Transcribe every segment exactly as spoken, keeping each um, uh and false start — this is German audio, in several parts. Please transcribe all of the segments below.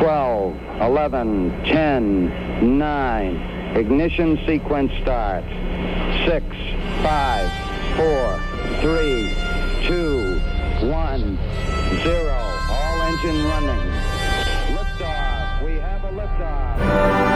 twelve, eleven, ten, nine. Ignition sequence starts. six, five, four, three, two, one, zero. All engine running. Liftoff. We have a liftoff.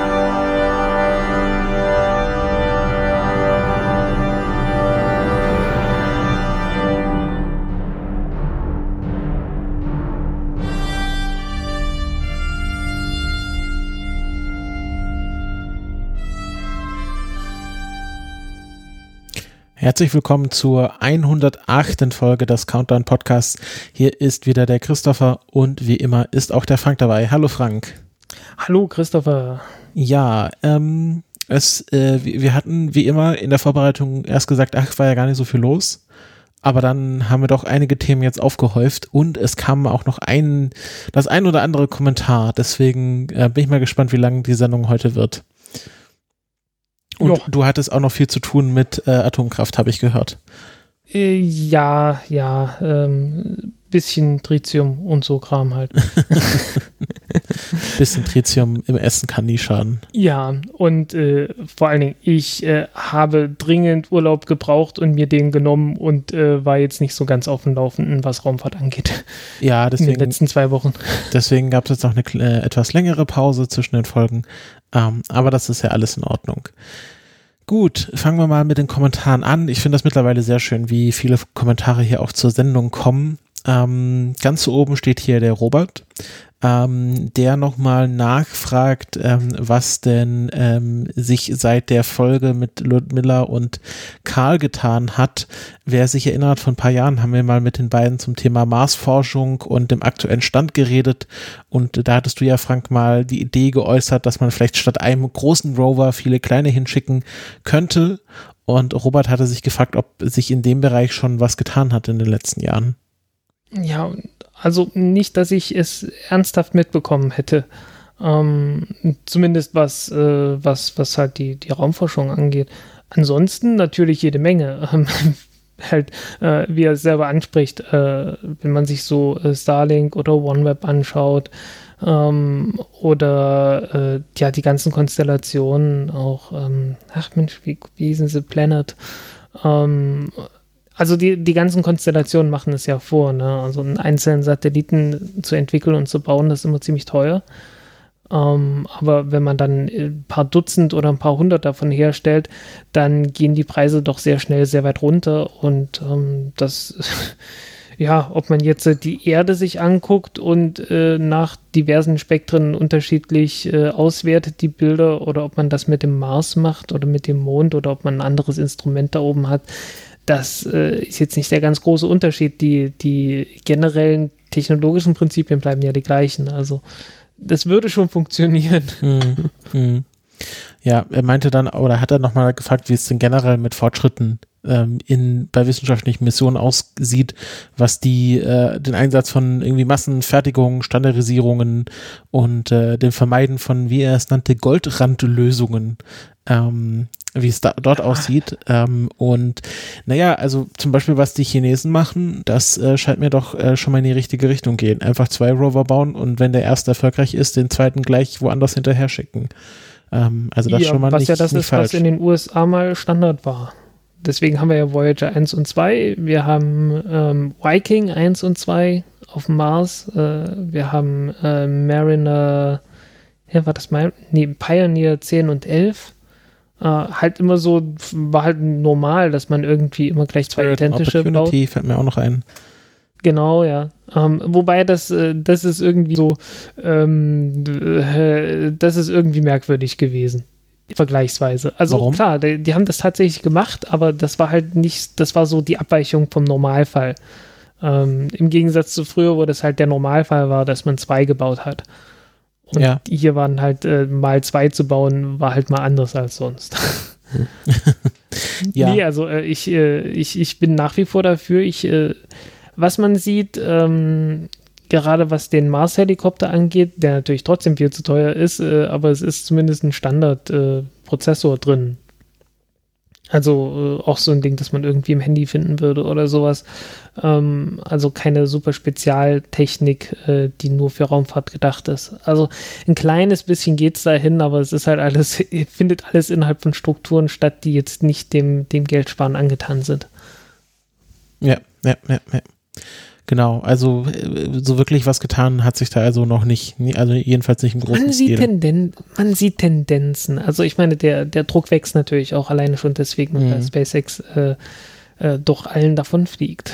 Herzlich willkommen zur hundertachten Folge des Countdown Podcasts. Hier ist wieder der Christopher und wie immer ist auch der Frank dabei. Hallo Frank. Hallo Christopher. Ja, ähm, es, äh, wir hatten wie immer in der Vorbereitung erst gesagt, ach, war ja gar nicht so viel los. Aber dann haben wir doch einige Themen jetzt aufgehäuft und es kam auch noch ein, das ein oder andere Kommentar. Deswegen äh, bin ich mal gespannt, wie lang die Sendung heute wird. Und ja. Du hattest auch noch viel zu tun mit äh, Atomkraft, habe ich gehört. Äh, ja, ja, ähm, bisschen Tritium und so Kram halt. Bisschen Tritium im Essen kann nie schaden. Ja, und äh, vor allen Dingen, ich äh, habe dringend Urlaub gebraucht und mir den genommen und äh, war jetzt nicht so ganz auf dem Laufenden, was Raumfahrt angeht. Ja, deswegen. In den letzten zwei Wochen. Deswegen gab es jetzt noch eine äh, etwas längere Pause zwischen den Folgen. Ähm, aber das ist ja alles in Ordnung. Gut, fangen wir mal mit den Kommentaren an. Ich finde das mittlerweile sehr schön, wie viele Kommentare hier auch zur Sendung kommen. Ähm, ganz oben steht hier der Robert, ähm, der nochmal nachfragt, ähm, was denn ähm, sich seit der Folge mit Ludmilla und Karl getan hat. Wer sich erinnert, vor ein paar Jahren haben wir mal mit den beiden zum Thema Marsforschung und dem aktuellen Stand geredet und da hattest du ja, Frank, mal die Idee geäußert, dass man vielleicht statt einem großen Rover viele kleine hinschicken könnte und Robert hatte sich gefragt, ob sich in dem Bereich schon was getan hat in den letzten Jahren. Ja, also nicht, dass ich es ernsthaft mitbekommen hätte. Ähm, zumindest was, äh, was, was halt die, die Raumforschung angeht. Ansonsten natürlich jede Menge. Ähm, halt, äh, wie er es selber anspricht, äh, wenn man sich so äh, Starlink oder OneWeb anschaut ähm, oder äh, ja, die ganzen Konstellationen auch, ähm, ach Mensch, wie, wie hießen sie, Planet, ähm, Also die, die ganzen Konstellationen machen es ja vor, ne? Also einen einzelnen Satelliten zu entwickeln und zu bauen, das ist immer ziemlich teuer. Ähm, aber wenn man dann ein paar Dutzend oder ein paar hundert davon herstellt, dann gehen die Preise doch sehr schnell sehr weit runter. Und ähm, das, ja, ob man jetzt die Erde sich anguckt und äh, nach diversen Spektren unterschiedlich äh, auswertet, die Bilder, oder ob man das mit dem Mars macht oder mit dem Mond oder ob man ein anderes Instrument da oben hat, das äh, ist jetzt nicht der ganz große Unterschied. Die, die generellen technologischen Prinzipien bleiben ja die gleichen. Also das würde schon funktionieren. Hm, hm. Ja, er meinte dann, oder hat er nochmal gefragt, wie es denn generell mit Fortschritten ähm, in, bei wissenschaftlichen Missionen aussieht, was die, äh, den Einsatz von irgendwie Massenfertigungen, Standardisierungen und äh, dem Vermeiden von, wie er es nannte, Goldrandlösungen ähm, wie es da, dort aussieht. Ähm, und naja, also zum Beispiel, was die Chinesen machen, das äh, scheint mir doch äh, schon mal in die richtige Richtung gehen. Einfach zwei Rover bauen und wenn der erste erfolgreich ist, den zweiten gleich woanders hinterher schicken. Ähm, also das ja, schon mal was nicht, ja das nicht ist, falsch. was in den U S A mal Standard war. Deswegen haben wir ja Voyager eins und zwei, wir haben ähm, Viking eins und zwei auf dem Mars, äh, wir haben äh, Mariner, ja, war das mal, nee, Pioneer zehn und elf. Uh, halt immer so, war halt normal, dass man irgendwie immer gleich zwei Spirit identische baut. Fällt mir auch noch ein. Genau, ja. Um, wobei das, äh, das ist irgendwie so, ähm, äh, das ist irgendwie merkwürdig gewesen. Vergleichsweise. Also Warum? Klar, die, die haben das tatsächlich gemacht, aber das war halt nicht, das war so die Abweichung vom Normalfall. Ähm, im Gegensatz zu früher, wo das halt der Normalfall war, dass man zwei gebaut hat. Und ja. hier waren halt äh, mal zwei zu bauen, war halt mal anders als sonst. ja. Nee, also äh, ich, äh, ich, ich bin nach wie vor dafür. Ich, äh, was man sieht, ähm, gerade was den Mars-Helikopter angeht, der natürlich trotzdem viel zu teuer ist, äh, aber es ist zumindest ein Standardprozessor äh, drin. Also äh, auch so ein Ding, das man irgendwie im Handy finden würde oder sowas. Ähm, also keine super Spezialtechnik, äh, die nur für Raumfahrt gedacht ist. Also ein kleines bisschen geht es dahin, aber es ist halt alles, findet alles innerhalb von Strukturen statt, die jetzt nicht dem, dem Geldsparen angetan sind. Ja, ja, ja, ja. Genau, also so wirklich was getan hat sich da also noch nicht, also jedenfalls nicht im großen man sieht Stil. Tenden- man sieht Tendenzen. Also ich meine, der, der Druck wächst natürlich auch alleine schon deswegen, mhm. weil SpaceX äh, äh, doch allen davon fliegt.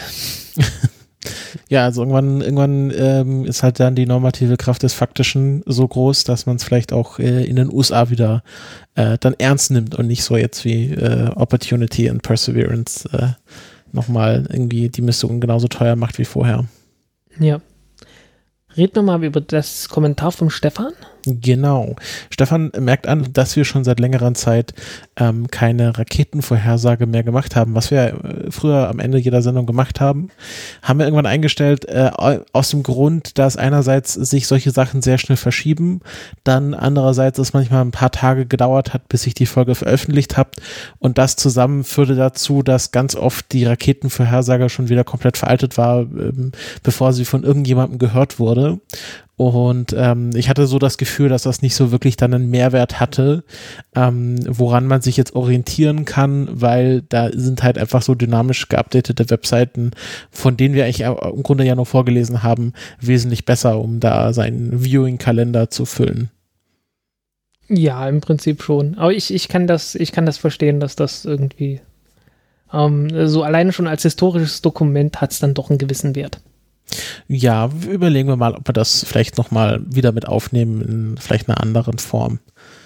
Ja, also irgendwann, irgendwann ähm, ist halt dann die normative Kraft des Faktischen so groß, dass man es vielleicht auch äh, in den U S A wieder äh, dann ernst nimmt und nicht so jetzt wie äh, Opportunity and Perseverance äh, nochmal irgendwie die Mission genauso teuer macht wie vorher. Ja. Reden wir mal über das Kommentar vom Stefan. Genau. Stefan merkt an, dass wir schon seit längerer Zeit ähm, keine Raketenvorhersage mehr gemacht haben, was wir äh, früher am Ende jeder Sendung gemacht haben. Haben wir irgendwann eingestellt, äh, aus dem Grund, dass einerseits sich solche Sachen sehr schnell verschieben, dann andererseits es manchmal ein paar Tage gedauert hat, bis ich die Folge veröffentlicht habe, und das zusammen führte dazu, dass ganz oft die Raketenvorhersage schon wieder komplett veraltet war, ähm, bevor sie von irgendjemandem gehört wurde. Und ähm, ich hatte so das Gefühl, dass das nicht so wirklich dann einen Mehrwert hatte, ähm, woran man sich jetzt orientieren kann, weil da sind halt einfach so dynamisch geupdatete Webseiten, von denen wir eigentlich im Grunde ja nur vorgelesen haben, wesentlich besser, um da seinen Viewing-Kalender zu füllen. Ja, im Prinzip schon. Aber ich, ich kann das, ich kann das verstehen, dass das irgendwie ähm, so alleine schon als historisches Dokument hat es dann doch einen gewissen Wert. Ja, überlegen wir mal, ob wir das vielleicht nochmal wieder mit aufnehmen in vielleicht einer anderen Form.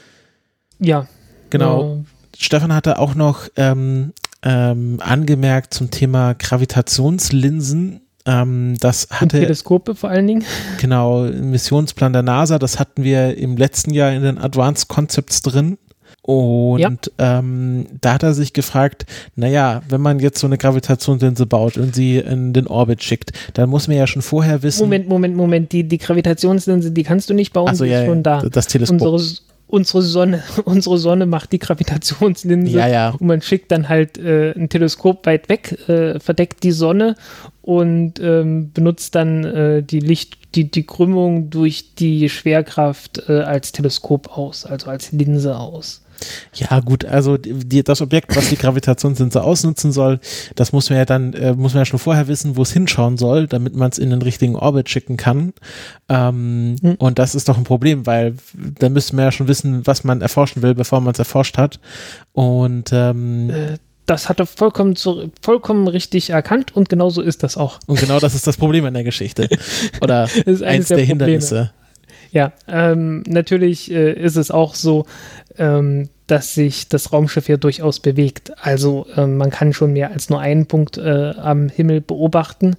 Ja. Genau. Äh, Stefan hatte auch noch ähm, ähm, angemerkt zum Thema Gravitationslinsen. Ähm, das hatte, und Teleskope vor allen Dingen. Genau, im Missionsplan der NASA. Das hatten wir im letzten Jahr in den Advanced Concepts drin. Und ja. ähm, da hat er sich gefragt, naja, wenn man jetzt so eine Gravitationslinse baut und sie in den Orbit schickt, dann muss man ja schon vorher wissen... Moment, Moment, Moment, die, die Gravitationslinse, die kannst du nicht bauen, so, die ja, ist schon da. Das Teleskop. Unsere, unsere, Sonne, unsere Sonne macht die Gravitationslinse ja, ja. und man schickt dann halt äh, ein Teleskop weit weg, äh, verdeckt die Sonne und ähm, benutzt dann äh, die Licht, die, die Krümmung durch die Schwerkraft äh, als Teleskop aus, also als Linse aus. Ja gut, also die, das Objekt, was die Gravitationslinse ausnutzen soll, das muss man ja dann, äh, muss man ja schon vorher wissen, wo es hinschauen soll, damit man es in den richtigen Orbit schicken kann. Ähm, hm. Und das ist doch ein Problem, weil da müsste man ja schon wissen, was man erforschen will, bevor man es erforscht hat. Und ähm, äh, das hat er vollkommen, zu, vollkommen richtig erkannt und genauso ist das auch. Und genau das ist das Problem in der Geschichte. Oder eins, eins der, der Hindernisse. Ja, ähm, natürlich äh, ist es auch so, ähm, dass sich das Raumschiff ja durchaus bewegt. Also ähm, man kann schon mehr als nur einen Punkt äh, am Himmel beobachten.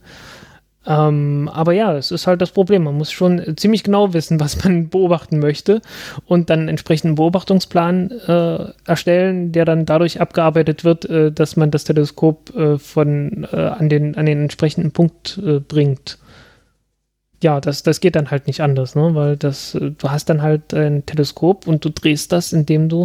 Ähm, aber ja, es ist halt das Problem. Man muss schon ziemlich genau wissen, was man beobachten möchte und dann einen entsprechenden Beobachtungsplan äh, erstellen, der dann dadurch abgearbeitet wird, äh, dass man das Teleskop äh, von, äh, an, den, an den entsprechenden Punkt äh, bringt. Ja, das, das geht dann halt nicht anders, ne? Weil das, du hast dann halt ein Teleskop und du drehst das, indem du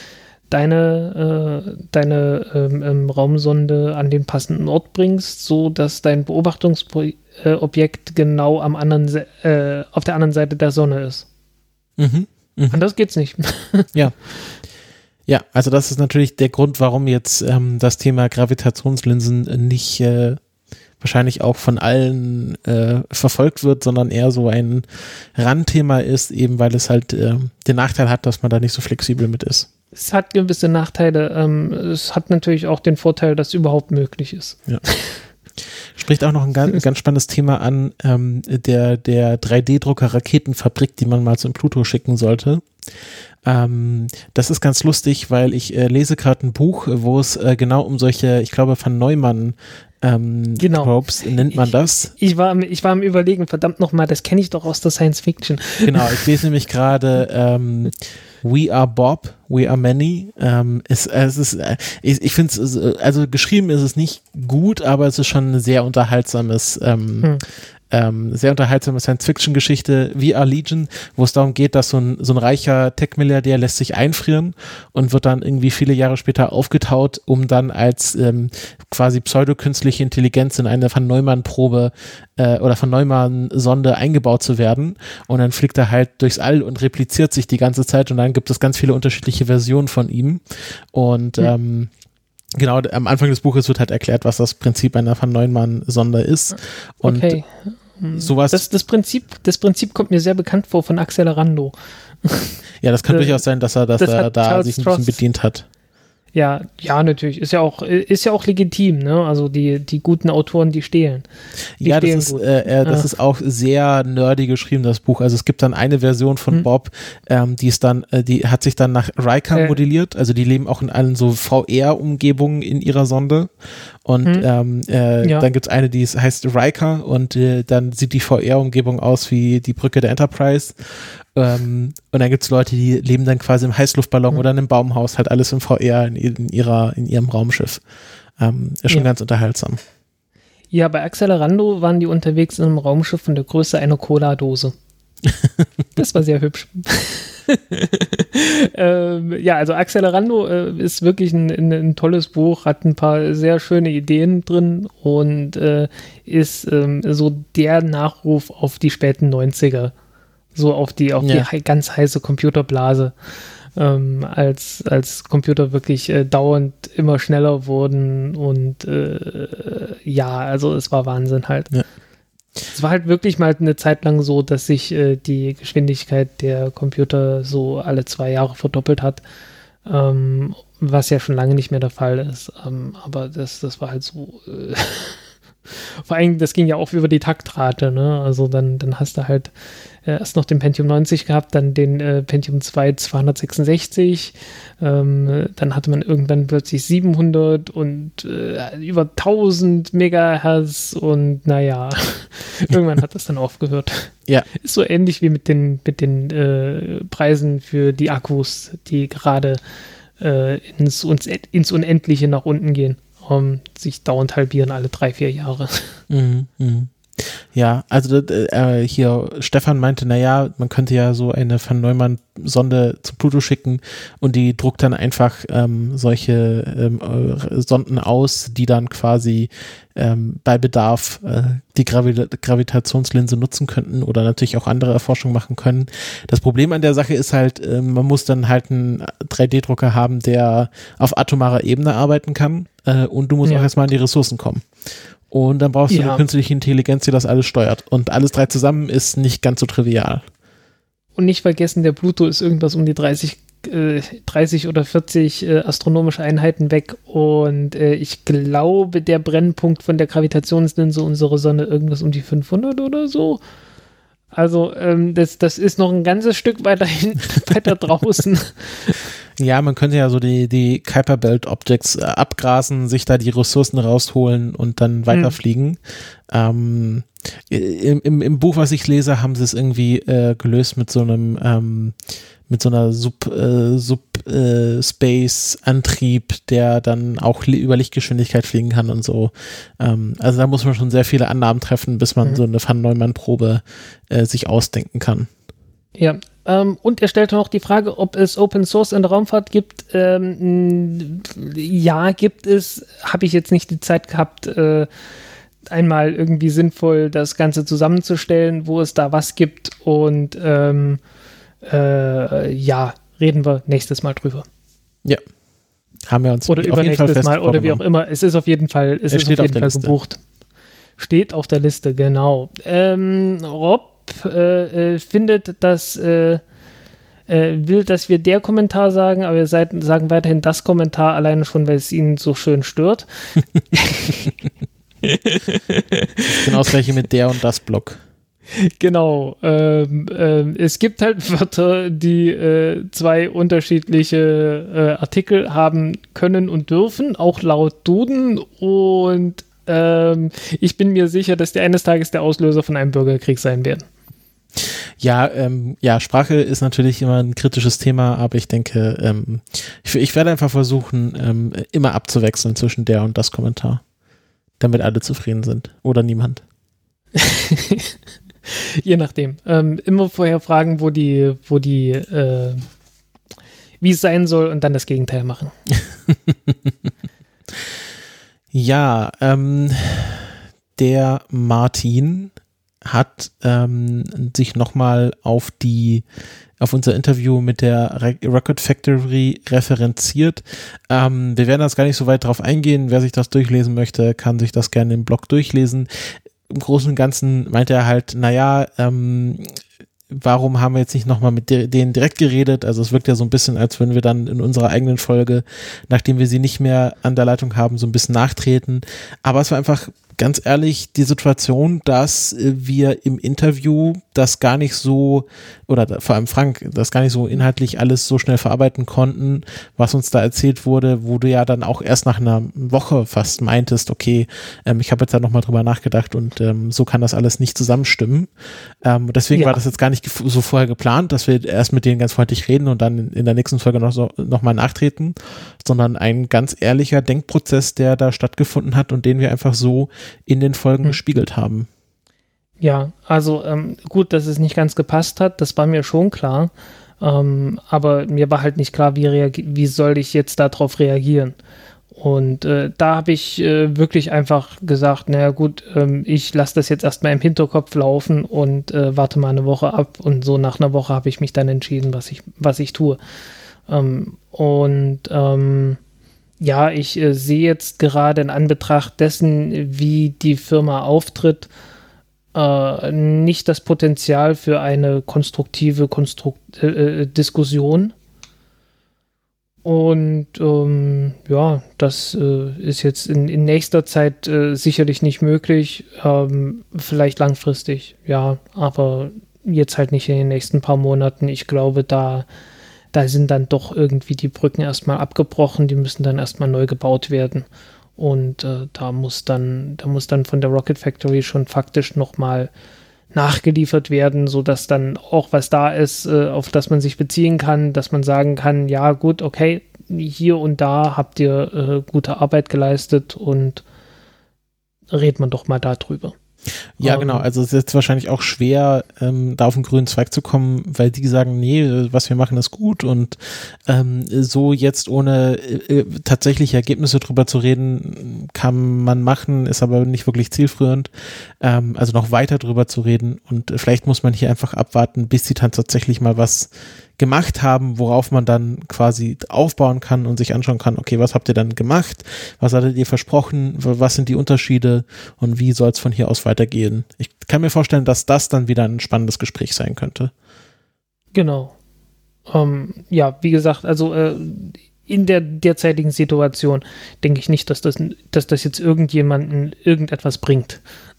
deine, äh, deine ähm, ähm, Raumsonde an den passenden Ort bringst, so dass dein Beobachtungsobjekt genau am anderen, Se- äh, auf der anderen Seite der Sonne ist. Mhm, mh. Anders geht's nicht. Ja. Ja, also das ist natürlich der Grund, warum jetzt ähm, das Thema Gravitationslinsen nicht äh, wahrscheinlich auch von allen äh, verfolgt wird, sondern eher so ein Randthema ist, eben weil es halt äh, den Nachteil hat, dass man da nicht so flexibel mit ist. Es hat gewisse Nachteile. Ähm, es hat natürlich auch den Vorteil, dass es überhaupt möglich ist. Ja. Spricht auch noch ein ganz, ganz spannendes Thema an, ähm, der, der drei D-Drucker Raketenfabrik, die man mal zum Pluto schicken sollte. Ähm, das ist ganz lustig, weil ich äh, lese gerade ein Buch, wo es äh, genau um solche, ich glaube von Neumann ähm, genau. Tropes nennt man das. Ich, ich, war, ich war am Überlegen, verdammt nochmal, das kenne ich doch aus der Science Fiction. Genau, ich lese nämlich gerade ähm, We Are Bob, We Are Many. Ähm, es, es ist, äh, ich, ich finde es, also geschrieben ist es nicht gut, aber es ist schon ein sehr unterhaltsames ähm, hm. ähm, sehr unterhaltsame Science-Fiction-Geschichte wie A Legion, wo es darum geht, dass so ein, so ein reicher Tech-Milliardär lässt sich einfrieren und wird dann irgendwie viele Jahre später aufgetaut, um dann als ähm, quasi pseudokünstliche Intelligenz in eine Van Neumann-Probe äh, oder Van Neumann-Sonde eingebaut zu werden. Und dann fliegt er halt durchs All und repliziert sich die ganze Zeit und dann gibt es ganz viele unterschiedliche Versionen von ihm. Und mhm. ähm, genau, am Anfang des Buches wird halt erklärt, was das Prinzip einer Van Neumann-Sonde ist. Und okay. Sowas. Das, das, Prinzip, das Prinzip kommt mir sehr bekannt vor von Accelerando. Ja, das kann durchaus sein, dass er, dass das er da Charles sich ein Stross. bisschen bedient hat. Ja, ja, natürlich. Ist ja auch, ist ja auch legitim, ne? Also die, die guten Autoren, die stehlen. Die ja, das, stehlen ist, gut. äh, das ah. ist auch sehr nerdy geschrieben, das Buch. Also es gibt dann eine Version von hm. Bob, ähm, die ist dann, äh, die hat sich dann nach Riker äh. modelliert. Also die leben auch in allen so V R-Umgebungen in ihrer Sonde. Und hm. ähm, äh, ja. dann gibt's eine, die ist, heißt Riker und äh, dann sieht die V R-Umgebung aus wie die Brücke der Enterprise. Ähm, und dann gibt's Leute, die leben dann quasi im Heißluftballon mhm. oder in einem Baumhaus, halt alles im V R in, in, ihrer, in ihrem Raumschiff. Ähm, ist schon ja. ganz unterhaltsam. Ja, bei Accelerando waren die unterwegs in einem Raumschiff von der Größe einer Cola-Dose. Das war sehr hübsch. ähm, ja, also Accelerando äh, ist wirklich ein, ein, ein tolles Buch, hat ein paar sehr schöne Ideen drin und äh, ist ähm, so der Nachruf auf die späten neunziger. So auf die, auf ja. die ganz heiße Computerblase, ähm, als, als Computer wirklich äh, dauernd immer schneller wurden und äh, ja, also es war Wahnsinn halt. Ja. Es war halt wirklich mal eine Zeit lang so, dass sich äh, die Geschwindigkeit der Computer so alle zwei Jahre verdoppelt hat, ähm, was ja schon lange nicht mehr der Fall ist, ähm, aber das, das war halt so äh, vor allem, das ging ja auch über die Taktrate, ne? Also dann, dann hast du halt äh, erst noch den Pentium neunzig gehabt, dann den äh, Pentium zwei zweihundertsechsundsechzig, ähm, dann hatte man irgendwann plötzlich siebenhundert und äh, über tausend Megahertz und naja, irgendwann hat das dann aufgehört. Ja. Ist so ähnlich wie mit den, mit den äh, Preisen für die Akkus, die gerade äh, ins, ins Unendliche nach unten gehen. Um, sich dauernd halbieren alle drei, vier Jahre. Mhm, mhm. Ja, also äh, hier Stefan meinte, naja, man könnte ja so eine Van Neumann-Sonde zu Pluto schicken und die druckt dann einfach ähm, solche ähm, äh, Sonden aus, die dann quasi ähm, bei Bedarf äh, die Gravi- Gravitationslinse nutzen könnten oder natürlich auch andere Erforschungen machen können. Das Problem an der Sache ist halt, äh, man muss dann halt einen drei D Drucker haben, der auf atomarer Ebene arbeiten kann äh, und du musst ja. auch erstmal an die Ressourcen kommen. Und dann brauchst du ja. eine künstliche Intelligenz, die das alles steuert. Und alles drei zusammen ist nicht ganz so trivial. Und nicht vergessen, der Pluto ist irgendwas um die dreißig, äh, dreißig oder vierzig äh, astronomische Einheiten weg. Und äh, ich glaube, der Brennpunkt von der Gravitationslinse unserer Sonne irgendwas um die fünfhundert oder so. Also ähm, das, das ist noch ein ganzes Stück weiter hinten, weiter draußen. Ja, man könnte ja so die, die Kuiper Belt Objects äh, abgrasen, sich da die Ressourcen rausholen und dann weiterfliegen. Hm. Ähm, im, im, Im Buch, was ich lese, haben sie es irgendwie äh, gelöst mit so einem ähm, mit so einer Sub, äh, Sub äh, Space Antrieb, der dann auch li- über Lichtgeschwindigkeit fliegen kann und so. Ähm, also da muss man schon sehr viele Annahmen treffen, bis man mhm. so eine Van Neumann Probe äh, sich ausdenken kann. Ja, ähm, und er stellte noch die Frage, ob es Open Source in der Raumfahrt gibt. Ähm, ja, gibt es. Habe ich jetzt nicht die Zeit gehabt, äh, einmal irgendwie sinnvoll das Ganze zusammenzustellen, wo es da was gibt. Und ähm, äh, ja, reden wir nächstes Mal drüber. Ja, haben wir uns oder übernächstes Mal oder wie auch immer. Es ist auf jeden Fall, es, es ist auf jeden Fall gebucht. Steht auf der Liste, genau. Ähm, Rob Äh, äh, findet, dass äh, äh, will, dass wir der Kommentar sagen, aber wir seid, sagen weiterhin das Kommentar, alleine schon, weil es ihn so schön stört. Genau das gleiche mit der und das Block. Genau. Ähm, ähm, es gibt halt Wörter, die äh, zwei unterschiedliche äh, Artikel haben können und dürfen, auch laut Duden, und ähm, ich bin mir sicher, dass die eines Tages der Auslöser von einem Bürgerkrieg sein werden. Ja, ähm, ja, Sprache ist natürlich immer ein kritisches Thema, aber ich denke, ähm, ich, ich werde einfach versuchen, ähm, immer abzuwechseln zwischen der und das Kommentar, damit alle zufrieden sind oder niemand. Je nachdem. Ähm, immer vorher fragen, wo die, wo die, äh, wie es sein soll und dann das Gegenteil machen. Ja, ähm, der Martin hat ähm, sich nochmal auf die auf unser Interview mit der Re- Record Factory referenziert. Ähm, wir werden das gar nicht so weit drauf eingehen. Wer sich das durchlesen möchte, kann sich das gerne im Blog durchlesen. Im Großen und Ganzen meinte er halt, naja, ähm, warum haben wir jetzt nicht nochmal mit de- denen direkt geredet? Also es wirkt ja so ein bisschen, als würden wir dann in unserer eigenen Folge, nachdem wir sie nicht mehr an der Leitung haben, so ein bisschen nachtreten. Aber es war einfach ganz ehrlich die Situation, dass wir im Interview das gar nicht so, oder vor allem Frank, das gar nicht so inhaltlich alles so schnell verarbeiten konnten, was uns da erzählt wurde, wo du ja dann auch erst nach einer Woche fast meintest, okay, ähm, ich habe jetzt da nochmal drüber nachgedacht und ähm, so kann das alles nicht zusammenstimmen. Ähm, deswegen ja. war das jetzt gar nicht so vorher geplant, dass wir erst mit denen ganz freundlich reden und dann in der nächsten Folge noch, so, noch mal nachtreten, sondern ein ganz ehrlicher Denkprozess, der da stattgefunden hat und den wir einfach so in den Folgen hm. gespiegelt haben. Ja, also ähm, gut, dass es nicht ganz gepasst hat, das war mir schon klar, ähm, aber mir war halt nicht klar, wie, reagi- wie soll ich jetzt darauf reagieren. Und äh, da habe ich äh, wirklich einfach gesagt, naja gut, ähm, ich lasse das jetzt erstmal im Hinterkopf laufen und äh, warte mal eine Woche ab, und so nach einer Woche habe ich mich dann entschieden, was ich, was ich tue. Ähm, und ähm, ja, ich äh, sehe jetzt gerade in Anbetracht dessen, wie die Firma auftritt, äh, nicht das Potenzial für eine konstruktive Konstrukt- äh, Diskussion. Und ähm, ja, das äh, ist jetzt in, in nächster Zeit äh, sicherlich nicht möglich, ähm, vielleicht langfristig, ja, aber jetzt halt nicht in den nächsten paar Monaten. Ich glaube, da Da sind dann doch irgendwie die Brücken erstmal abgebrochen, die müssen dann erstmal neu gebaut werden. Und äh, da muss dann, da muss dann von der Rocket Factory schon faktisch nochmal nachgeliefert werden, sodass dann auch was da ist, äh, auf das man sich beziehen kann, dass man sagen kann, ja gut, okay, hier und da habt ihr äh, gute Arbeit geleistet und redet man doch mal darüber. Ja, um, genau. Also es ist jetzt wahrscheinlich auch schwer, ähm, da auf den grünen Zweig zu kommen, weil die sagen, nee, was wir machen ist gut, und ähm, so jetzt ohne äh, tatsächliche Ergebnisse drüber zu reden, kann man machen, ist aber nicht wirklich zielführend. Ähm, also noch weiter drüber zu reden, und vielleicht muss man hier einfach abwarten, bis sie dann tatsächlich mal was gemacht haben, worauf man dann quasi aufbauen kann und sich anschauen kann, okay, was habt ihr dann gemacht, was hattet ihr versprochen, was sind die Unterschiede und wie soll es von hier aus weitergehen. Ich kann mir vorstellen, dass das dann wieder ein spannendes Gespräch sein könnte. Genau. Ähm, ja, wie gesagt, also äh, in der derzeitigen Situation denke ich nicht, dass das, dass das jetzt irgendjemanden irgendetwas bringt.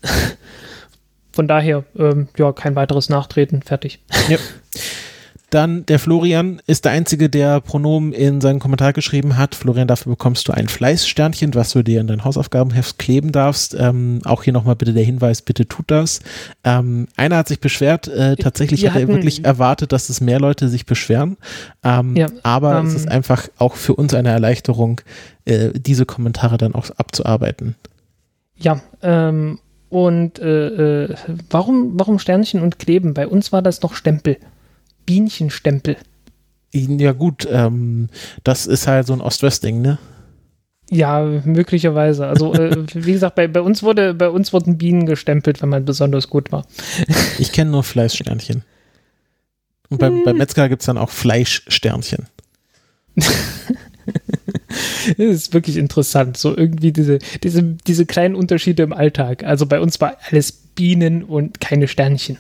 Von daher, ähm, ja, kein weiteres Nachtreten, fertig. Ja. Dann der Florian ist der Einzige, der Pronomen in seinen Kommentar geschrieben hat. Florian, dafür bekommst du ein Fleißsternchen, was du dir in dein Hausaufgabenheft kleben darfst. Ähm, auch hier nochmal bitte der Hinweis, bitte tut das. Ähm, einer hat sich beschwert, äh, tatsächlich Wir hat er hatten, wirklich erwartet, dass es mehr Leute sich beschweren. Ähm, ja, aber ähm, es ist einfach auch für uns eine Erleichterung, äh, diese Kommentare dann auch abzuarbeiten. Ja, ähm, und äh, äh, warum, warum Sternchen und Kleben? Bei uns war das noch Stempel. Bienchenstempel. Ja gut, ähm, das ist halt so ein Ost-West-Ding, ne? Ja, möglicherweise. Also äh, wie gesagt, bei, bei uns wurde, bei uns wurden Bienen gestempelt, wenn man besonders gut war. Ich kenne nur Fleißsternchen. Und beim, hm. beim Metzger gibt es dann auch Fleischsternchen. Das ist wirklich interessant, so irgendwie diese, diese, diese kleinen Unterschiede im Alltag. Also bei uns war alles Bienen und keine Sternchen.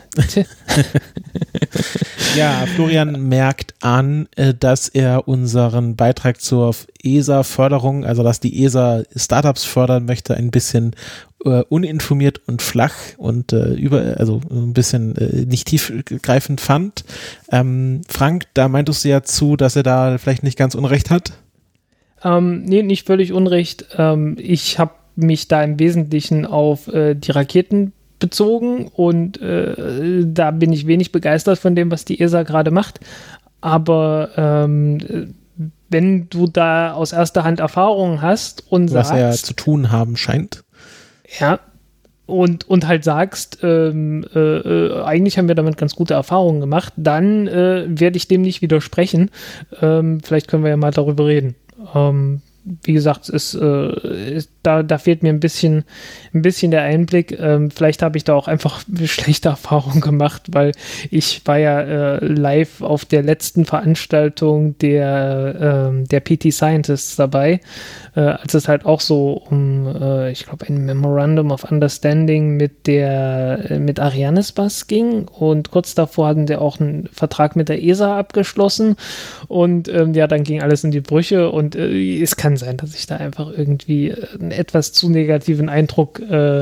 Ja, Florian merkt an, dass er unseren Beitrag zur E S A-Förderung, also dass die E S A Startups fördern möchte, ein bisschen äh, uninformiert und flach und äh, über, also ein bisschen äh, nicht tiefgreifend fand. Ähm, Frank, da meintest du ja zu, dass er da vielleicht nicht ganz unrecht hat. Ähm, nee, nicht völlig unrecht. Ähm, ich habe mich da im Wesentlichen auf äh, die Raketen bezogen und äh, da bin ich wenig begeistert von dem, was die E S A gerade macht. Aber ähm, wenn du da aus erster Hand Erfahrungen hast und was sagst, er zu tun haben scheint. Ja, und, und halt sagst, ähm, äh, eigentlich haben wir damit ganz gute Erfahrungen gemacht, dann äh, werde ich dem nicht widersprechen. Ähm, vielleicht können wir ja mal darüber reden. Ähm, wie gesagt, es, äh, ist, da, da fehlt mir ein bisschen, ein bisschen der Einblick. Ähm, vielleicht habe ich da auch einfach schlechte Erfahrungen gemacht, weil ich war ja äh, live auf der letzten Veranstaltung der, äh, der P T Scientists dabei, äh, als es halt auch so um, äh, ich glaube, ein Memorandum of Understanding mit der, äh, mit Arianespace ging, und kurz davor hatten sie auch einen Vertrag mit der E S A abgeschlossen, und ähm, ja, dann ging alles in die Brüche, und äh, es kann sein, dass ich da einfach irgendwie einen etwas zu negativen Eindruck äh,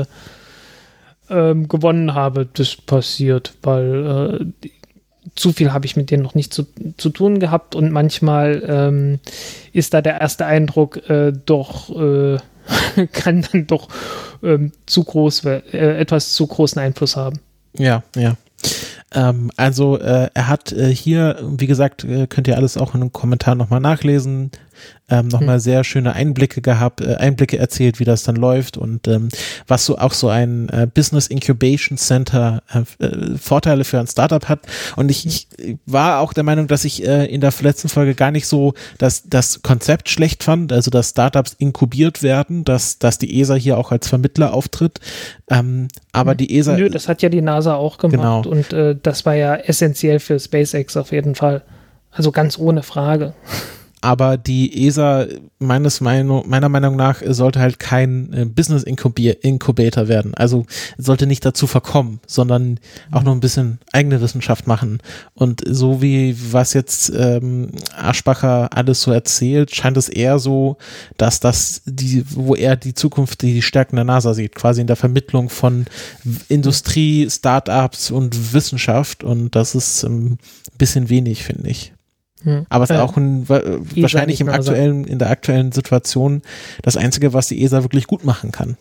ähm, gewonnen habe. Das passiert, weil äh, zu viel habe ich mit denen noch nicht zu, zu tun gehabt, und manchmal ähm, ist da der erste Eindruck äh, doch äh, kann dann doch ähm, zu groß, äh, etwas zu großen Einfluss haben. Ja, ja. Ähm, also äh, er hat äh, hier, wie gesagt, äh, könnt ihr alles auch in einem Kommentar nochmal nachlesen, ähm, nochmal hm. sehr schöne Einblicke gehabt, äh, Einblicke erzählt, wie das dann läuft, und ähm, was so auch so ein äh, Business Incubation Center äh, äh, Vorteile für ein Startup hat. Und ich, ich war auch der Meinung, dass ich äh, in der letzten Folge gar nicht so das, das Konzept schlecht fand, also dass Startups inkubiert werden, dass, dass die E S A hier auch als Vermittler auftritt. Ähm, aber hm. die E S A... Nö, das hat ja die NASA auch gemacht, genau. Und äh, das war ja essentiell für SpaceX auf jeden Fall. Also ganz ohne Frage. Aber die E S A, meines Meinung, meiner Meinung nach, sollte halt kein äh, Business Incubator werden. Also sollte nicht dazu verkommen, sondern auch noch ein bisschen eigene Wissenschaft machen. Und so wie was jetzt ähm, Aschbacher alles so erzählt, scheint es eher so, dass das die, wo er die Zukunft, die Stärken der NASA sieht, quasi in der Vermittlung von Industrie, Startups und Wissenschaft. Und das ist ähm, ein bisschen wenig, finde ich. Aber es ist äh, auch ein, wahrscheinlich im aktuellen, in der aktuellen Situation das Einzige, was die E S A wirklich gut machen kann.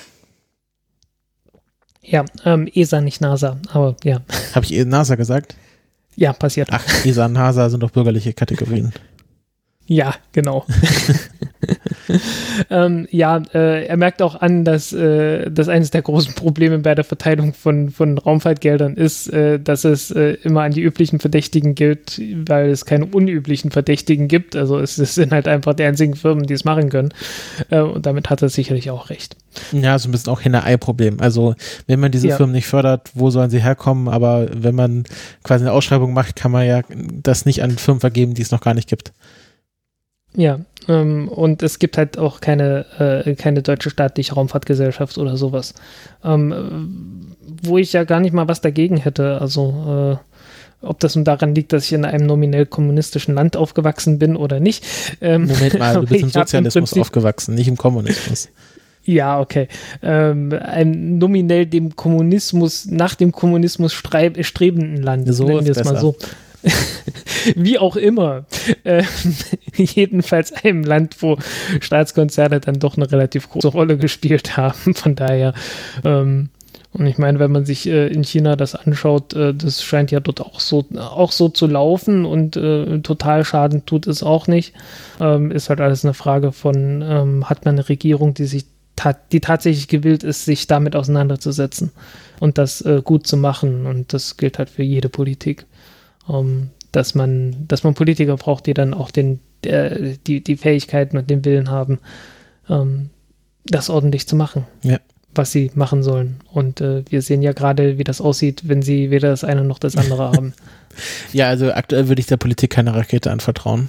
Ja, ähm, E S A, nicht NASA, aber ja. Habe ich NASA gesagt? Ja, passiert. Ach, E S A und NASA sind doch bürgerliche Kategorien. Ja, genau. ähm, ja, äh, er merkt auch an, dass, äh, dass eines der großen Probleme bei der Verteilung von, von Raumfahrtgeldern ist, äh, dass es äh, immer an die üblichen Verdächtigen gilt, weil es keine unüblichen Verdächtigen gibt. Also es, es sind halt einfach die einzigen Firmen, die es machen können. Äh, und damit hat er sicherlich auch recht. Ja, so ein bisschen auch Henne-Ei-Problem. Also wenn man diese ja. Firmen nicht fördert, wo sollen sie herkommen? Aber wenn man quasi eine Ausschreibung macht, kann man ja das nicht an Firmen vergeben, die es noch gar nicht gibt. Ja, ähm, und es gibt halt auch keine, äh, keine deutsche staatliche Raumfahrtgesellschaft oder sowas. Ähm, wo ich ja gar nicht mal was dagegen hätte. Also, äh, ob das nun daran liegt, dass ich in einem nominell kommunistischen Land aufgewachsen bin oder nicht. Ähm, Moment mal, du bist im Sozialismus im aufgewachsen, nicht im Kommunismus. Ja, okay. Ähm, ein nominell dem Kommunismus, nach dem Kommunismus streib, strebenden Land, so nennen wir es mal so. Wie auch immer. Äh, jedenfalls einem Land, wo Staatskonzerne dann doch eine relativ große Rolle gespielt haben. Von daher, ähm, und ich meine, wenn man sich äh, in China das anschaut, äh, das scheint ja dort auch so, auch so zu laufen, und äh, total Schaden tut es auch nicht. Ähm, ist halt alles eine Frage von, ähm, hat man eine Regierung, die sich tat, die tatsächlich gewillt ist, sich damit auseinanderzusetzen und das äh, gut zu machen. Und das gilt halt für jede Politik. Um, dass man, dass man Politiker braucht, die dann auch den, der, die, die Fähigkeiten und den Willen haben, um, das ordentlich zu machen, ja. was sie machen sollen. Und äh, wir sehen ja gerade, wie das aussieht, wenn sie weder das eine noch das andere haben. Ja, also aktuell würde ich der Politik keine Rakete anvertrauen.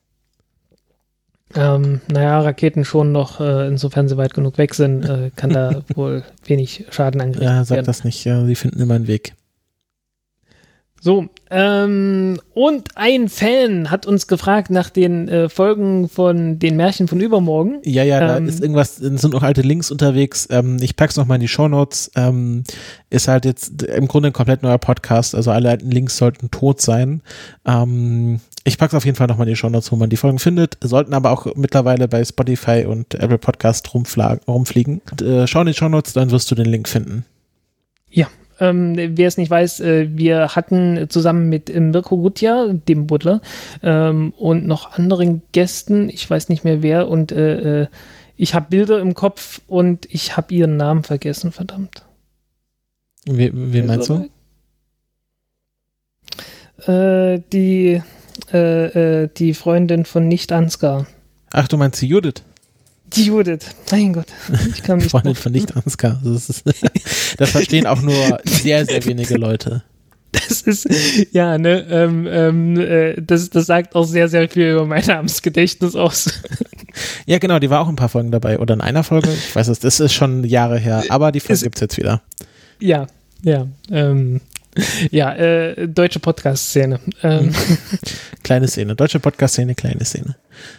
Ähm, naja, Raketen schon noch, äh, insofern sie weit genug weg sind, äh, kann da wohl wenig Schaden angerichtet werden. Ja, sag das nicht, ja, sie finden immer einen Weg. So, ähm, und ein Fan hat uns gefragt nach den äh, Folgen von den Märchen von übermorgen. Ja, ja, da ähm, ist irgendwas, sind noch alte Links unterwegs. Ähm, ich pack's noch mal in die Shownotes. Ähm, ist halt jetzt im Grunde ein komplett neuer Podcast, also alle alten Links sollten tot sein. Ähm, ich pack's auf jeden Fall noch mal in die Shownotes, wo man die Folgen findet. Sollten aber auch mittlerweile bei Spotify und Apple Podcast rumfliegen. Und, äh, schau in die Shownotes, dann wirst du den Link finden. Ja. Ähm, wer es nicht weiß, äh, wir hatten zusammen mit äh, Mirko Gutjahr, dem Butler, ähm, und noch anderen Gästen, ich weiß nicht mehr wer, und äh, ich habe Bilder im Kopf und ich habe ihren Namen vergessen, verdammt. Wie, wen meinst du? Äh, die, äh, äh, die Freundin von Nicht-Ansgar. Ach, du meinst die Judith? Die Judith, mein Gott. Ich kann mich Freundin von Nicht-Ansgar. Das, ist, das verstehen auch nur sehr, sehr wenige Leute. Das ist, ja, ne, ähm, ähm, äh, das, das sagt auch sehr, sehr viel über mein Namensgedächtnis aus. Ja, genau, die war auch ein paar Folgen dabei. Oder in einer Folge, ich weiß es, das ist schon Jahre her, aber die Folge gibt es jetzt wieder. Ja, ja, ähm, ja, äh, deutsche Podcast-Szene. Ähm. Kleine Szene, deutsche Podcast-Szene, kleine Szene.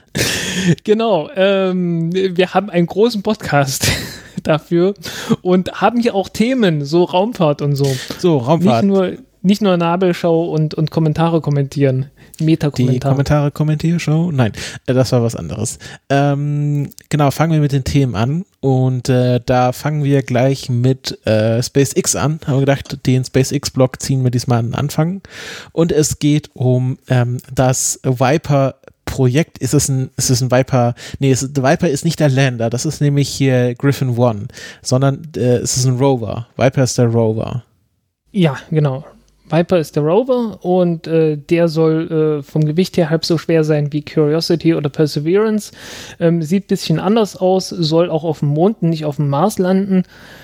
Genau, ähm, wir haben einen großen Podcast dafür und haben hier auch Themen, so Raumfahrt und so. So, Raumfahrt. Nicht nur, nicht nur Nabelschau und, und Kommentare kommentieren. Meta-Kommentare. Die Kommentare, Kommentiershow? Nein, das war was anderes. Ähm, genau, fangen wir mit den Themen an und äh, da fangen wir gleich mit äh, SpaceX an. Haben wir gedacht, den SpaceX-Blog ziehen wir diesmal an den Anfang und es geht um ähm, das Viper Projekt. Ist es ein, ist es ein Viper, nee, es, Viper ist nicht der Lander, das ist nämlich hier Griffin One, sondern äh, es ist ein Rover. Viper ist der Rover. Ja, genau. Viper ist der Rover und äh, der soll äh, vom Gewicht her halb so schwer sein wie Curiosity oder Perseverance. Ähm, sieht ein bisschen anders aus, soll auch auf dem Mond, nicht auf dem Mars landen.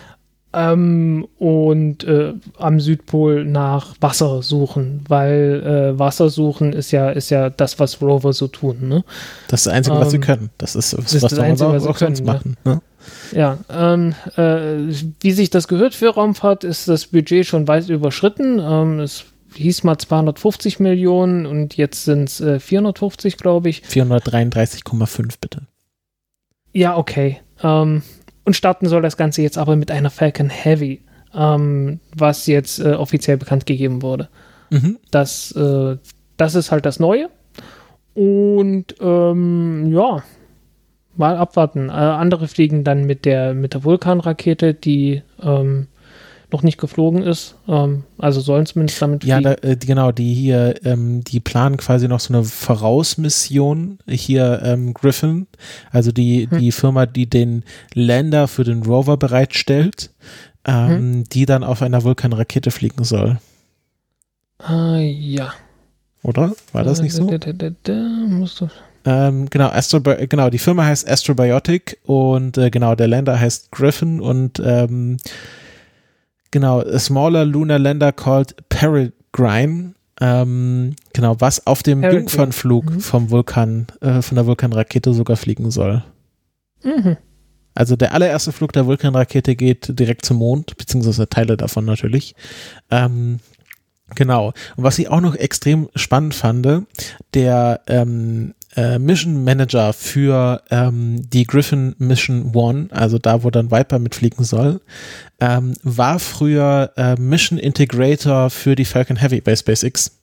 Ähm, und äh, am Südpol nach Wasser suchen, weil äh, Wasser suchen ist ja, ist ja das, was Rover so tun. Ne? Das ist das Einzige, ähm, was sie können. Das ist, das, ist was das Einzige, was sie auch können. Sonst machen. Ne? Ja, ähm, äh, wie sich das gehört für Raumfahrt, ist das Budget schon weit überschritten. Ähm, es hieß mal zweihundertfünfzig Millionen und jetzt sind es äh, vierhundertfünfzig, glaube ich. vierhundertdreiunddreißig Komma fünf, bitte. Ja, okay. Ähm, und starten soll das Ganze jetzt aber mit einer Falcon Heavy, ähm, was jetzt äh, offiziell bekannt gegeben wurde. Mhm. Das, äh, das ist halt das Neue. Und ähm, ja, mal abwarten. Äh, andere fliegen dann mit der, mit der Vulkan-Rakete, die ähm, noch nicht geflogen ist. Ähm, also sollen zumindest damit ja, fliegen. Ja, äh, genau, die hier, ähm, die planen quasi noch so eine Vorausmission hier, ähm, Griffin, also die, hm. die Firma, die den Lander für den Rover bereitstellt, ähm, hm. die dann auf einer Vulkan-Rakete fliegen soll. Ah, ja. Oder? War das nicht so? Da, da, da, da, musst du Ähm, genau, Astrobi- genau, die Firma heißt Astrobiotic und äh, genau, der Lander heißt Griffin und ähm, genau, a smaller lunar lander called Peregrine, ähm, genau, was auf dem Peregrine. Jungfernflug mhm. vom Vulkan, äh, von der Vulkanrakete sogar fliegen soll. Mhm. Also der allererste Flug der Vulkanrakete geht direkt zum Mond, beziehungsweise Teile davon natürlich. Ähm, Genau. Und was ich auch noch extrem spannend fand, der ähm, äh, Mission Manager für ähm, die Griffin Mission One, also da, wo dann Viper mitfliegen soll, ähm, war früher äh, Mission Integrator für die Falcon Heavy bei SpaceX.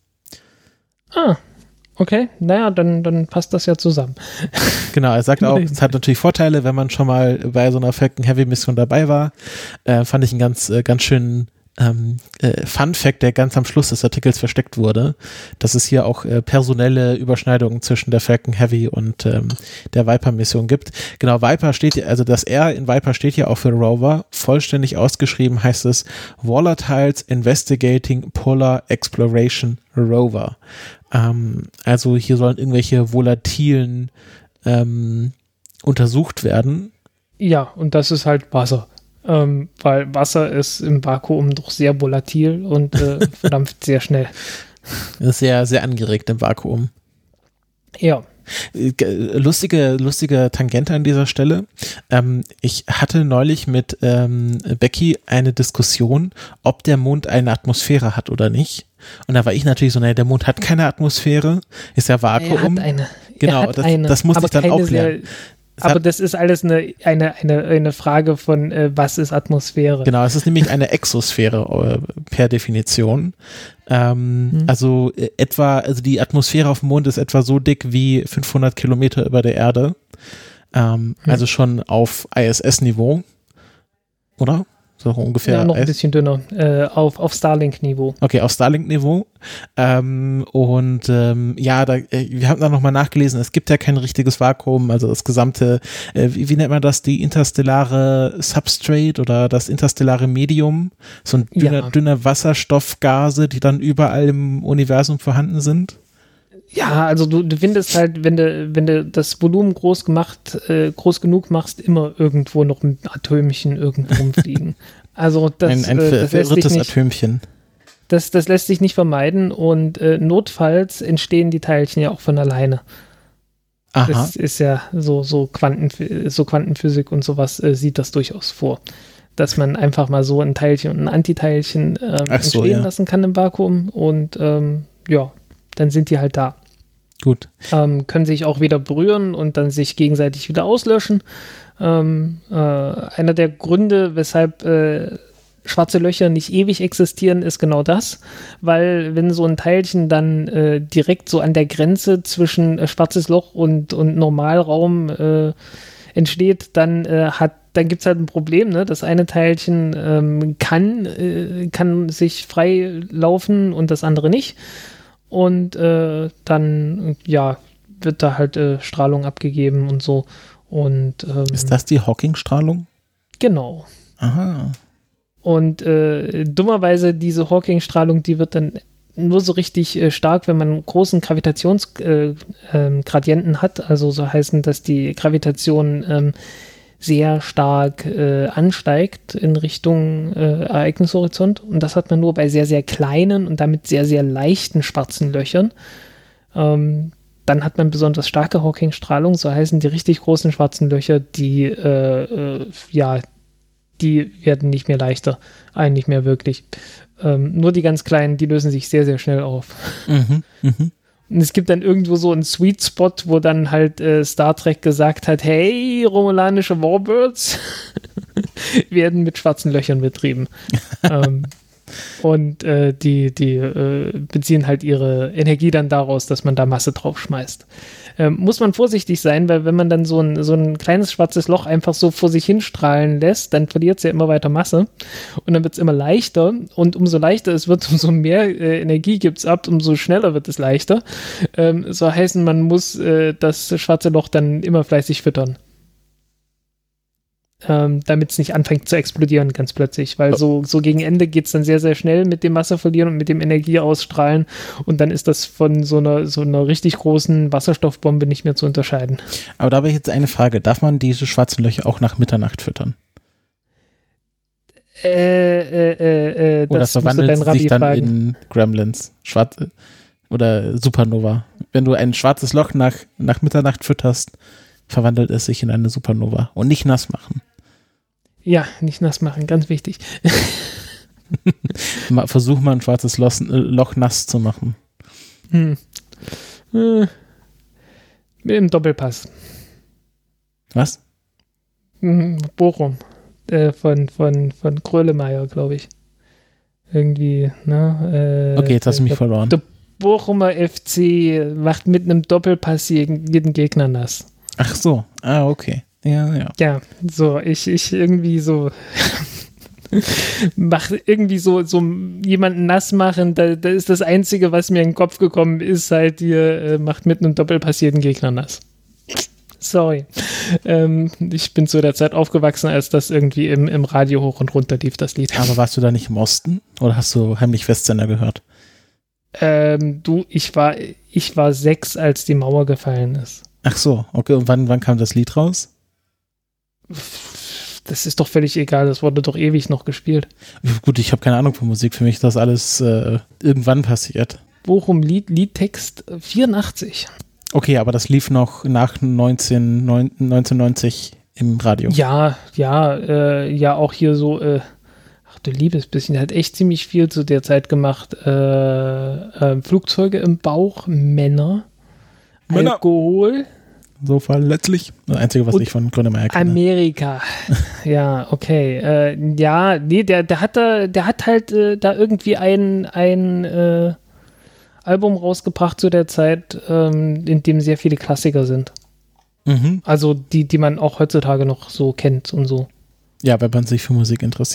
Ah, okay. Naja, dann, dann passt das ja zusammen. Genau, er sagt auch, es hat natürlich Vorteile, wenn man schon mal bei so einer Falcon Heavy Mission dabei war. Äh, fand ich einen ganz, äh, ganz schönen Ähm, äh, Fun Fact, der ganz am Schluss des Artikels versteckt wurde, dass es hier auch äh, personelle Überschneidungen zwischen der Falcon Heavy und ähm, der Viper-Mission gibt. Genau, Viper steht, also das R in Viper steht ja auch für Rover. Vollständig ausgeschrieben heißt es Volatiles Investigating Polar Exploration Rover. Ähm, also hier sollen irgendwelche Volatilen ähm, untersucht werden. Ja, und das ist halt Wasser. Ähm, weil Wasser ist im Vakuum doch sehr volatil und äh, verdampft sehr schnell. Das ist sehr, sehr angeregt im Vakuum. Ja. Lustige, lustige Tangente an dieser Stelle. Ähm, ich hatte neulich mit ähm, Becky eine Diskussion, ob der Mond eine Atmosphäre hat oder nicht. Und da war ich natürlich so, naja, der Mond hat keine Atmosphäre, ist ja Vakuum. Er hat eine. Genau, er hat das, eine, das muss ich dann auch klären. Aber das ist alles eine, eine, eine, eine Frage von, äh, was ist Atmosphäre? Genau, es ist nämlich eine Exosphäre äh, per Definition. Ähm, hm. Also äh, etwa, also die Atmosphäre auf dem Mond ist etwa so dick wie fünfhundert Kilometer über der Erde. Ähm, hm. Also schon auf I S S-Niveau. Oder? So ungefähr. Ja, noch ein bisschen dünner. Äh, auf, auf Starlink-Niveau. Okay, auf Starlink-Niveau. Ähm, und ähm, ja, da, äh, wir haben da nochmal nachgelesen, es gibt ja kein richtiges Vakuum, also das gesamte, äh, wie, wie nennt man das, die interstellare Substrate oder das interstellare Medium, so ein dünner, Ja. dünner Wasserstoffgase, die dann überall im Universum vorhanden sind. Ja, also du, du findest halt, wenn du, wenn du das Volumen groß gemacht, äh, groß genug machst, immer irgendwo noch ein Atömchen irgendwo rumfliegen. Also das, ein ein äh, ver- das, lässt sich verirrtes nicht, Atömchen. das, das lässt sich nicht vermeiden und äh, notfalls entstehen die Teilchen ja auch von alleine. Aha. Das ist ja so, so, Quanten, so Quantenphysik und sowas äh, sieht das durchaus vor. Dass man einfach mal so ein Teilchen und ein Antiteilchen ähm, Ach so, entstehen ja. lassen kann im Vakuum und ähm, ja, dann sind die halt da. Gut. Ähm, können sich auch wieder berühren und dann sich gegenseitig wieder auslöschen. Ähm, äh, einer der Gründe, weshalb äh, schwarze Löcher nicht ewig existieren, ist genau das, weil wenn so ein Teilchen dann äh, direkt so an der Grenze zwischen äh, schwarzes Loch und, und Normalraum äh, entsteht, dann äh, hat dann gibt es halt ein Problem, ne? Das eine Teilchen ähm, kann, äh, kann sich frei laufen und das andere nicht. Und äh, dann, ja, wird da halt äh, Strahlung abgegeben und so. Und ähm, Ist das die Hawking-Strahlung? genau. Aha. Und äh, dummerweise diese Hawking-Strahlung, die wird dann nur so richtig äh, stark, wenn man einen großen Gravitationsgradienten äh, ähm, Gradienten hat. Also so heißen, dass die Gravitation ähm, sehr stark äh, ansteigt in Richtung äh, Ereignishorizont. Und das hat man nur bei sehr, sehr kleinen und damit sehr, sehr leichten schwarzen Löchern. Ähm, dann hat man besonders starke Hawking-Strahlung, so heißen die richtig großen schwarzen Löcher, die, äh, äh, ja, die werden nicht mehr leichter, eigentlich nicht mehr wirklich. Ähm, nur die ganz kleinen, die lösen sich sehr, sehr schnell auf. Mhm. Mhm. Und es gibt dann irgendwo so einen Sweet Spot, wo dann halt äh, Star Trek gesagt hat, hey, romulanische Warbirds werden mit schwarzen Löchern betrieben. ähm, und äh, die, die äh, beziehen halt ihre Energie dann daraus, dass man da Masse drauf schmeißt. Ähm, muss man vorsichtig sein, weil wenn man dann so ein, so ein kleines schwarzes Loch einfach so vor sich hin strahlen lässt, dann verliert es ja immer weiter Masse und dann wird es immer leichter und umso leichter es wird, umso mehr äh, Energie gibt es ab, umso schneller wird es leichter. Ähm, so heißen, man muss äh, das schwarze Loch dann immer fleißig füttern. Ähm, damit es nicht anfängt zu explodieren ganz plötzlich, weil so, so gegen Ende geht es dann sehr, sehr schnell mit dem Wasser verlieren und mit dem Energieausstrahlen und dann ist das von so einer, so einer richtig großen Wasserstoffbombe nicht mehr zu unterscheiden. Aber da habe ich jetzt eine Frage. Darf man diese schwarzen Löcher auch nach Mitternacht füttern? Äh, äh, äh, äh, Oder das musst du verwandelt deinen sie Rabbi sich dann fragen. in Gremlins? Schwarze oder Supernova? Wenn du ein schwarzes Loch nach, nach Mitternacht fütterst, verwandelt es sich in eine Supernova. Und nicht nass machen. Ja, nicht nass machen, ganz wichtig. Mal- Versuch mal ein schwarzes Loch, äh, Loch nass zu machen. Hm. Äh, mit dem Doppelpass. Was? Mhm, Bochum. Äh, von, von, von Grölemeyer, glaube ich. Irgendwie, ne? Äh, Okay, jetzt hast du mich der, verloren. der Bochumer F C macht mit einem Doppelpass jeden, jeden Gegner nass. Ach so. Ah, okay. Ja, ja. Ja, so, ich, ich irgendwie so mach irgendwie so, so jemanden nass machen, da, da ist das Einzige, was mir in den Kopf gekommen ist, halt hier, äh, macht mit einem Doppelpass jeden Gegner nass. Sorry. Ähm, ich bin zu der Zeit aufgewachsen, als das irgendwie im, im Radio hoch und runter lief, das Lied. Aber warst du da nicht im Osten? Oder hast du heimlich Westsender gehört? Ähm, du, ich war, ich war sechs, als die Mauer gefallen ist. Ach so, okay. Und wann, wann kam das Lied raus? Das ist doch völlig egal, das wurde doch ewig noch gespielt. Gut, ich habe keine Ahnung von Musik. Für mich ist das alles äh, irgendwann passiert. Bochum Lied, Liedtext vierundachtzig. Okay, aber das lief noch nach neunzehn, neunzehnhundertneunzig im Radio. Ja, ja, äh, ja, auch hier so, äh, ach du liebes bisschen, hat echt ziemlich viel zu der Zeit gemacht. Äh, äh, Flugzeuge im Bauch, Männer, Männer. Alkohol, So verletzlich. Das Einzige, was Und ich von Grönemeyer kenne. Amerika. Ja, okay. Äh, ja, nee, der, der hat da, der hat halt äh, da irgendwie ein, ein äh, Album rausgebracht zu der Zeit, ähm, in dem sehr viele Klassiker sind. Mhm. Also die, die man auch heutzutage noch so kennt und so. Ja, wenn man sich für Musik interessiert.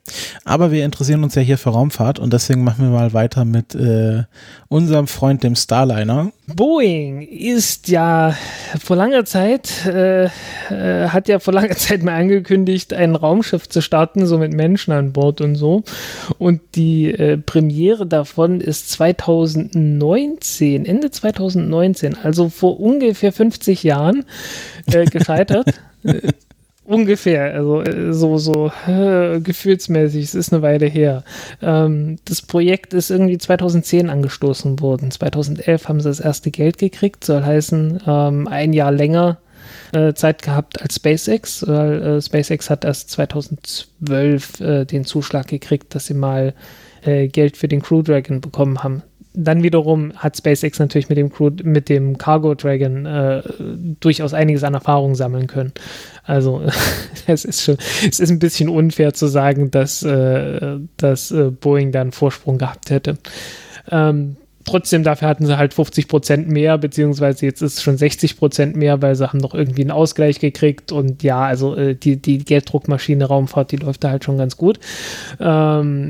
Aber wir interessieren uns ja hier für Raumfahrt und deswegen machen wir mal weiter mit äh, unserem Freund, dem Starliner. Boeing ist ja vor langer Zeit, äh, äh, hat ja vor langer Zeit mal angekündigt, ein Raumschiff zu starten, so mit Menschen an Bord und so. Und die äh, Premiere davon ist zwanzig neunzehn, Ende zwanzig neunzehn, also vor ungefähr fünfzig Jahren äh, gescheitert. äh, Ungefähr, also so, so äh, gefühlsmäßig, es ist eine Weile her. Ähm, das Projekt ist irgendwie zwanzig zehn angestoßen worden. zwanzig elf haben sie das erste Geld gekriegt, soll heißen, ähm, ein Jahr länger äh, Zeit gehabt als SpaceX, weil äh, SpaceX hat erst zwanzig zwölf äh, den Zuschlag gekriegt, dass sie mal äh, Geld für den Crew Dragon bekommen haben. Dann wiederum hat SpaceX natürlich mit dem Crew, mit dem Cargo Dragon äh, durchaus einiges an Erfahrung sammeln können. Also es ist schon, es ist ein bisschen unfair zu sagen, dass, äh, dass äh, Boeing da einen Vorsprung gehabt hätte. Ähm, trotzdem, dafür hatten sie halt fünfzig Prozent mehr, beziehungsweise jetzt ist es schon sechzig Prozent mehr, weil sie haben noch irgendwie einen Ausgleich gekriegt und ja, also äh, die, die Gelddruckmaschine Raumfahrt, die läuft da halt schon ganz gut. Ähm,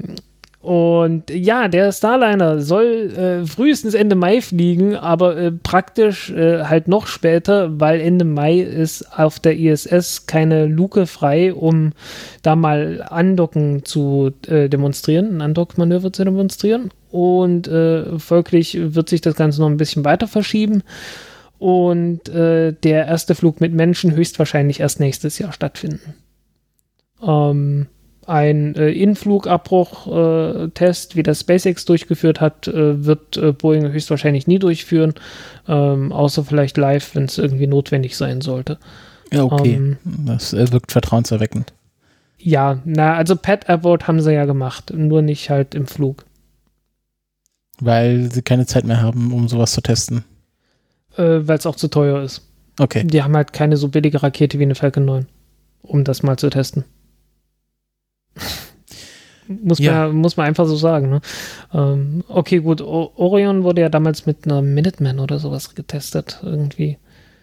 Und ja, der Starliner soll äh, frühestens Ende Mai fliegen, aber äh, praktisch äh, halt noch später, weil Ende Mai ist auf der I S S keine Luke frei, um da mal Andocken zu äh, demonstrieren, ein Andockmanöver zu demonstrieren. Und äh, folglich wird sich das Ganze noch ein bisschen weiter verschieben. Und äh, der erste Flug mit Menschen höchstwahrscheinlich erst nächstes Jahr stattfinden. Ähm, Ein äh, Influgabbruch-Test, äh, wie das SpaceX durchgeführt hat, äh, wird äh, Boeing höchstwahrscheinlich nie durchführen, ähm, außer vielleicht live, wenn es irgendwie notwendig sein sollte. Ja, okay. Ähm, das äh, wirkt vertrauenserweckend. Ja, na, also Pad Abort haben sie ja gemacht, nur nicht halt im Flug. Weil sie keine Zeit mehr haben, um sowas zu testen. Äh, weil es auch zu teuer ist. Okay. Die haben halt keine so billige Rakete wie eine Falcon neun, um das mal zu testen. Muss, ja. man, muss man einfach so sagen. Ne? Ähm, okay, gut. O- Orion wurde ja damals mit einer Minuteman oder sowas getestet. Irgendwie.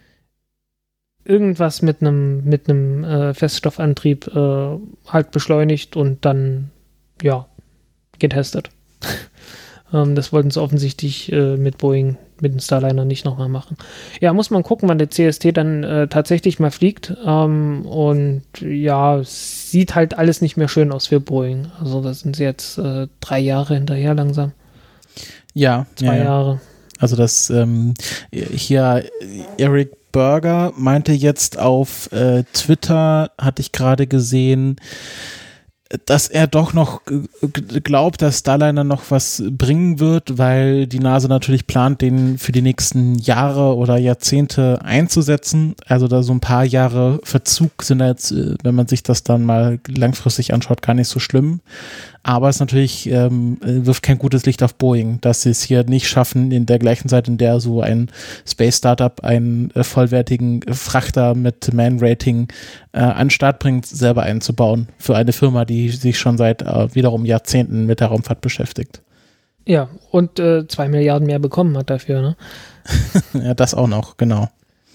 Irgendwas mit einem mit einem äh, Feststoffantrieb äh, halt beschleunigt und dann, ja, getestet. ähm, das wollten sie offensichtlich äh, mit Boeing, mit dem Starliner nicht nochmal machen. Ja, muss man gucken, wann der C S T dann äh, tatsächlich mal fliegt. Ähm, und ja, sieht halt alles nicht mehr schön aus für Boeing. Also da sind sie jetzt äh, drei Jahre hinterher langsam. Ja. Zwei ja, ja. Jahre. Also das ähm, hier Eric Berger meinte jetzt auf äh, Twitter, hatte ich gerade gesehen, dass er doch noch g- glaubt, dass Starliner noch was bringen wird, weil die NASA natürlich plant, den für die nächsten Jahre oder Jahrzehnte einzusetzen. Also da so ein paar Jahre Verzug sind da jetzt, wenn man sich das dann mal langfristig anschaut, gar nicht so schlimm. Aber es natürlich ähm, wirft kein gutes Licht auf Boeing, dass sie es hier nicht schaffen, in der gleichen Zeit, in der so ein Space-Startup einen äh, vollwertigen Frachter mit Man-Rating äh, an den Start bringt, selber einzubauen für eine Firma, die sich schon seit äh, wiederum Jahrzehnten mit der Raumfahrt beschäftigt. Ja, und äh, zwei Milliarden mehr bekommen hat dafür, ne? Ja, das auch noch, genau.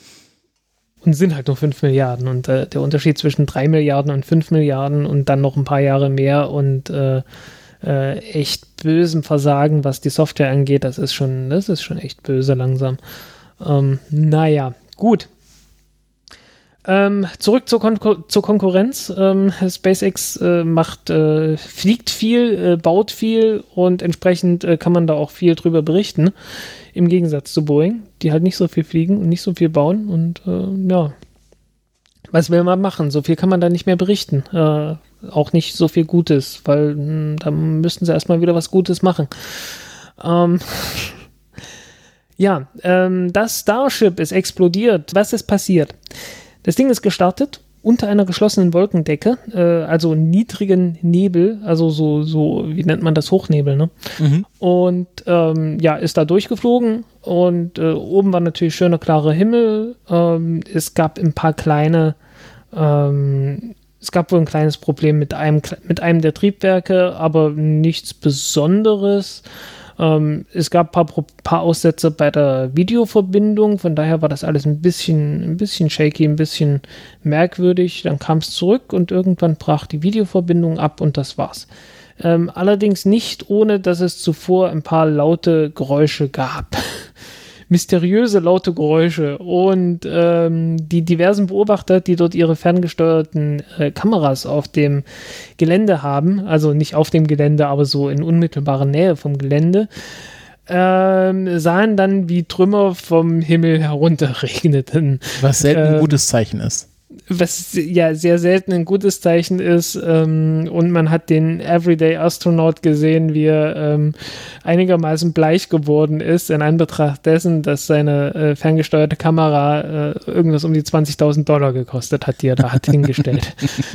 Und sind halt nur fünf Milliarden. Und äh, der Unterschied zwischen drei Milliarden und fünf Milliarden und dann noch ein paar Jahre mehr und äh, äh, echt bösem Versagen, was die Software angeht, das ist schon, das ist schon echt böse langsam. Ähm, naja, gut. Ähm, zurück zur, Kon- zur Konkurrenz. Ähm, SpaceX äh, macht, äh, fliegt viel, äh, baut viel und entsprechend äh, kann man da auch viel drüber berichten. Im Gegensatz zu Boeing, die halt nicht so viel fliegen und nicht so viel bauen. Und äh, ja, was will man machen? So viel kann man da nicht mehr berichten. Äh, auch nicht so viel Gutes, weil mh, da müssten sie erstmal wieder was Gutes machen. Ähm, ja, ähm, das Starship ist explodiert. Was ist passiert? Das Ding ist gestartet unter einer geschlossenen Wolkendecke, äh, also niedrigen Nebel, also so, so, wie nennt man das, Hochnebel, ne? Mhm. Und ähm, ja, ist da durchgeflogen und äh, oben war natürlich schöner, klarer Himmel. Ähm, es gab ein paar kleine, ähm, es gab wohl ein kleines Problem mit einem, mit einem der Triebwerke, aber nichts Besonderes. Ähm, es gab ein paar, paar Aussätze bei der Videoverbindung, von daher war das alles ein bisschen, ein bisschen shaky, ein bisschen merkwürdig. Dann kam es zurück und irgendwann brach die Videoverbindung ab und das war's. Ähm, allerdings nicht, ohne dass es zuvor ein paar laute Geräusche gab. Mysteriöse laute Geräusche und ähm, die diversen Beobachter, die dort ihre ferngesteuerten äh, Kameras auf dem Gelände haben, also nicht auf dem Gelände, aber so in unmittelbarer Nähe vom Gelände, ähm, sahen dann, wie Trümmer vom Himmel herunterregneten. Was selten ein ähm, gutes Zeichen ist. Was ja sehr selten ein gutes Zeichen ist, ähm, und man hat den Everyday Astronaut gesehen, wie er ähm, einigermaßen bleich geworden ist, in Anbetracht dessen, dass seine äh, ferngesteuerte Kamera äh, irgendwas um die zwanzigtausend Dollar gekostet hat, die er da hat hingestellt.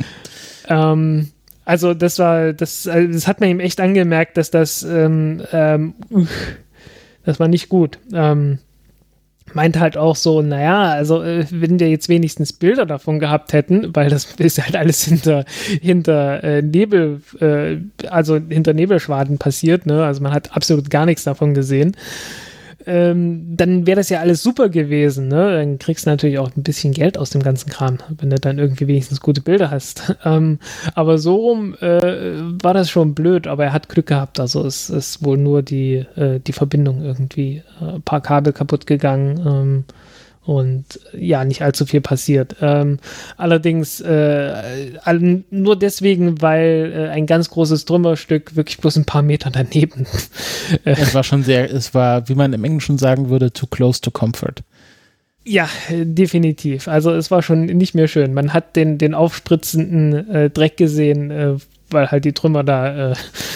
ähm, also das war, das, das hat man ihm echt angemerkt, dass das, ähm, ähm, das war nicht gut. Ähm, meint halt auch so, naja, also äh, wenn wir jetzt wenigstens Bilder davon gehabt hätten, weil das ist halt alles hinter, hinter äh, Nebel, äh, also hinter Nebelschwaden passiert, ne? Also man hat absolut gar nichts davon gesehen. Ähm, dann wäre das ja alles super gewesen, ne? Dann kriegst du natürlich auch ein bisschen Geld aus dem ganzen Kram, wenn du dann irgendwie wenigstens gute Bilder hast. Ähm, aber so rum äh, war das schon blöd, aber er hat Glück gehabt. Also es ist wohl nur die, äh, die Verbindung irgendwie, äh, ein paar Kabel kaputt gegangen, ähm, und ja, nicht allzu viel passiert. Ähm, allerdings äh, all, nur deswegen, weil äh, ein ganz großes Trümmerstück wirklich bloß ein paar Meter daneben. Es war schon sehr, es war, wie man im Englischen sagen würde, too close to comfort. Ja, definitiv. Also es war schon nicht mehr schön. Man hat den, den aufspritzenden äh, Dreck gesehen, äh, weil halt die Trümmer da äh,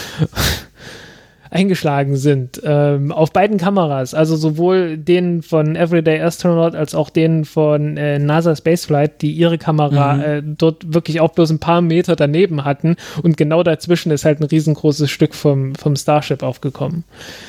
eingeschlagen sind, ähm, auf beiden Kameras, also sowohl den von Everyday Astronaut als auch den von äh, NASA Spaceflight, die ihre Kamera mhm. äh, dort wirklich auch bloß ein paar Meter daneben hatten und genau dazwischen ist halt ein riesengroßes Stück vom, vom Starship aufgekommen.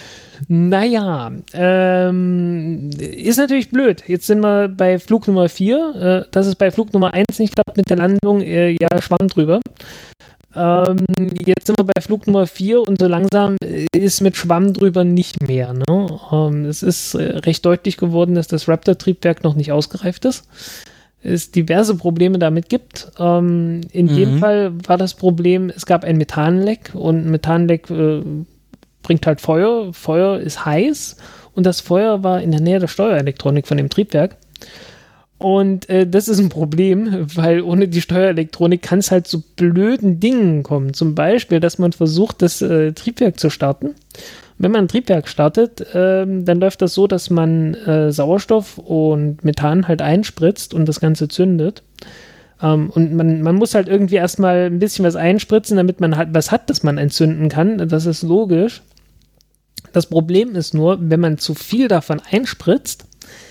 Naja, ähm, ist natürlich blöd. Jetzt sind wir bei Flug Nummer vier, äh, das ist bei Flug Nummer eins nicht klappt mit der Landung, äh, ja, Schwamm drüber. Ähm, jetzt sind wir bei Flug Nummer vier und so langsam ist mit Schwamm drüber nicht mehr. Ne? Ähm, es ist äh, recht deutlich geworden, dass das Raptor-Triebwerk noch nicht ausgereift ist. Es diverse Probleme damit gibt. Ähm, in mhm. dem Fall war das Problem, es gab ein Methanleck und ein Methanleck äh, bringt halt Feuer. Feuer ist heiß und das Feuer war in der Nähe der Steuerelektronik von dem Triebwerk. Und äh, das ist ein Problem, weil ohne die Steuerelektronik kann es halt zu blöden Dingen kommen. Zum Beispiel, dass man versucht, das äh, Triebwerk zu starten. Wenn man ein Triebwerk startet, ähm, dann läuft das so, dass man äh, Sauerstoff und Methan halt einspritzt und das Ganze zündet. Ähm, und man, man muss halt irgendwie erstmal ein bisschen was einspritzen, damit man halt was hat, das man entzünden kann. Das ist logisch. Das Problem ist nur, wenn man zu viel davon einspritzt,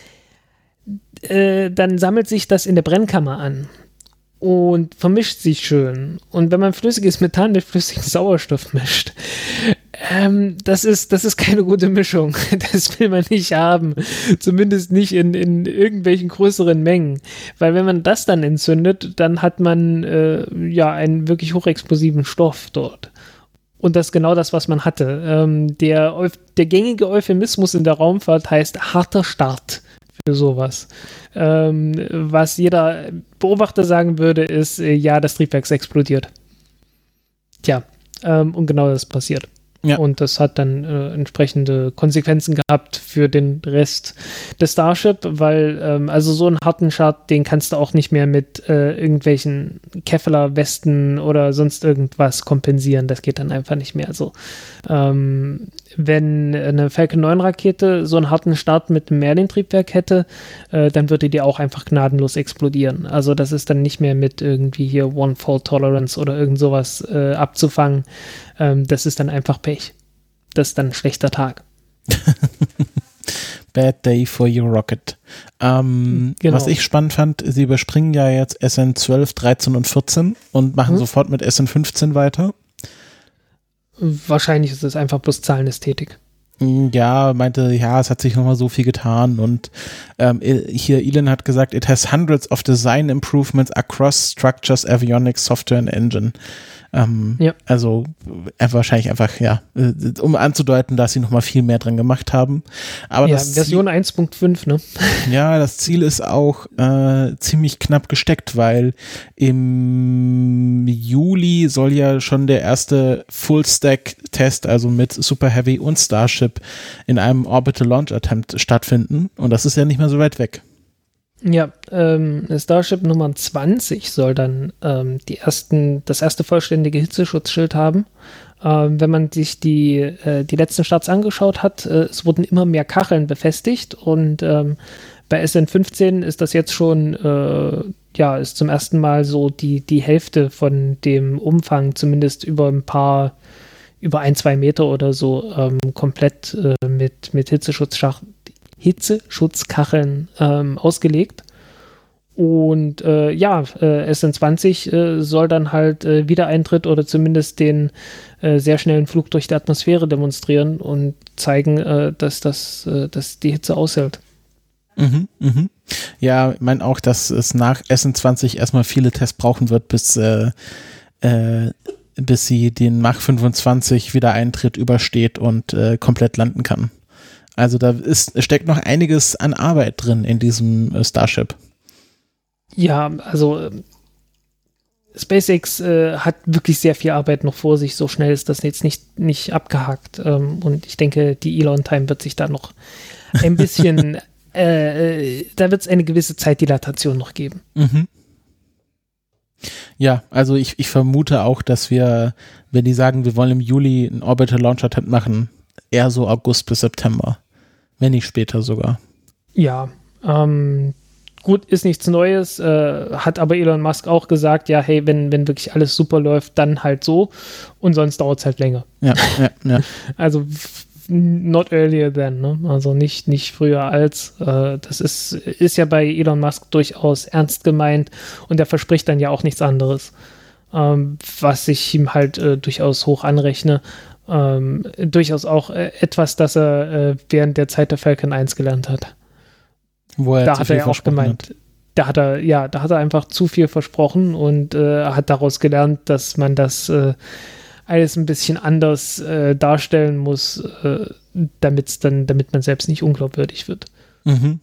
Äh, dann sammelt sich das in der Brennkammer an und vermischt sich schön. Und wenn man flüssiges Methan mit flüssigem Sauerstoff mischt, ähm, das ist, das ist keine gute Mischung. Das will man nicht haben. Zumindest nicht in, in irgendwelchen größeren Mengen. Weil wenn man das dann entzündet, dann hat man äh, ja einen wirklich hochexplosiven Stoff dort. Und das ist genau das, was man hatte. Ähm, der, der gängige Euphemismus in der Raumfahrt heißt harter Start. Für sowas. Ähm, was jeder Beobachter sagen würde, ist, äh, ja, das Triebwerk ist explodiert. Tja, ähm, und genau das passiert. Ja. Und das hat dann äh, entsprechende Konsequenzen gehabt für den Rest des Starship, weil ähm, also so einen harten Start, den kannst du auch nicht mehr mit äh, irgendwelchen Kevlar-Westen oder sonst irgendwas kompensieren. Das geht dann einfach nicht mehr. Also ähm, wenn eine Falcon neun Rakete so einen harten Start mit einem Merlin-Triebwerk hätte, äh, dann würde die auch einfach gnadenlos explodieren. Also das ist dann nicht mehr mit irgendwie hier One-Fault-Tolerance oder irgend sowas äh, abzufangen. Ähm, das ist dann einfach Pech. Das ist dann ein schlechter Tag. Bad day for your rocket. Ähm, genau. Was ich spannend fand, sie überspringen ja jetzt S N zwölf, dreizehn und vierzehn und machen hm. sofort mit S N fünfzehn weiter. Wahrscheinlich ist es einfach bloß Zahlenästhetik. Ja, meinte, ja, es hat sich nochmal so viel getan und ähm, hier Elon hat gesagt, it has hundreds of design improvements across structures, avionics, software and engine. Ähm, ja. Also äh, wahrscheinlich einfach, ja, äh, um anzudeuten, dass sie nochmal viel mehr dran gemacht haben. Aber ja, das Version eins Punkt fünf, ne? Ja, das Ziel ist auch äh, ziemlich knapp gesteckt, weil im Juli soll ja schon der erste Full-Stack-Test, also mit Super Heavy und Starship in einem Orbital Launch Attempt stattfinden. Und das ist ja nicht mehr so weit weg. Ja, ähm, Starship Nummer zwanzig soll dann ähm, die ersten, das erste vollständige Hitzeschutzschild haben. Ähm, wenn man sich die, äh, die letzten Starts angeschaut hat, äh, es wurden immer mehr Kacheln befestigt und ähm, bei S N fünfzehn ist das jetzt schon, äh, ja, ist zum ersten Mal so die, die Hälfte von dem Umfang, zumindest über ein paar, über ein, zwei Meter oder so, ähm, komplett äh, mit, mit Hitzeschutzschach Hitzeschutzkacheln ähm, ausgelegt. Und äh, ja, äh, S N zwanzig äh, soll dann halt äh, Wiedereintritt oder zumindest den äh, sehr schnellen Flug durch die Atmosphäre demonstrieren und zeigen, äh, dass, das, äh, dass die Hitze aushält. Mhm, mhm. Ja, ich meine auch, dass es nach S N zwanzig erstmal viele Tests brauchen wird, bis, äh, äh, bis sie den Mach fünfundzwanzig Wiedereintritt übersteht und äh, komplett landen kann. Also da ist, steckt noch einiges an Arbeit drin in diesem äh, Starship. Ja, also äh, SpaceX äh, hat wirklich sehr viel Arbeit noch vor sich. So schnell ist das jetzt nicht, nicht abgehakt. Ähm, und ich denke, die Elon-Time wird sich da noch ein bisschen, äh, da wird es eine gewisse Zeitdilatation noch geben. Mhm. Ja, also ich, ich vermute auch, dass wir, wenn die sagen, wir wollen im Juli einen Orbital Launch Attempt machen, eher so August bis September. Wenn nicht später sogar. Ja, ähm, gut, ist nichts Neues, äh, hat aber Elon Musk auch gesagt, ja, hey, wenn, wenn wirklich alles super läuft, dann halt so und sonst dauert es halt länger. Ja, ja, ja. Also not earlier than, ne? Also nicht, nicht früher als. Äh, das ist, ist ja bei Elon Musk durchaus ernst gemeint und er verspricht dann ja auch nichts anderes, ähm, was ich ihm halt äh, durchaus hoch anrechne. Ähm, durchaus auch äh, etwas, das er äh, während der Zeit der Falcon eins gelernt hat. Wo er da zu hat viel er ja auch gemeint, hat. da hat er, ja, da hat er einfach zu viel versprochen und äh, hat daraus gelernt, dass man das äh, alles ein bisschen anders äh, darstellen muss, äh, damit's dann, damit man selbst nicht unglaubwürdig wird. Mhm.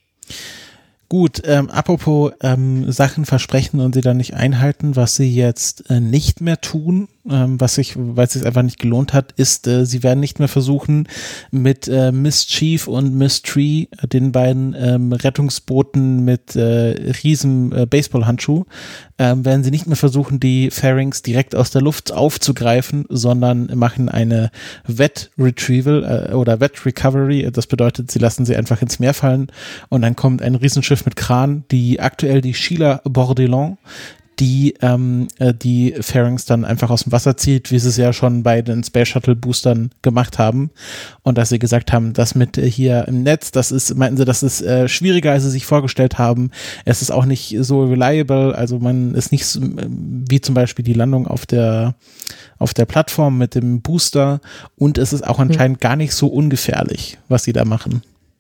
Gut, ähm, apropos ähm, Sachen versprechen und sie dann nicht einhalten, was sie jetzt äh, nicht mehr tun, ähm, was sich, weil es sich einfach nicht gelohnt hat, ist, äh, sie werden nicht mehr versuchen, mit äh, Mischief und Mystery, äh, den beiden ähm, Rettungsbooten mit äh, riesen äh, Baseballhandschuh, ähm, werden sie nicht mehr versuchen, die Fairings direkt aus der Luft aufzugreifen, sondern machen eine Wet-Retrieval äh, oder Wet-Recovery. Das bedeutet, sie lassen sie einfach ins Meer fallen und dann kommt ein Riesenschiff mit Kran, die aktuell die Sheila Bordelon, die ähm, äh, die Fairings dann einfach aus dem Wasser zieht, wie sie es ja schon bei den Space Shuttle Boostern gemacht haben und dass sie gesagt haben, das mit äh, hier im Netz, das ist, meinten sie, das ist äh, schwieriger, als sie sich vorgestellt haben. Es ist auch nicht so reliable, also man ist nicht so, äh, wie zum Beispiel die Landung auf der auf der Plattform mit dem Booster und es ist auch anscheinend hm. gar nicht so ungefährlich, was sie da machen.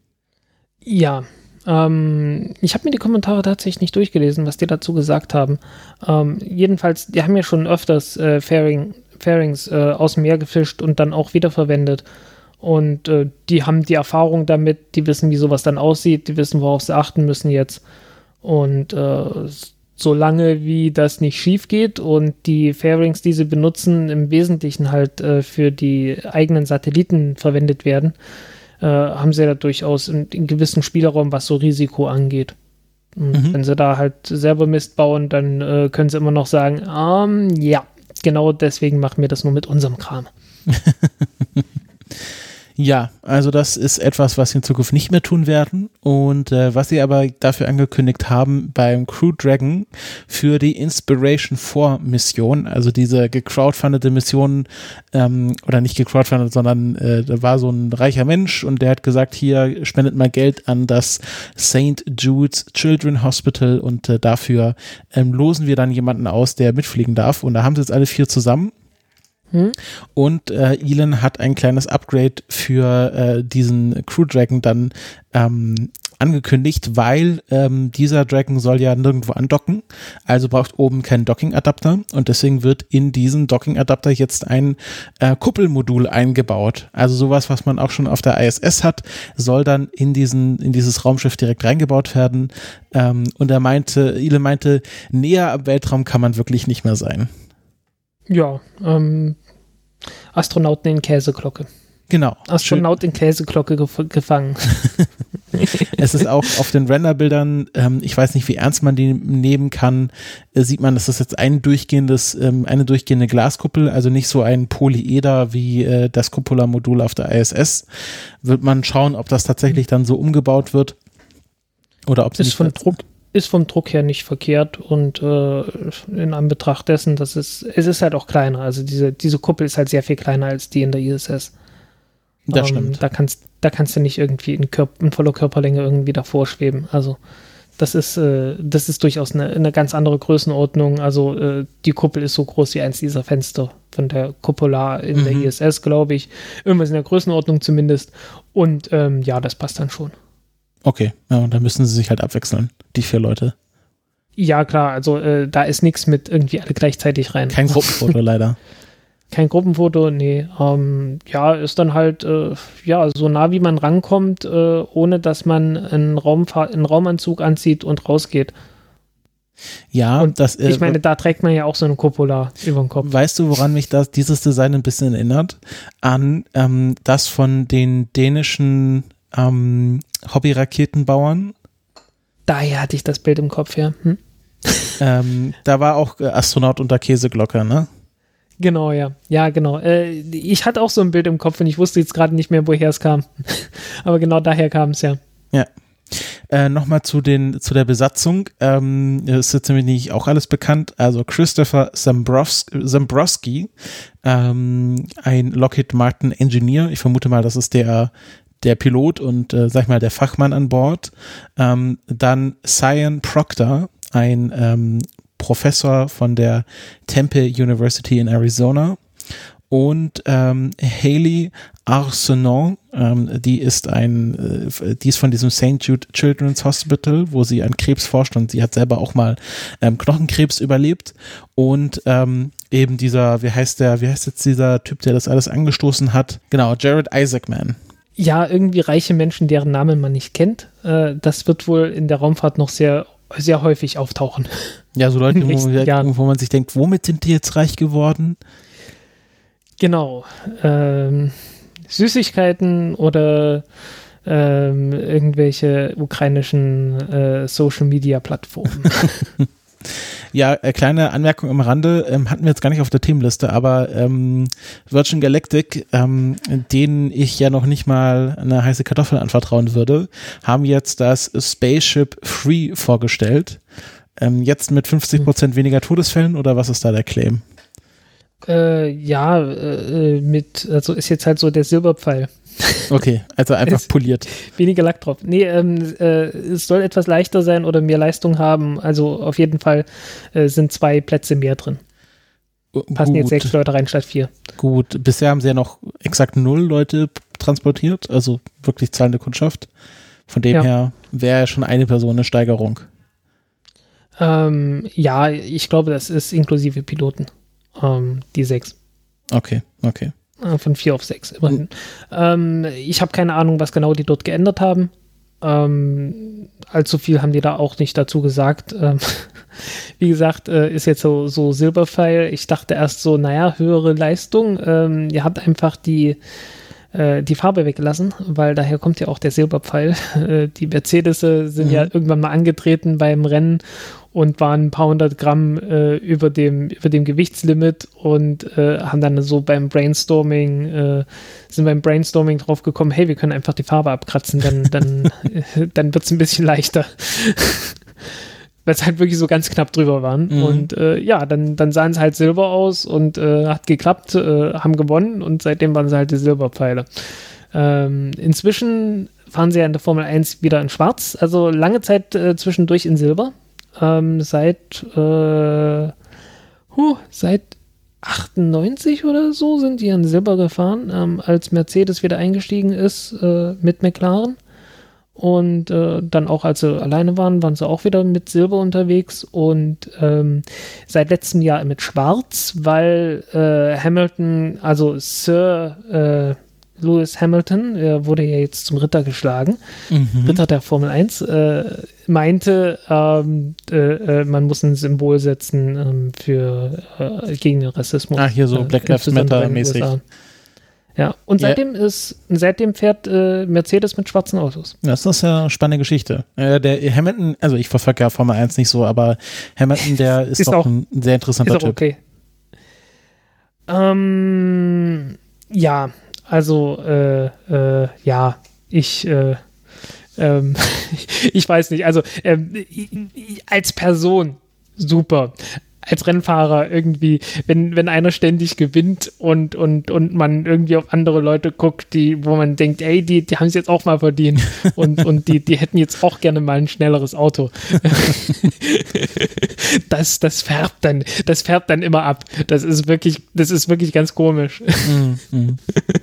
Ja, Ähm, ich habe mir die Kommentare tatsächlich nicht durchgelesen, was die dazu gesagt haben. Ähm, jedenfalls, die haben ja schon öfters äh, Fairing, Fairings äh, aus dem Meer gefischt und dann auch wiederverwendet. Und äh, die haben die Erfahrung damit, die wissen, wie sowas dann aussieht, die wissen, worauf sie achten müssen jetzt. Und äh, solange wie das nicht schief geht und die Fairings, die sie benutzen, im Wesentlichen halt äh, für die eigenen Satelliten verwendet werden, Äh, haben sie da durchaus einen, einen gewissen Spielraum, was so Risiko angeht. Und mhm. wenn sie da halt selber Mist bauen, dann äh, können sie immer noch sagen, ähm, ja, genau deswegen machen wir das nur mit unserem Kram. Ja, also das ist etwas, was sie in Zukunft nicht mehr tun werden und äh, was sie aber dafür angekündigt haben beim Crew Dragon für die Inspiration vier Mission, also diese gecrowdfundete Mission, ähm, oder nicht gecrowdfundet, sondern äh, da war so ein reicher Mensch und der hat gesagt, hier spendet mal Geld an das Saint Jude's Children Hospital und äh, dafür ähm, losen wir dann jemanden aus, der mitfliegen darf und da haben sie jetzt alle vier zusammen. Und äh, Elon hat ein kleines Upgrade für äh, diesen Crew Dragon dann ähm, angekündigt, weil ähm, dieser Dragon soll ja nirgendwo andocken, also braucht oben keinen Docking-Adapter und deswegen wird in diesen Docking-Adapter jetzt ein äh, Kuppelmodul eingebaut. Also sowas, was man auch schon auf der I S S hat, soll dann in diesen in dieses Raumschiff direkt reingebaut werden. Ähm, und er meinte, Elon meinte, näher am Weltraum kann man wirklich nicht mehr sein. Ja, ähm, Astronauten in Käseglocke. Genau. Astronaut Schön. in Käseglocke gef- gefangen. Es ist auch auf den Renderbildern, ähm, ich weiß nicht, wie ernst man die nehmen kann, äh, sieht man, das ist jetzt ein durchgehendes, ähm, eine durchgehende Glaskuppel, also nicht so ein Polyeder wie äh, das Cupola-Modul auf der I S S. Wird man schauen, ob das tatsächlich dann so umgebaut wird oder ob es ist von Druck ist vom Druck her nicht verkehrt und äh, in Anbetracht dessen, dass es es ist halt auch kleiner, also diese diese Kuppel ist halt sehr viel kleiner als die in der I S S. Das ähm, stimmt. Da kannst, da kannst du nicht irgendwie in, Körp- in voller Körperlänge irgendwie davor schweben. Also das ist, äh, das ist durchaus eine, eine ganz andere Größenordnung. Also äh, die Kuppel ist so groß wie eins dieser Fenster von der Cupola in mhm. der I S S, glaube ich. Irgendwas in der Größenordnung zumindest. Und ähm, ja, das passt dann schon. Okay, ja, und dann müssen sie sich halt abwechseln, die vier Leute. Ja, klar, also äh, da ist nichts mit irgendwie alle gleichzeitig rein. Kein Gruppenfoto leider. Kein Gruppenfoto, nee. Ähm, ja, ist dann halt äh, ja so nah wie man rankommt, äh, ohne dass man einen, Raumfahr- einen Raumanzug anzieht und rausgeht. Ja, und das äh, ich meine, da trägt man ja auch so eine Cupola über den Kopf. Weißt du, woran mich das, dieses Design ein bisschen erinnert? An ähm, das von den dänischen ähm, Hobby-Raketenbauern. Daher hatte ich das Bild im Kopf, ja. Hm? Ähm, da war auch äh, Astronaut unter Käseglocke, ne? Genau, ja. Ja, genau. Äh, ich hatte auch so ein Bild im Kopf und ich wusste jetzt gerade nicht mehr, woher es kam. Aber genau daher kam es, ja. Ja. Äh, Nochmal zu den zu der Besatzung. Ähm, ist jetzt nämlich nicht auch alles bekannt. Also Christopher Zambrowski, Zambrowski ähm, ein Lockheed Martin Engineer. Ich vermute mal, das ist der der Pilot und, äh, sag ich mal, der Fachmann an Bord. Ähm, dann Cyan Proctor, ein ähm, Professor von der Temple University in Arizona, und ähm, Haley Arsenault, ähm, die ist ein, äh, die ist von diesem Saint Jude Children's Hospital, wo sie an Krebs forscht, und sie hat selber auch mal ähm, Knochenkrebs überlebt, und ähm, eben dieser, wie heißt der, wie heißt jetzt dieser Typ, der das alles angestoßen hat? Genau, Jared Isaacman. Ja, irgendwie reiche Menschen, deren Namen man nicht kennt. Äh, das wird wohl in der Raumfahrt noch sehr, sehr häufig auftauchen. Ja, so Leute, wo, wo man sich denkt, womit sind die jetzt reich geworden? Genau. Ähm, Süßigkeiten oder ähm, irgendwelche ukrainischen äh, Social-Media-Plattformen. Ja, äh, kleine Anmerkung am Rande, ähm, hatten wir jetzt gar nicht auf der Themenliste, aber ähm, Virgin Galactic, ähm, denen ich ja noch nicht mal eine heiße Kartoffel anvertrauen würde, haben jetzt das Spaceship Free vorgestellt. Ähm, jetzt mit fünfzig Prozent weniger Todesfällen, oder was ist da der Claim? Äh, ja, äh, mit, also ist jetzt halt so der Silberpfeil. Okay, also einfach poliert. Weniger Lack drauf. Nee, ähm, äh, es soll etwas leichter sein oder mehr Leistung haben. Also auf jeden Fall äh, sind zwei Plätze mehr drin. Passen Gut. jetzt sechs Leute rein statt vier. Gut, bisher haben sie ja noch exakt null Leute transportiert, also wirklich zahlende Kundschaft. Von dem ja. her wäre ja schon eine Person eine Steigerung. Ähm, ja, ich glaube, das ist inklusive Piloten. Ähm, die sechs. Okay, okay. Von vier auf sechs, immerhin. Mhm. Ähm, ich habe keine Ahnung, was genau die dort geändert haben. Ähm, allzu viel haben die da auch nicht dazu gesagt. Ähm, wie gesagt, äh, ist jetzt so, so Silberpfeil. Ich dachte erst so, naja, höhere Leistung. Ähm, ihr habt einfach die, äh, die Farbe weggelassen, weil daher kommt ja auch der Silberpfeil. Äh, die Mercedes sind mhm. ja irgendwann mal angetreten beim Rennen und waren ein paar hundert Gramm äh, über dem über dem Gewichtslimit und äh, haben dann so beim Brainstorming äh, sind beim Brainstorming drauf gekommen, hey, wir können einfach die Farbe abkratzen, dann dann äh, dann wird's ein bisschen leichter, weil es halt wirklich so ganz knapp drüber waren. Mhm. Und äh, ja, dann dann sahen es halt silber aus und äh, hat geklappt, äh, haben gewonnen, und seitdem waren sie halt die Silberpfeile. Ähm, inzwischen fahren sie ja in der Formel eins wieder in Schwarz, also lange Zeit äh, zwischendurch in Silber. Ähm, seit äh, huh, seit achtundneunzig oder so sind die in Silber gefahren, ähm, als Mercedes wieder eingestiegen ist äh, mit McLaren. Und äh, dann auch, als sie alleine waren, waren sie auch wieder mit Silber unterwegs und ähm, seit letztem Jahr mit Schwarz, weil äh, Hamilton, also Sir äh, Lewis Hamilton, er wurde ja jetzt zum Ritter geschlagen, mhm. Ritter der Formel eins, äh, meinte, ähm, äh, äh, man muss ein Symbol setzen ähm, für äh, gegen den Rassismus. Ah, hier so äh, Black Lives Matter mäßig. Ja, und seitdem ja. ist, seitdem fährt äh, Mercedes mit schwarzen Autos. Das ist ja eine spannende Geschichte. Äh, der Hamilton, also ich verfolge ja Formel eins nicht so, aber Hamilton, der ist, ist doch auch, ein sehr interessanter ist auch Typ. Okay. Ähm, ja, also äh, äh, ja, ich äh, ähm, ich weiß nicht, also ähm, als Person super. Als Rennfahrer irgendwie, wenn, wenn einer ständig gewinnt und, und, und man irgendwie auf andere Leute guckt, die, wo man denkt, ey, die, die haben es jetzt auch mal verdient und, und die, die hätten jetzt auch gerne mal ein schnelleres Auto. Das, das färbt dann, das färbt dann immer ab. Das ist wirklich, das ist wirklich ganz komisch. Mhm.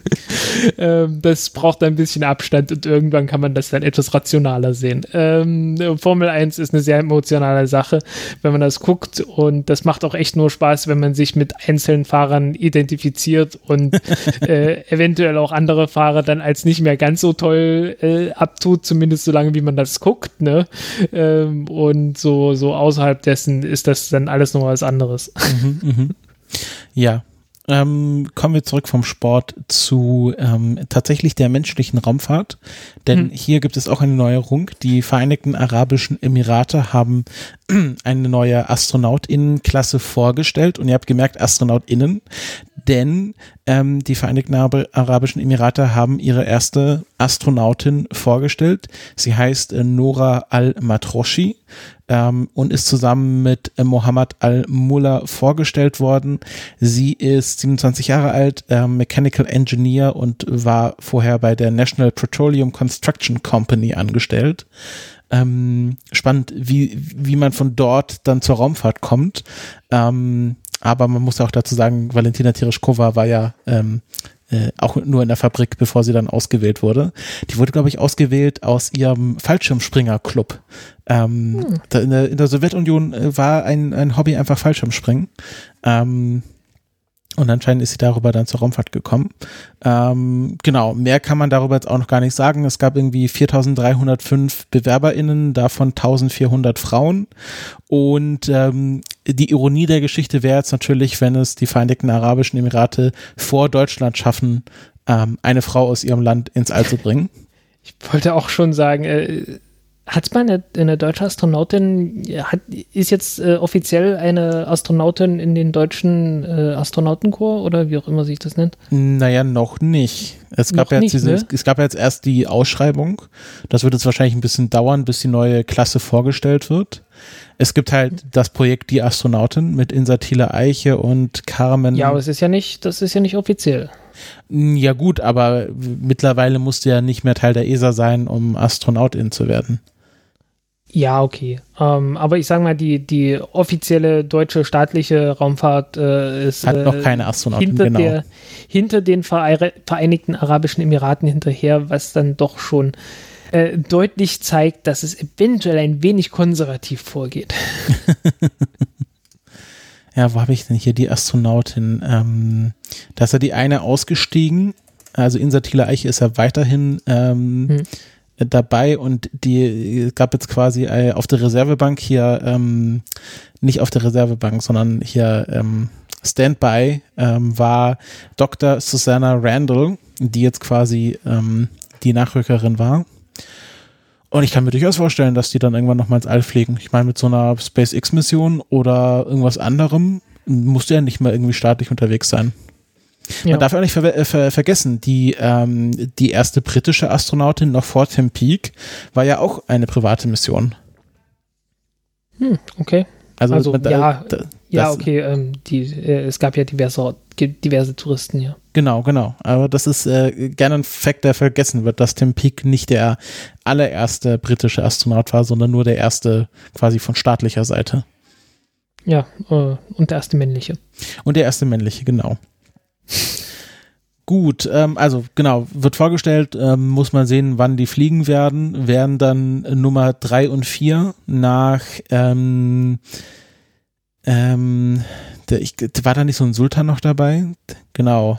ähm, das braucht ein bisschen Abstand und irgendwann kann man das dann etwas rationaler sehen. Ähm, Formel eins ist eine sehr emotionale Sache, wenn man das guckt, und das macht auch echt nur Spaß, wenn man sich mit einzelnen Fahrern identifiziert und äh, eventuell auch andere Fahrer dann als nicht mehr ganz so toll äh, abtut, zumindest so lange, wie man das guckt, ne? Ähm, und so, so außerhalb dessen ist das dann alles noch was anderes. Mhm, mhm. Ja. Ähm, kommen wir zurück vom Sport zu ähm, tatsächlich der menschlichen Raumfahrt, denn hm. hier gibt es auch eine Neuerung. Die Vereinigten Arabischen Emirate haben eine neue AstronautInnen-Klasse vorgestellt, und ihr habt gemerkt, AstronautInnen, denn ähm, die Vereinigten Arabischen Emirate haben ihre erste Astronautin vorgestellt. Sie heißt äh, Nora Al-Matroshi ähm, und ist zusammen mit äh, Mohammed Al-Mullah vorgestellt worden. Sie ist siebenundzwanzig Jahre alt, äh, Mechanical Engineer, und war vorher bei der National Petroleum Construction Company angestellt. Ähm, spannend, wie, wie man von dort dann zur Raumfahrt kommt. Ähm, aber man muss auch dazu sagen, Valentina Tereshkova war ja ähm, äh, auch nur in der Fabrik, bevor sie dann ausgewählt wurde. Die wurde, glaube ich, ausgewählt aus ihrem Fallschirmspringer-Club. Ähm, hm. da in, der, in der Sowjetunion äh, war ein, ein Hobby einfach Fallschirmspringen. Ähm, Und anscheinend ist sie darüber dann zur Raumfahrt gekommen. Ähm, genau, mehr kann man darüber jetzt auch noch gar nicht sagen. Es gab irgendwie viertausenddreihundertfünf BewerberInnen, davon eintausendvierhundert Frauen. Und ähm, die Ironie der Geschichte wäre jetzt natürlich, wenn es die Vereinigten Arabischen Emirate vor Deutschland schaffen, ähm, eine Frau aus ihrem Land ins All zu bringen. Ich wollte auch schon sagen, äh Hat es mal eine, eine deutsche Astronautin, hat, ist jetzt äh, offiziell eine Astronautin in den deutschen äh, Astronautenkorps oder wie auch immer sich das nennt? Naja, noch nicht. Es gab, noch ja jetzt nicht, diese, ne? es gab ja jetzt erst die Ausschreibung. Das wird jetzt wahrscheinlich ein bisschen dauern, bis die neue Klasse vorgestellt wird. Es gibt halt das Projekt Die Astronautin mit Insatile Eiche und Carmen. Ja, aber es ist ja nicht, das ist ja nicht offiziell. Ja gut, aber mittlerweile musst du ja nicht mehr Teil der E S A sein, um Astronautin zu werden. Ja, okay. Ähm, aber ich sage mal, die, die offizielle deutsche staatliche Raumfahrt äh, ist hat noch äh, keine Astronautin, hinter, genau. der, hinter den Vereinigten Arabischen Emiraten hinterher, was dann doch schon äh, deutlich zeigt, dass es eventuell ein wenig konservativ vorgeht. Ja, wo habe ich denn hier die Astronautin? Ähm, da ist ja die eine ausgestiegen, also Insatile Eiche ist ja weiterhin ähm, hm. dabei, und die gab jetzt quasi äh, auf der Reservebank hier, ähm, nicht auf der Reservebank, sondern hier ähm, Standby ähm, war Doktor Susanna Randall, die jetzt quasi ähm, die Nachrückerin war. Und ich kann mir durchaus vorstellen, dass die dann irgendwann nochmal ins All fliegen. Ich meine, mit so einer SpaceX-Mission oder irgendwas anderem musst du ja nicht mal irgendwie staatlich unterwegs sein. Man ja. darf auch nicht ver- ver- vergessen, die, ähm, die erste britische Astronautin noch vor Tim Peake war ja auch eine private Mission. Hm, okay. Also, also da, ja, da, ja, okay, ähm, die, äh, es gab ja diverse, diverse Touristen, ja. Genau, genau. Aber das ist äh, gerne ein Fakt, der vergessen wird, dass Tim Peake nicht der allererste britische Astronaut war, sondern nur der erste quasi von staatlicher Seite. Ja, äh, und der erste männliche. Und der erste männliche, genau. Gut, ähm, also genau, wird vorgestellt, ähm, muss man sehen, wann die fliegen werden, werden dann Nummer drei und vier nach ähm, ähm, der, ich, war da nicht so ein Sultan noch dabei? Genau.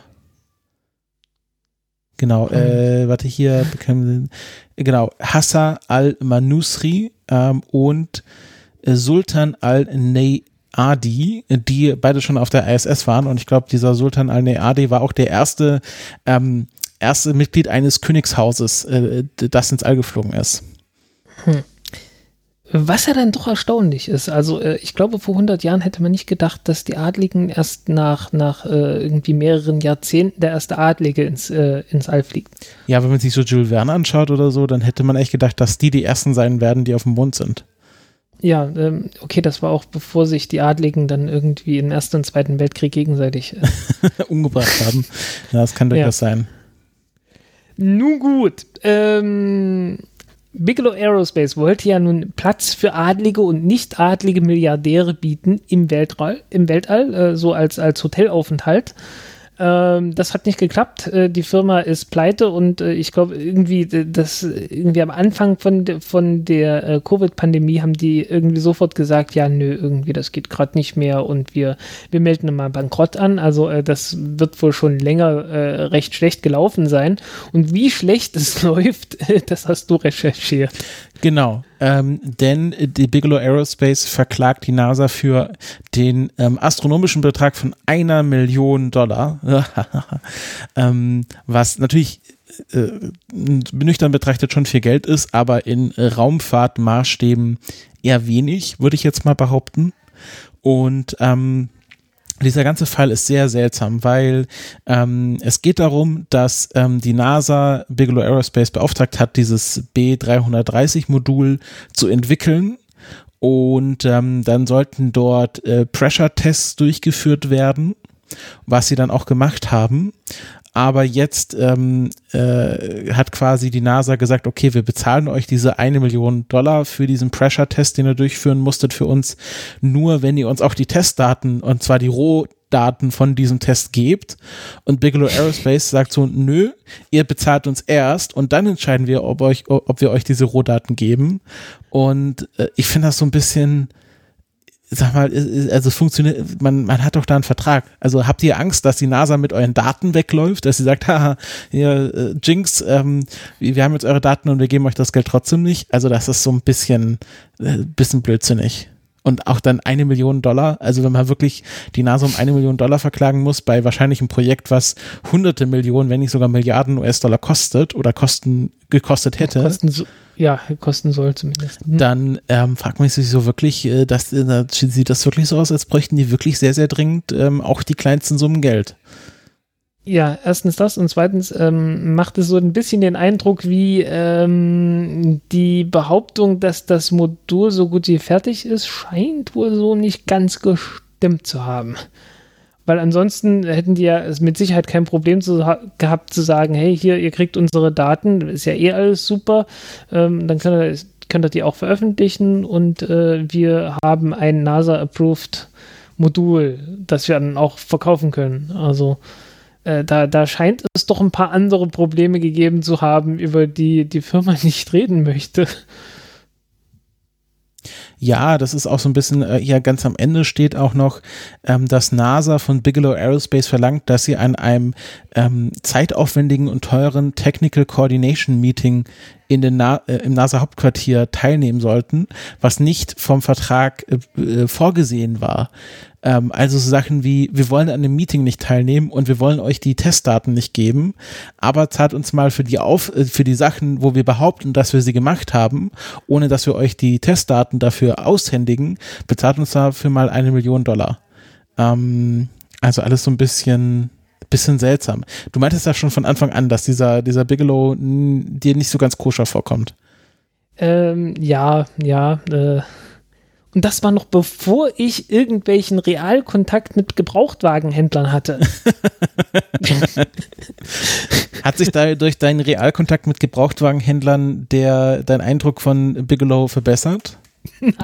Genau, äh, warte hier, genau, Hassan al-Manusri ähm, und äh, Sultan al-Neyadi, die beide schon auf der I S S waren, und ich glaube, dieser Sultan al-Neyadi war auch der erste, ähm, erste Mitglied eines Königshauses, äh, das ins All geflogen ist. Hm. Was ja dann doch erstaunlich ist, also äh, ich glaube, vor hundert Jahren hätte man nicht gedacht, dass die Adligen erst nach, nach äh, irgendwie mehreren Jahrzehnten der erste Adlige ins, äh, ins All fliegt. Ja, wenn man sich so Jules Verne anschaut oder so, dann hätte man echt gedacht, dass die die Ersten sein werden, die auf dem Mond sind. Ja, ähm, okay, das war auch bevor sich die Adligen dann irgendwie im Ersten und Zweiten Weltkrieg gegenseitig äh umgebracht haben. Ja, das kann durchaus ja sein. Nun gut, ähm Bigelow Aerospace wollte ja nun Platz für adlige und nicht adlige Milliardäre bieten im Weltall, im Weltall äh, so als, als Hotelaufenthalt. Ähm, das hat nicht geklappt. Äh, die Firma ist pleite und äh, ich glaube irgendwie, das irgendwie am Anfang von, de, von der äh, Covid-Pandemie haben die irgendwie sofort gesagt, ja nö, irgendwie das geht gerade nicht mehr und wir, wir melden mal Bankrott an. Also äh, das wird wohl schon länger äh, recht schlecht gelaufen sein. Und wie schlecht es läuft, äh, das hast du recherchiert. Genau, ähm, denn die Bigelow Aerospace verklagt die NASA für den ähm, astronomischen Betrag von einer Million Dollar, ähm, was natürlich äh, nüchtern betrachtet schon viel Geld ist, aber in Raumfahrtmaßstäben eher wenig, würde ich jetzt mal behaupten. Und ähm, dieser ganze Fall ist sehr seltsam, weil ähm, es geht darum, dass ähm, die NASA Bigelow Aerospace beauftragt hat, dieses B dreihundertdreißig Modul zu entwickeln, und ähm, dann sollten dort äh, Pressure-Tests durchgeführt werden, was sie dann auch gemacht haben. Aber jetzt ähm, äh, hat quasi die NASA gesagt, okay, wir bezahlen euch diese eine Million Dollar für diesen Pressure-Test, den ihr durchführen musstet für uns, nur wenn ihr uns auch die Testdaten, und zwar die Rohdaten von diesem Test gebt. Und Bigelow Aerospace sagt so, nö, ihr bezahlt uns erst und dann entscheiden wir, ob, euch, ob wir euch diese Rohdaten geben. Und äh, ich finde das so ein bisschen... Sag mal, also funktioniert, man, man hat doch da einen Vertrag. Also habt ihr Angst, dass die NASA mit euren Daten wegläuft, dass sie sagt, haha, hier, äh, Jinx, ähm, wir haben jetzt eure Daten und wir geben euch das Geld trotzdem nicht. Also das ist so ein bisschen, äh, bisschen blödsinnig. Und auch dann eine Million Dollar, also wenn man wirklich die NASA um eine Million Dollar verklagen muss bei wahrscheinlich einem Projekt, was hunderte Millionen, wenn nicht sogar Milliarden U S-Dollar kostet oder kosten, gekostet hätte. Kosten so, ja, kosten soll zumindest. Mhm. Dann ähm, fragt man sich so wirklich, äh, dass, äh, sieht das wirklich so aus, als bräuchten die wirklich sehr, sehr dringend ähm, auch die kleinsten Summen Geld. Ja, erstens das und zweitens ähm, macht es so ein bisschen den Eindruck wie ähm, die Behauptung, dass das Modul so gut wie fertig ist, scheint wohl so nicht ganz gestimmt zu haben. Weil ansonsten hätten die ja mit Sicherheit kein Problem zu, gehabt zu sagen, hey, hier, ihr kriegt unsere Daten, ist ja eh alles super, ähm, dann könnt ihr, könnt ihr die auch veröffentlichen und äh, wir haben ein NASA-approved Modul, das wir dann auch verkaufen können. Also Äh, da, da scheint es doch ein paar andere Probleme gegeben zu haben, über die die Firma nicht reden möchte. Ja, das ist auch so ein bisschen, äh, ja, ganz am Ende steht auch noch, ähm, dass NASA von Bigelow Aerospace verlangt, dass sie an einem ähm, zeitaufwendigen und teuren Technical Coordination Meeting in den Na- äh, im NASA-Hauptquartier teilnehmen sollten, was nicht vom Vertrag äh, äh, vorgesehen war. Ähm, also so Sachen wie, wir wollen an dem Meeting nicht teilnehmen und wir wollen euch die Testdaten nicht geben, aber zahlt uns mal für die auf, äh, für die Sachen, wo wir behaupten, dass wir sie gemacht haben, ohne dass wir euch die Testdaten dafür aushändigen, bezahlt uns dafür mal eine Million Dollar. Ähm, also alles so ein bisschen, bisschen seltsam. Du meintest ja schon von Anfang an, dass dieser, dieser Bigelow n- dir nicht so ganz koscher vorkommt. Ähm, ja, ja, äh. Und das war noch bevor ich irgendwelchen Realkontakt mit Gebrauchtwagenhändlern hatte. Hat sich da durch deinen Realkontakt mit Gebrauchtwagenhändlern der, dein Eindruck von Bigelow verbessert?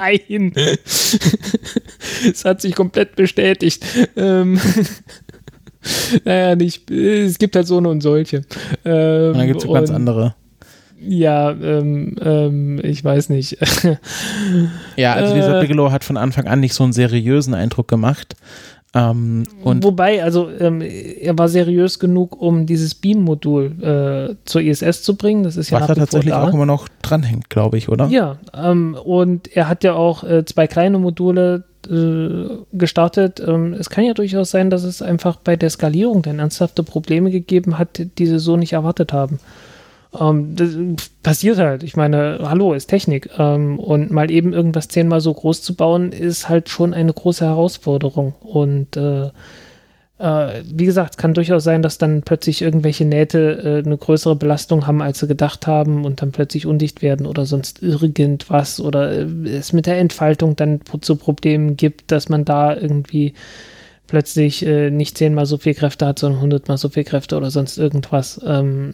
Nein. Es hat sich komplett bestätigt. Ähm naja, nicht, es gibt halt so eine und solche. Ähm, und dann gibt es ganz andere. Ja, ähm, ähm, ich weiß nicht. Ja, also dieser Bigelow hat von Anfang an nicht so einen seriösen Eindruck gemacht. Ähm, und Wobei, also ähm, er war seriös genug, um dieses Beam-Modul äh, zur I S S zu bringen. Das ist ja was nach er wie vor tatsächlich da. auch immer noch dranhängt, glaube ich, oder? Ja, ähm, und er hat ja auch äh, zwei kleine Module äh, gestartet. Ähm, es kann ja durchaus sein, dass es einfach bei der Skalierung dann ernsthafte Probleme gegeben hat, die sie so nicht erwartet haben. Ähm, das passiert halt. Ich meine, hallo, ist Technik. Ähm, und mal eben irgendwas zehnmal so groß zu bauen, ist halt schon eine große Herausforderung. Und äh, äh, wie gesagt, es kann durchaus sein, dass dann plötzlich irgendwelche Nähte äh, eine größere Belastung haben, als sie gedacht haben und dann plötzlich undicht werden oder sonst irgendwas oder äh, es mit der Entfaltung dann zu Problemen gibt, dass man da irgendwie plötzlich äh, nicht zehnmal so viel Kräfte hat, sondern hundertmal so viel Kräfte oder sonst irgendwas. Ähm,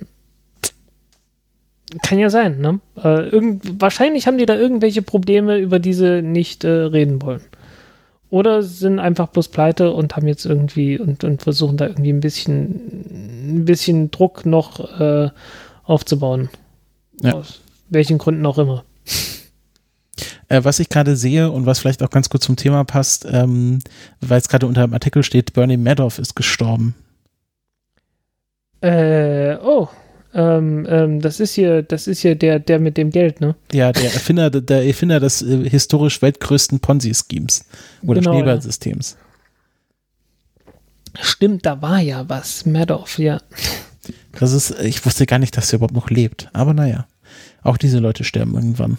Kann ja sein, ne? Äh, irgend, wahrscheinlich haben die da irgendwelche Probleme, über die sie nicht äh, reden wollen. Oder sind einfach bloß pleite und haben jetzt irgendwie und, und versuchen da irgendwie ein bisschen, ein bisschen Druck noch äh, aufzubauen. Ja. Aus welchen Gründen auch immer. Äh, was ich gerade sehe und was vielleicht auch ganz gut zum Thema passt, ähm, weil es gerade unter dem Artikel steht, Bernie Madoff ist gestorben. Äh, oh. Ähm, ähm, das ist hier, das ist hier der, der mit dem Geld, ne? Ja, der Erfinder, der Erfinder des äh, historisch weltgrößten Ponzi-Schemes oder Genau, Schneeballsystems. Ja. Stimmt, da war ja was. Madoff, ja. Das ist, ich wusste gar nicht, dass er überhaupt noch lebt. Aber naja, auch diese Leute sterben irgendwann.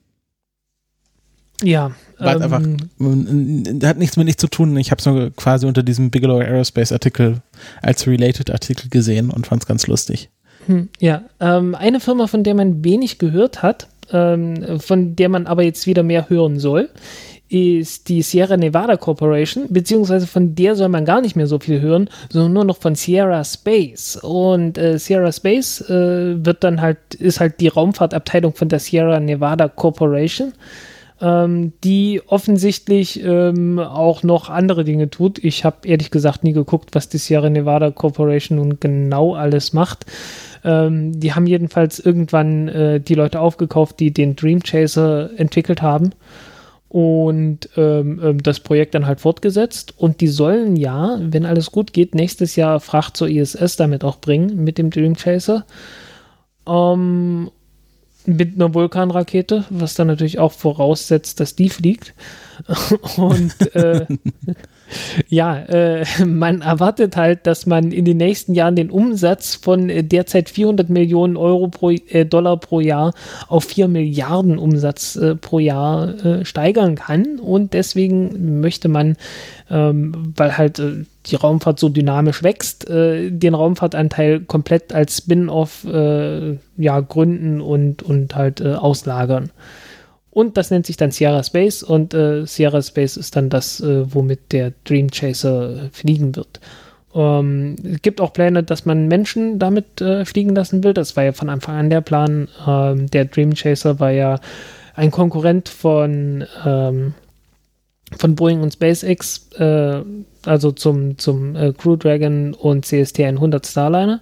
Ja. Weil ähm, einfach, hat nichts mit nichts zu tun. Ich habe es nur quasi unter diesem Bigelow Aerospace Artikel als Related Artikel gesehen und fand es ganz lustig. Hm, ja, ähm, eine Firma, von der man wenig gehört hat, ähm, von der man aber jetzt wieder mehr hören soll, ist die Sierra Nevada Corporation, beziehungsweise von der soll man gar nicht mehr so viel hören, sondern nur noch von Sierra Space. Und äh, Sierra Space äh, wird dann halt, ist halt die Raumfahrtabteilung von der Sierra Nevada Corporation, ähm, die offensichtlich ähm, auch noch andere Dinge tut. Ich habe ehrlich gesagt nie geguckt, was die Sierra Nevada Corporation nun genau alles macht. Ähm, die haben jedenfalls irgendwann äh, die Leute aufgekauft, die den Dream Chaser entwickelt haben und ähm, ähm, das Projekt dann halt fortgesetzt. Und die sollen ja, wenn alles gut geht, nächstes Jahr Fracht zur I S S damit auch bringen mit dem Dream Chaser. Ähm, mit einer Vulkanrakete, was dann natürlich auch voraussetzt, dass die fliegt. Und äh, ja, äh, man erwartet halt, dass man in den nächsten Jahren den Umsatz von äh, derzeit vierhundert Millionen Euro pro, äh, Dollar pro Jahr auf vier Milliarden Umsatz äh, pro Jahr äh, steigern kann. Und deswegen möchte man, ähm, weil halt äh, die Raumfahrt so dynamisch wächst, äh, den Raumfahrtanteil komplett als Spin-off äh, ja, gründen und, und halt äh, auslagern. Und das nennt sich dann Sierra Space und äh, Sierra Space ist dann das, äh, womit der Dream Chaser fliegen wird. Ähm, es gibt auch Pläne, dass man Menschen damit äh, fliegen lassen will. Das war ja von Anfang an der Plan. Ähm, der Dream Chaser war ja ein Konkurrent von, ähm, von Boeing und SpaceX, äh, also zum, zum äh, Crew Dragon und C S T hundert Starliner,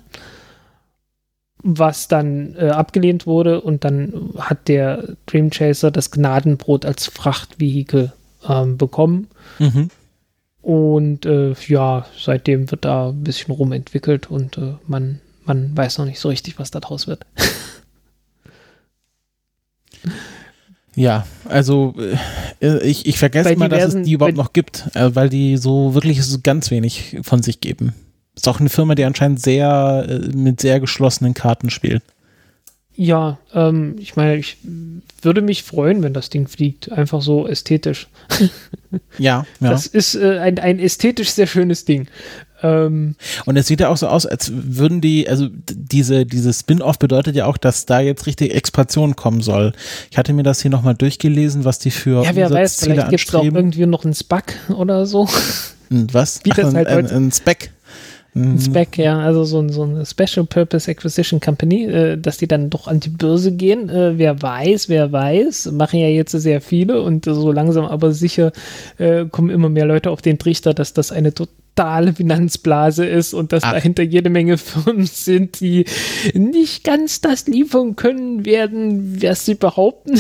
was dann äh, abgelehnt wurde und dann hat der Dream Chaser das Gnadenbrot als Frachtvehikel ähm, bekommen. Mhm. Und äh, ja, seitdem wird da ein bisschen rumentwickelt und äh, man, man weiß noch nicht so richtig, was da draus wird. Ja, also äh, ich, ich vergesse Bei mal, dass diversen- es die überhaupt bei- noch gibt, äh, weil die so wirklich so ganz wenig von sich geben. Ist auch eine Firma, die anscheinend sehr äh, mit sehr geschlossenen Karten spielt. Ja, ähm, ich meine, ich würde mich freuen, wenn das Ding fliegt. Einfach so ästhetisch. Ja, ja. Das ist äh, ein, ein ästhetisch sehr schönes Ding. Ähm, Und es sieht ja auch so aus, als würden die, also d- diese, diese Spin-off bedeutet ja auch, dass da jetzt richtig Expansion kommen soll. Ich hatte mir das hier nochmal durchgelesen, was die für ja, wer weiß, Umsatzziele vielleicht gibt es auch anstreben. irgendwie noch einen Spec oder so. Hm, Was? wie das ein, halt ein, heute- ein Spec. Ein Spec, ja, also so, ein, so eine Special Purpose Acquisition Company, äh, dass die dann doch an die Börse gehen. Äh, wer weiß, wer weiß. Machen ja jetzt sehr viele und äh, so langsam aber sicher äh, kommen immer mehr Leute auf den Trichter, dass das eine to totale Finanzblase ist und dass Ach. dahinter jede Menge Firmen sind, die nicht ganz das liefern können werden, was sie behaupten.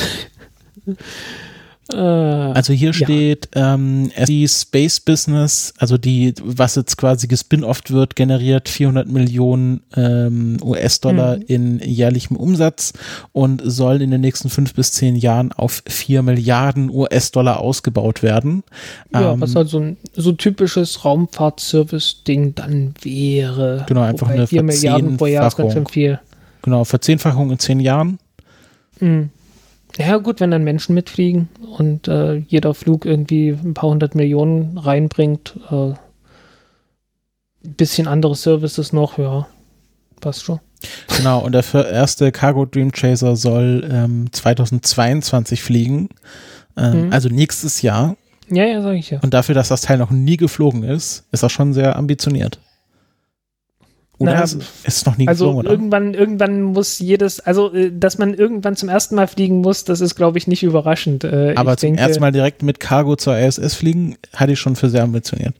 Also hier steht, ja. ähm, die Space Business, also die, was jetzt quasi gespin-offt wird, generiert vierhundert Millionen ähm, U S-Dollar mhm. in jährlichem Umsatz und soll in den nächsten fünf bis zehn Jahren auf vier Milliarden U S-Dollar ausgebaut werden. Ja, ähm, was halt so ein so typisches Raumfahrt-Service-Ding dann wäre. Genau, einfach Wobei eine vier Milliarden pro Jahr ist ganz schön viel. Genau, Verzehnfachung in zehn Jahren. Mhm. Ja gut, wenn dann Menschen mitfliegen und äh, jeder Flug irgendwie ein paar hundert Millionen reinbringt, äh, ein bisschen andere Services noch, ja, passt schon. Genau, und der erste Cargo Dream Chaser soll ähm, zweitausendzweiundzwanzig fliegen, ähm, mhm. also nächstes Jahr. Ja, ja, sag ich ja. Und dafür, dass das Teil noch nie geflogen ist, ist das schon sehr ambitioniert. Oder naja, ist es noch nie also geflogen, oder? Irgendwann, irgendwann muss jedes, also dass man irgendwann zum ersten Mal fliegen muss, das ist, glaube ich, nicht überraschend. Äh, Aber ich zum denke, ersten Mal direkt mit Cargo zur I S S fliegen, hatte ich schon für sehr ambitioniert.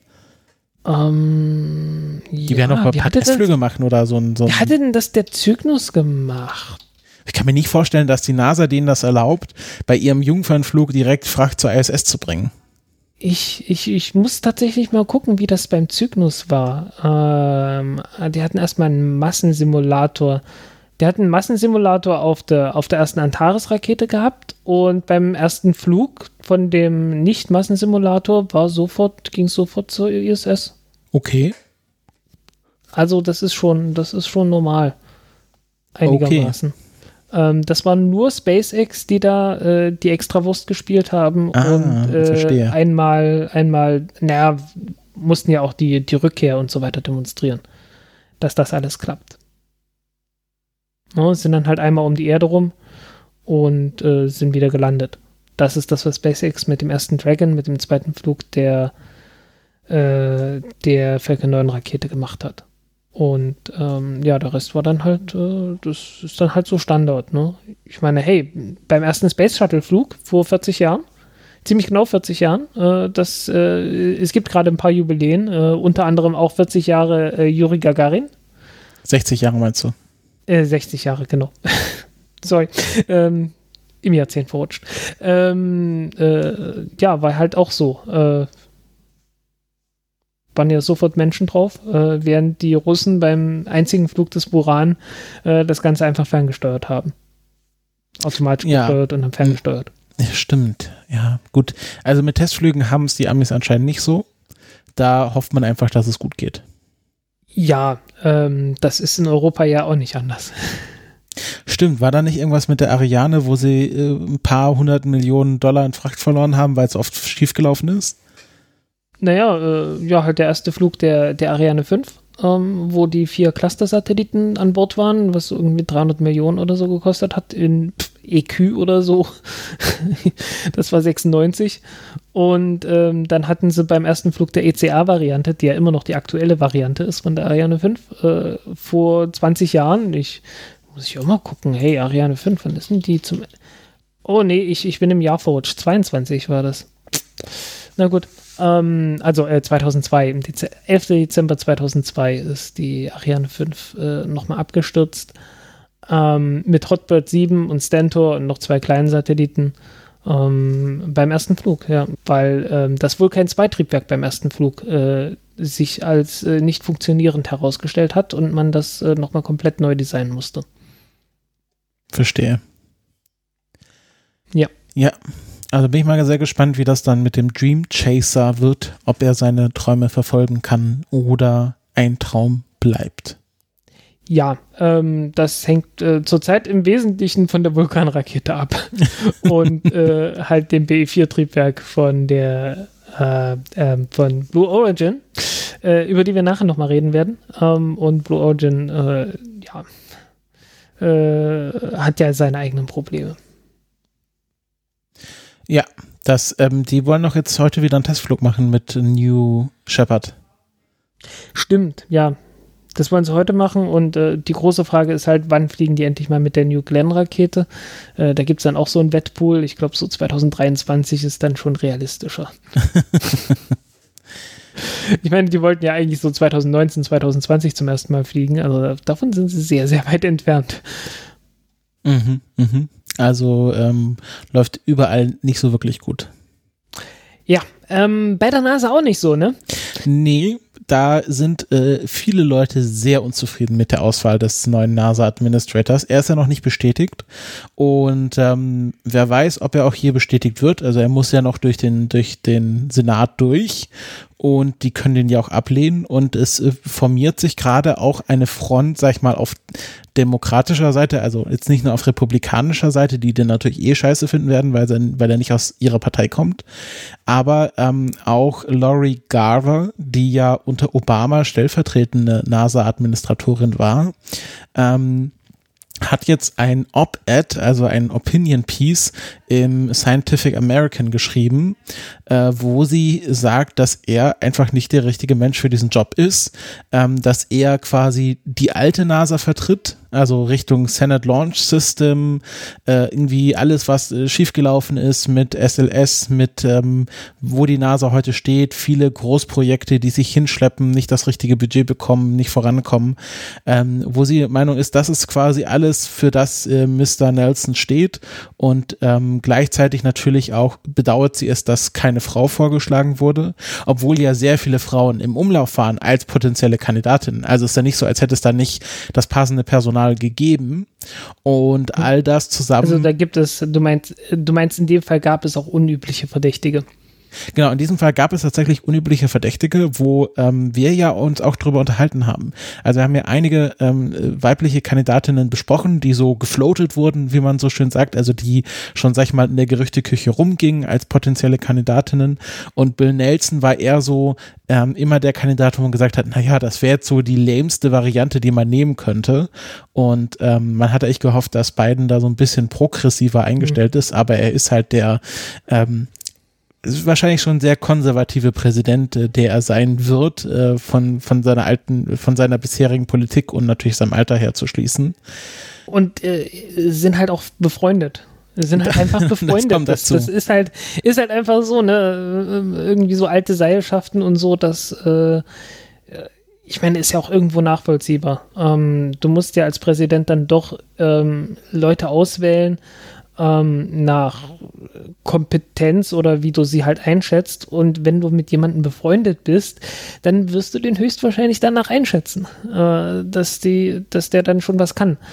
Ähm, Die ja, werden noch mal ein paar Testflüge machen oder so ein. So wie hatte denn das der Cygnus gemacht? Ich kann mir nicht vorstellen, dass die NASA denen das erlaubt, bei ihrem Jungfernflug direkt Fracht zur I S S zu bringen. Ich, ich, ich muss tatsächlich mal gucken, wie das beim Cygnus war. Ähm, die hatten erstmal einen Massensimulator. Die hatten einen Massensimulator auf der, auf der ersten Antares-Rakete gehabt und beim ersten Flug von dem Nicht-Massensimulator war sofort, ging es sofort zur I S S. Okay. Also das ist schon, das ist schon normal. Einigermaßen. Okay. Ähm, das waren nur SpaceX, die da äh, die Extrawurst gespielt haben ah, und äh, einmal, einmal, naja, mussten ja auch die, die Rückkehr und so weiter demonstrieren, dass das alles klappt. No, sind dann halt einmal um die Erde rum und äh, sind wieder gelandet. Das ist das, was SpaceX mit dem ersten Dragon, mit dem zweiten Flug der, äh, der Falcon neun Rakete gemacht hat. Und ähm, ja, der Rest war dann halt, äh, das ist dann halt so Standard, ne? Ich meine, hey, beim ersten Space Shuttle Flug vor vierzig Jahren, ziemlich genau vierzig Jahren, äh, das, äh, es gibt gerade ein paar Jubiläen, äh, unter anderem auch vierzig Jahre äh, Juri Gagarin. sechzig Jahre meinst du? Äh, sechzig Jahre, genau. Sorry. Ähm, im Jahrzehnt verrutscht. Ähm, äh, ja, war halt auch so, äh, waren ja sofort Menschen drauf, äh, während die Russen beim einzigen Flug des Buran äh, das Ganze einfach ferngesteuert haben. Automatisch ja. gesteuert und dann ferngesteuert. Ja, stimmt, ja, gut. Also mit Testflügen haben es die Amis anscheinend nicht so. Da hofft man einfach, dass es gut geht. Ja, ähm, das ist in Europa ja auch nicht anders. Stimmt, war da nicht irgendwas mit der Ariane, wo sie äh, ein paar hundert Millionen Dollar in Fracht verloren haben, weil es oft schiefgelaufen ist? Naja, äh, ja, halt der erste Flug der, der Ariane fünf, ähm, wo die vier Cluster-Satelliten an Bord waren, was irgendwie dreihundert Millionen oder so gekostet hat in pff, E Q oder so. Das war sechsundneunzig. Und ähm, dann hatten sie beim ersten Flug der E C A-Variante, die ja immer noch die aktuelle Variante ist von der Ariane fünf, äh, vor zwanzig Jahren, ich muss ich auch mal gucken, hey, Ariane fünf, wann ist denn die zum... Oh nee, ich, ich bin im Jahr verrutscht, zweiundzwanzig war das. Na gut. Ähm, also äh, zweitausendzwei, im Dez- elften Dezember zweitausendzwei ist die Ariane fünf äh, nochmal abgestürzt. Ähm, mit Hotbird sieben und Stentor und noch zwei kleinen Satelliten ähm, beim ersten Flug, ja. Weil ähm, das wohl kein Zweitriebwerk beim ersten Flug äh, sich als äh, nicht funktionierend herausgestellt hat und man das äh, nochmal komplett neu designen musste. Verstehe. Ja. Ja. Also bin ich mal sehr gespannt, wie das dann mit dem Dream Chaser wird, ob er seine Träume verfolgen kann oder ein Traum bleibt. Ja, ähm, das hängt äh, zurzeit im Wesentlichen von der Vulkan-Rakete ab und äh, halt dem B E vier Triebwerk von der äh, äh, von Blue Origin, äh, über die wir nachher nochmal reden werden. Ähm, und Blue Origin, äh, ja, äh, hat ja seine eigenen Probleme. Ja, das, ähm, die wollen doch jetzt heute wieder einen Testflug machen mit New Shepard. Stimmt, ja. Das wollen sie heute machen und äh, die große Frage ist halt, wann fliegen die endlich mal mit der New Glenn-Rakete? Äh, da gibt es dann auch so einen Wettpool. Ich glaube, so zwanzig dreiundzwanzig ist dann schon realistischer. Ich meine, die wollten ja eigentlich so zwanzig neunzehn, zwanzig zwanzig zum ersten Mal fliegen. Also davon sind sie sehr, sehr weit entfernt. Mhm, mhm. Also ähm, läuft überall nicht so wirklich gut. Ja, ähm, bei der NASA auch nicht so, ne? Nee, da sind äh, viele Leute sehr unzufrieden mit der Auswahl des neuen NASA-Administrators. Er ist ja noch nicht bestätigt und ähm, wer weiß, ob er auch hier bestätigt wird. Also er muss ja noch durch den, durch den Senat durch und die können den ja auch ablehnen und es äh, formiert sich gerade auch eine Front, sag ich mal, auf demokratischer Seite, also jetzt nicht nur auf republikanischer Seite, die den natürlich eh scheiße finden werden, weil, sein, weil er nicht aus ihrer Partei kommt, aber ähm, auch Lori Garver, die ja unter Obama stellvertretende NASA-Administratorin war, ähm, hat jetzt ein Op-Ed, also ein Opinion-Piece im Scientific American geschrieben, äh, wo sie sagt, dass er einfach nicht der richtige Mensch für diesen Job ist, ähm, dass er quasi die alte NASA vertritt, also Richtung Senate Launch System, äh, irgendwie alles, was äh, schiefgelaufen ist mit S L S, mit ähm, wo die NASA heute steht, viele Großprojekte, die sich hinschleppen, nicht das richtige Budget bekommen, nicht vorankommen, ähm, wo sie der Meinung ist, das ist quasi alles, für das äh, Mister Nelson steht und ähm, gleichzeitig natürlich auch bedauert sie es, dass keine Frau vorgeschlagen wurde, obwohl ja sehr viele Frauen im Umlauf waren als potenzielle Kandidatinnen. Also ist ja nicht so, als hätte es da nicht das passende Personal gegeben und all das zusammen. Also da gibt es, du meinst, du meinst in dem Fall gab es auch unübliche Verdächtige. Genau, in diesem Fall gab es tatsächlich unübliche Verdächtige, wo ähm, wir ja uns auch drüber unterhalten haben. Also wir haben ja einige ähm, weibliche Kandidatinnen besprochen, die so gefloatet wurden, wie man so schön sagt, also die schon, sag ich mal, in der Gerüchteküche rumgingen als potenzielle Kandidatinnen und Bill Nelson war eher so ähm, immer der Kandidat, wo man gesagt hat, naja, das wäre jetzt so die lämste Variante, die man nehmen könnte und ähm, man hat echt gehofft, dass Biden da so ein bisschen progressiver eingestellt mhm. ist, aber er ist halt der ähm, es ist wahrscheinlich schon ein sehr konservative Präsident, der er sein wird, äh, von, von seiner alten, von seiner bisherigen Politik und natürlich seinem Alter her zu schließen. Und äh, sind halt auch befreundet. Sind halt einfach befreundet. Das, das, das ist halt, ist halt einfach so, ne, irgendwie so alte Seilschaften und so, dass, äh, ich meine, ist ja auch irgendwo nachvollziehbar. Ähm, du musst ja als Präsident dann doch ähm, Leute auswählen, Ähm, nach Kompetenz oder wie du sie halt einschätzt und wenn du mit jemandem befreundet bist, dann wirst du den höchstwahrscheinlich danach einschätzen, äh, dass die, dass der dann schon was kann.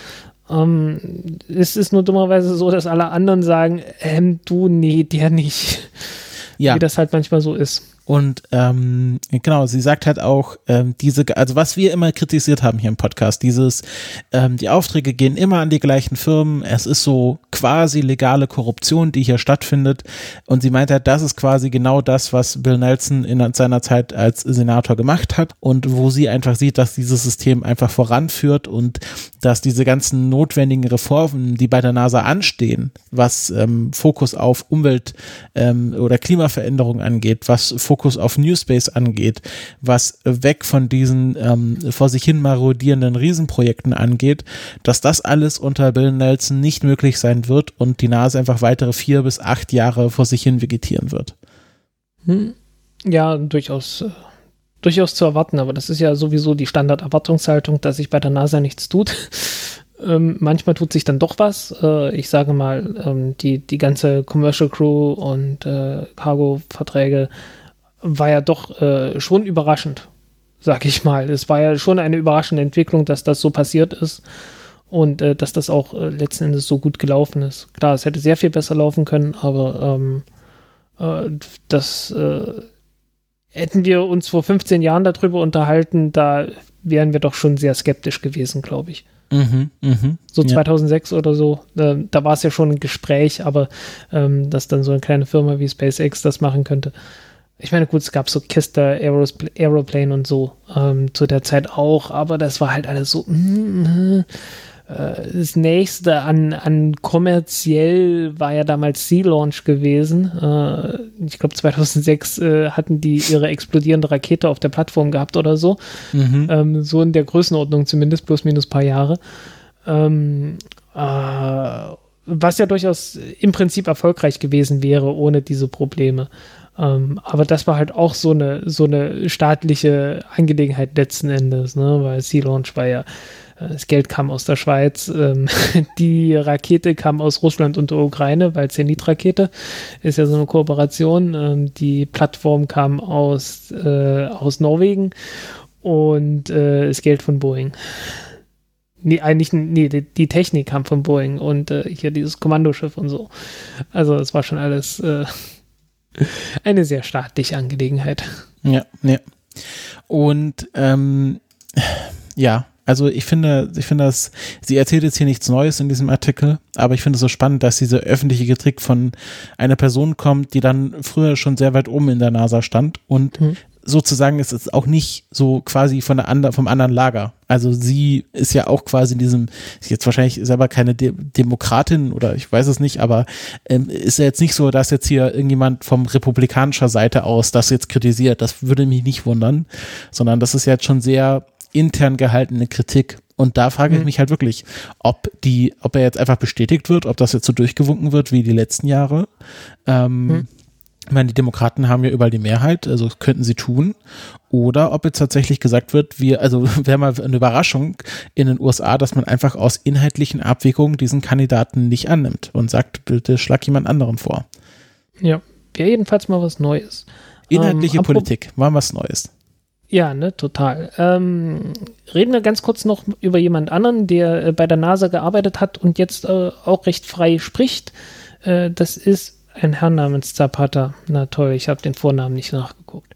Ähm, es ist nur dummerweise so, dass alle anderen sagen, ähm, du, nee, der nicht. Ja. Wie das halt manchmal so ist. Und ähm, genau, sie sagt halt auch, ähm, diese, also was wir immer kritisiert haben hier im Podcast, dieses, ähm, die Aufträge gehen immer an die gleichen Firmen, es ist so quasi legale Korruption, die hier stattfindet und sie meint halt, das ist quasi genau das, was Bill Nelson in seiner Zeit als Senator gemacht hat und wo sie einfach sieht, dass dieses System einfach voranführt und dass diese ganzen notwendigen Reformen, die bei der NASA anstehen, was ähm, Fokus auf Umwelt ähm, oder Klimaveränderung angeht, was Fokus auf New Space angeht, was weg von diesen ähm, vor sich hin marodierenden Riesenprojekten angeht, dass das alles unter Bill Nelson nicht möglich sein wird und die NASA einfach weitere vier bis acht Jahre vor sich hin vegetieren wird. Hm. Ja, durchaus, äh, durchaus zu erwarten, aber das ist ja sowieso die Standarderwartungshaltung, dass sich bei der NASA nichts tut. Ähm, manchmal tut sich dann doch was. Äh, ich sage mal, ähm, die, die ganze Commercial Crew und äh, Cargo-Verträge war ja doch äh, schon überraschend, sag ich mal. Es war ja schon eine überraschende Entwicklung, dass das so passiert ist und äh, dass das auch äh, letzten Endes so gut gelaufen ist. Klar, es hätte sehr viel besser laufen können, aber ähm, äh, das äh, hätten wir uns vor fünfzehn Jahren darüber unterhalten, da wären wir doch schon sehr skeptisch gewesen, glaube ich. Mhm, mh, so ja. zweitausendsechs oder so, äh, da war es ja schon ein Gespräch, aber ähm, dass dann so eine kleine Firma wie SpaceX das machen könnte. Ich meine, gut, es gab so Kester, Aeros, Aeroplane und so ähm, zu der Zeit auch, aber das war halt alles so mm, äh, das nächste an, an kommerziell war ja damals Sea Launch gewesen. Äh, ich glaube zweitausendsechs äh, hatten die ihre explodierende Rakete auf der Plattform gehabt oder so. Mhm. Ähm, so in der Größenordnung zumindest, plus minus paar Jahre. Ähm, äh, was ja durchaus im Prinzip erfolgreich gewesen wäre ohne diese Probleme. Ähm, aber das war halt auch so eine, so eine staatliche Angelegenheit letzten Endes, ne? Weil Sea Launch war ja, äh, das Geld kam aus der Schweiz, ähm, die Rakete kam aus Russland und der Ukraine, weil Zenit-Rakete ist ja so eine Kooperation. Ähm, die Plattform kam aus, äh, aus Norwegen und äh, das Geld von Boeing. Nee, eigentlich, nee, die, die Technik kam von Boeing und äh, hier dieses Kommandoschiff und so. Also es war schon alles äh, eine sehr staatliche Angelegenheit. Ja, ja. Und ähm, ja, also ich finde, ich finde das, sie erzählt jetzt hier nichts Neues in diesem Artikel, aber ich finde es so spannend, dass diese öffentliche Kritik von einer Person kommt, die dann früher schon sehr weit oben in der NASA stand und mhm. sozusagen ist es auch nicht so quasi von der andre, vom anderen Lager. Also sie ist ja auch quasi in diesem, ist jetzt wahrscheinlich selber keine De- Demokratin oder ich weiß es nicht, aber ähm, ist ja jetzt nicht so, dass jetzt hier irgendjemand vom republikanischer Seite aus das jetzt kritisiert. Das würde mich nicht wundern, sondern das ist ja jetzt schon sehr intern gehaltene Kritik. Und da frage ich mhm. mich halt wirklich, ob die, ob er jetzt einfach bestätigt wird, ob das jetzt so durchgewunken wird wie die letzten Jahre. Ähm, mhm. Ich meine, die Demokraten haben ja überall die Mehrheit, also das könnten sie tun. Oder ob jetzt tatsächlich gesagt wird, wir, also wäre mal eine Überraschung in den U S A, dass man einfach aus inhaltlichen Abwägungen diesen Kandidaten nicht annimmt und sagt, bitte schlag jemand anderen vor. Ja, wäre jedenfalls mal was Neues. Inhaltliche ähm, Politik, mal was Neues. Ja, ne, total. Ähm, reden wir ganz kurz noch über jemand anderen, der äh, bei der NASA gearbeitet hat und jetzt äh, auch recht frei spricht. Äh, das ist ein Herr namens Zapata. Na toll, ich habe den Vornamen nicht nachgeguckt.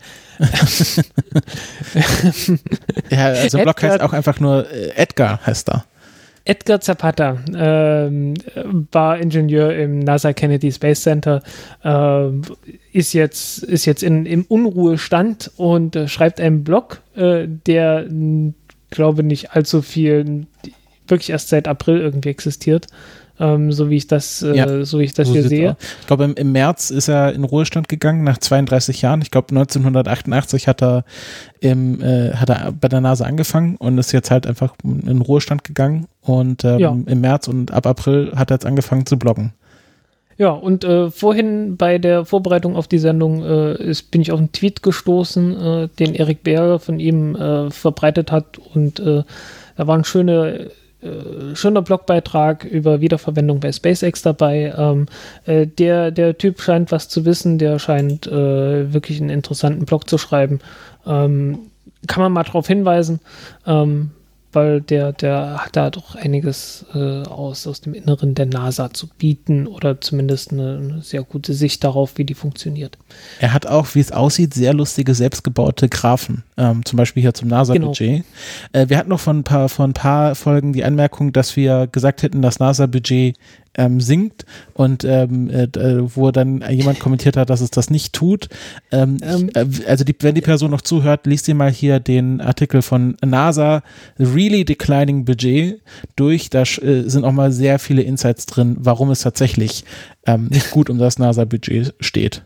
Ja, also Blog heißt auch einfach nur äh, Edgar heißt er. Edgar Zapata ähm, war Ingenieur im NASA Kennedy Space Center, äh, ist jetzt, ist jetzt in, im Unruhestand und äh, schreibt einen Blog, äh, der, glaube nicht allzu viel, wirklich erst seit April irgendwie existiert. Ähm, so wie ich das, äh, ja, so wie ich das so hier sehe. Auch. Ich glaube, im, im März ist er in Ruhestand gegangen, nach zweiunddreißig Jahren. Ich glaube, neunzehnhundertachtundachtzig hat er, im, äh, hat er bei der NASA angefangen und ist jetzt halt einfach in Ruhestand gegangen. Und ähm, ja. im März und ab April hat er jetzt angefangen zu bloggen. Ja, und äh, vorhin bei der Vorbereitung auf die Sendung äh, ist, bin ich auf einen Tweet gestoßen, äh, den Erik Berger von ihm äh, verbreitet hat. Und äh, da waren schöne Äh, schöner Blogbeitrag über Wiederverwendung bei SpaceX dabei. Ähm, äh, der, der Typ scheint was zu wissen, der scheint äh, wirklich einen interessanten Blog zu schreiben. Ähm, kann man mal darauf hinweisen, ähm, weil der, der hat da doch einiges äh, aus, aus dem Inneren der NASA zu bieten oder zumindest eine, eine sehr gute Sicht darauf, wie die funktioniert. Er hat auch, wie es aussieht, sehr lustige, selbstgebaute Graphen, ähm, zum Beispiel hier zum NASA-Budget. Genau. Äh, wir hatten noch von ein paar, von ein paar Folgen die Anmerkung, dass wir gesagt hätten, das NASA-Budget ähm, sinkt und ähm, äh, wo dann jemand kommentiert hat, dass es das nicht tut. Ähm, ähm, ich, also die, wenn die Person noch zuhört, liest ihr mal hier den Artikel von NASA Really Declining Budget durch. Da äh, sind auch mal sehr viele Insights drin, warum es tatsächlich ähm, nicht gut um das NASA-Budget steht.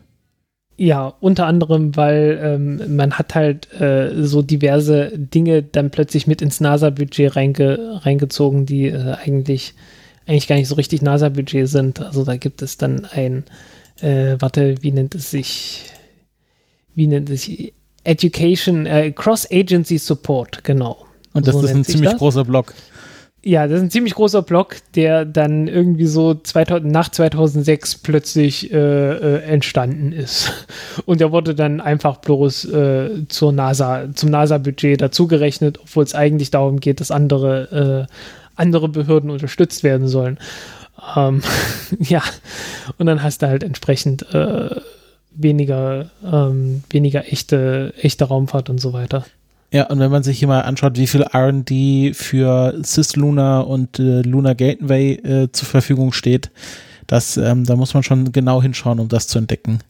Ja, unter anderem, weil ähm, man hat halt äh, so diverse Dinge dann plötzlich mit ins NASA-Budget reinge- reingezogen, die äh, eigentlich eigentlich gar nicht so richtig NASA-Budget sind. Also da gibt es dann ein, äh, warte, wie nennt es sich? Wie nennt es sich? Education, äh, Cross-Agency Support, genau. Und das so ist ein ziemlich das. großer Block. Ja, das ist ein ziemlich großer Block, der dann irgendwie so zweitausend, nach zweitausendsechs plötzlich äh, äh, entstanden ist. Und der wurde dann einfach bloß äh, zur NASA, zum NASA-Budget dazugerechnet, obwohl es eigentlich darum geht, dass andere äh, andere Behörden unterstützt werden sollen. Ähm, ja, und dann hast du halt entsprechend äh, weniger, ähm, weniger echte, echte Raumfahrt und so weiter. Ja, und wenn man sich hier mal anschaut, wie viel R und D für Cislunar und äh, Lunar Gateway äh, zur Verfügung steht, das, ähm, da muss man schon genau hinschauen, um das zu entdecken.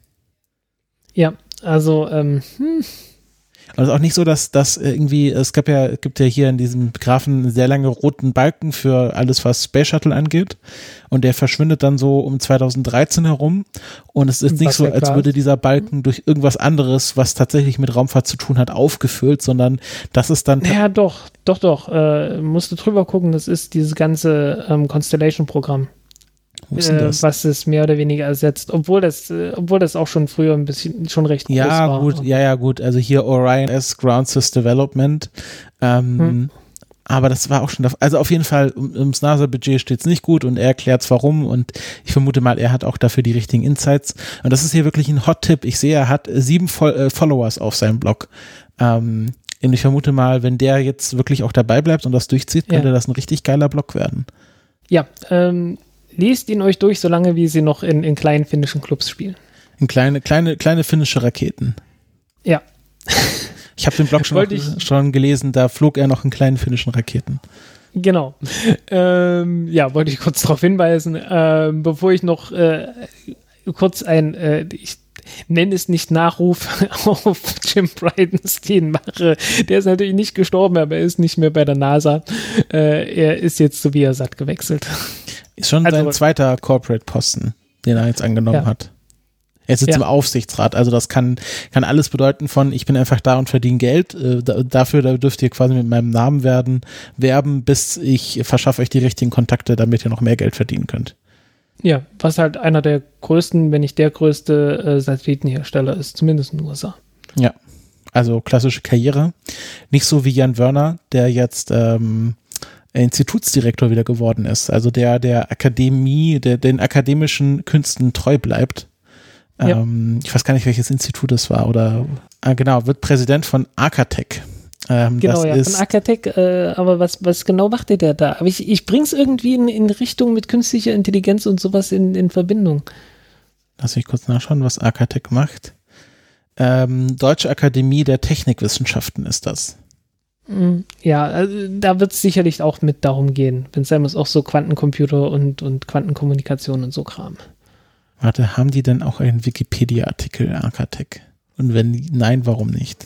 Ja, also ähm, hm. Und es ist auch nicht so, dass das irgendwie, es gab ja, es gibt ja hier in diesem Graphen einen sehr lange roten Balken für alles, was Space Shuttle angeht. Und der verschwindet dann so um zweitausenddreizehn herum. Und es ist was nicht so, als würde dieser Balken durch irgendwas anderes, was tatsächlich mit Raumfahrt zu tun hat, aufgefüllt, sondern das ist dann... Ja, doch, doch, doch. Äh, musst du drüber gucken, das ist dieses ganze ähm, Constellation-Programm. Wo ist denn das? Äh, was es mehr oder weniger ersetzt, obwohl das, äh, obwohl das auch schon früher ein bisschen schon recht groß ja, war. Gut, ja, ja, gut. Also hier Orion S Ground System Development. Ähm, hm. Aber das war auch schon, also auf jeden Fall, um, ums NASA-Budget steht es nicht gut und er erklärt warum und ich vermute mal, er hat auch dafür die richtigen Insights. Und das ist hier wirklich ein Hot-Tipp. Ich sehe, er hat sieben Fol- äh, Followers auf seinem Blog. Ähm, und ich vermute mal, wenn der jetzt wirklich auch dabei bleibt und das durchzieht, könnte ja. das ein richtig geiler Blog werden. Ja, ähm, lest ihn euch durch, solange wie sie noch in, in kleinen finnischen Clubs spielen. In kleine, kleine, kleine finnische Raketen. Ja. Ich habe den Blog schon, noch, schon gelesen, da flog er noch in kleinen finnischen Raketen. Genau. ähm, ja, wollte ich kurz darauf hinweisen, ähm, bevor ich noch äh, kurz ein, äh, ich nenne es nicht Nachruf auf Jim Bridenstine mache. Der ist natürlich nicht gestorben, aber er ist nicht mehr bei der NASA. Äh, er ist jetzt zu Viasat gewechselt. Ist schon also, sein zweiter Corporate-Posten, den er jetzt angenommen ja. hat. Er sitzt ja. im Aufsichtsrat, also das kann, kann alles bedeuten von, ich bin einfach da und verdiene Geld, äh, da, dafür da dürft ihr quasi mit meinem Namen werden, werben, bis ich verschaffe euch die richtigen Kontakte, damit ihr noch mehr Geld verdienen könnt. Ja, was halt einer der größten, wenn nicht der größte äh, Satellitenhersteller ist, zumindest in den U S A. Ja, also klassische Karriere. Nicht so wie Jan Wörner, der jetzt ähm, Institutsdirektor wieder geworden ist, also der der Akademie, der den akademischen Künsten treu bleibt. Ja. Ähm, ich weiß gar nicht, welches Institut es war, oder ah, genau, wird Präsident von Arcatech. Ähm, genau, das ja, ist, von Arcatech, äh, aber was, was genau macht der da? Aber ich, ich bring's irgendwie in, in Richtung mit künstlicher Intelligenz und sowas in, in Verbindung. Lass mich kurz nachschauen, was Arcatech macht. Ähm, Deutsche Akademie der Technikwissenschaften ist das. Ja, also da wird es sicherlich auch mit darum gehen, wenn es auch so Quantencomputer und, und Quantenkommunikation und so Kram. Warte, haben die denn auch einen Wikipedia-Artikel, Arcatech? Und wenn nein, warum nicht?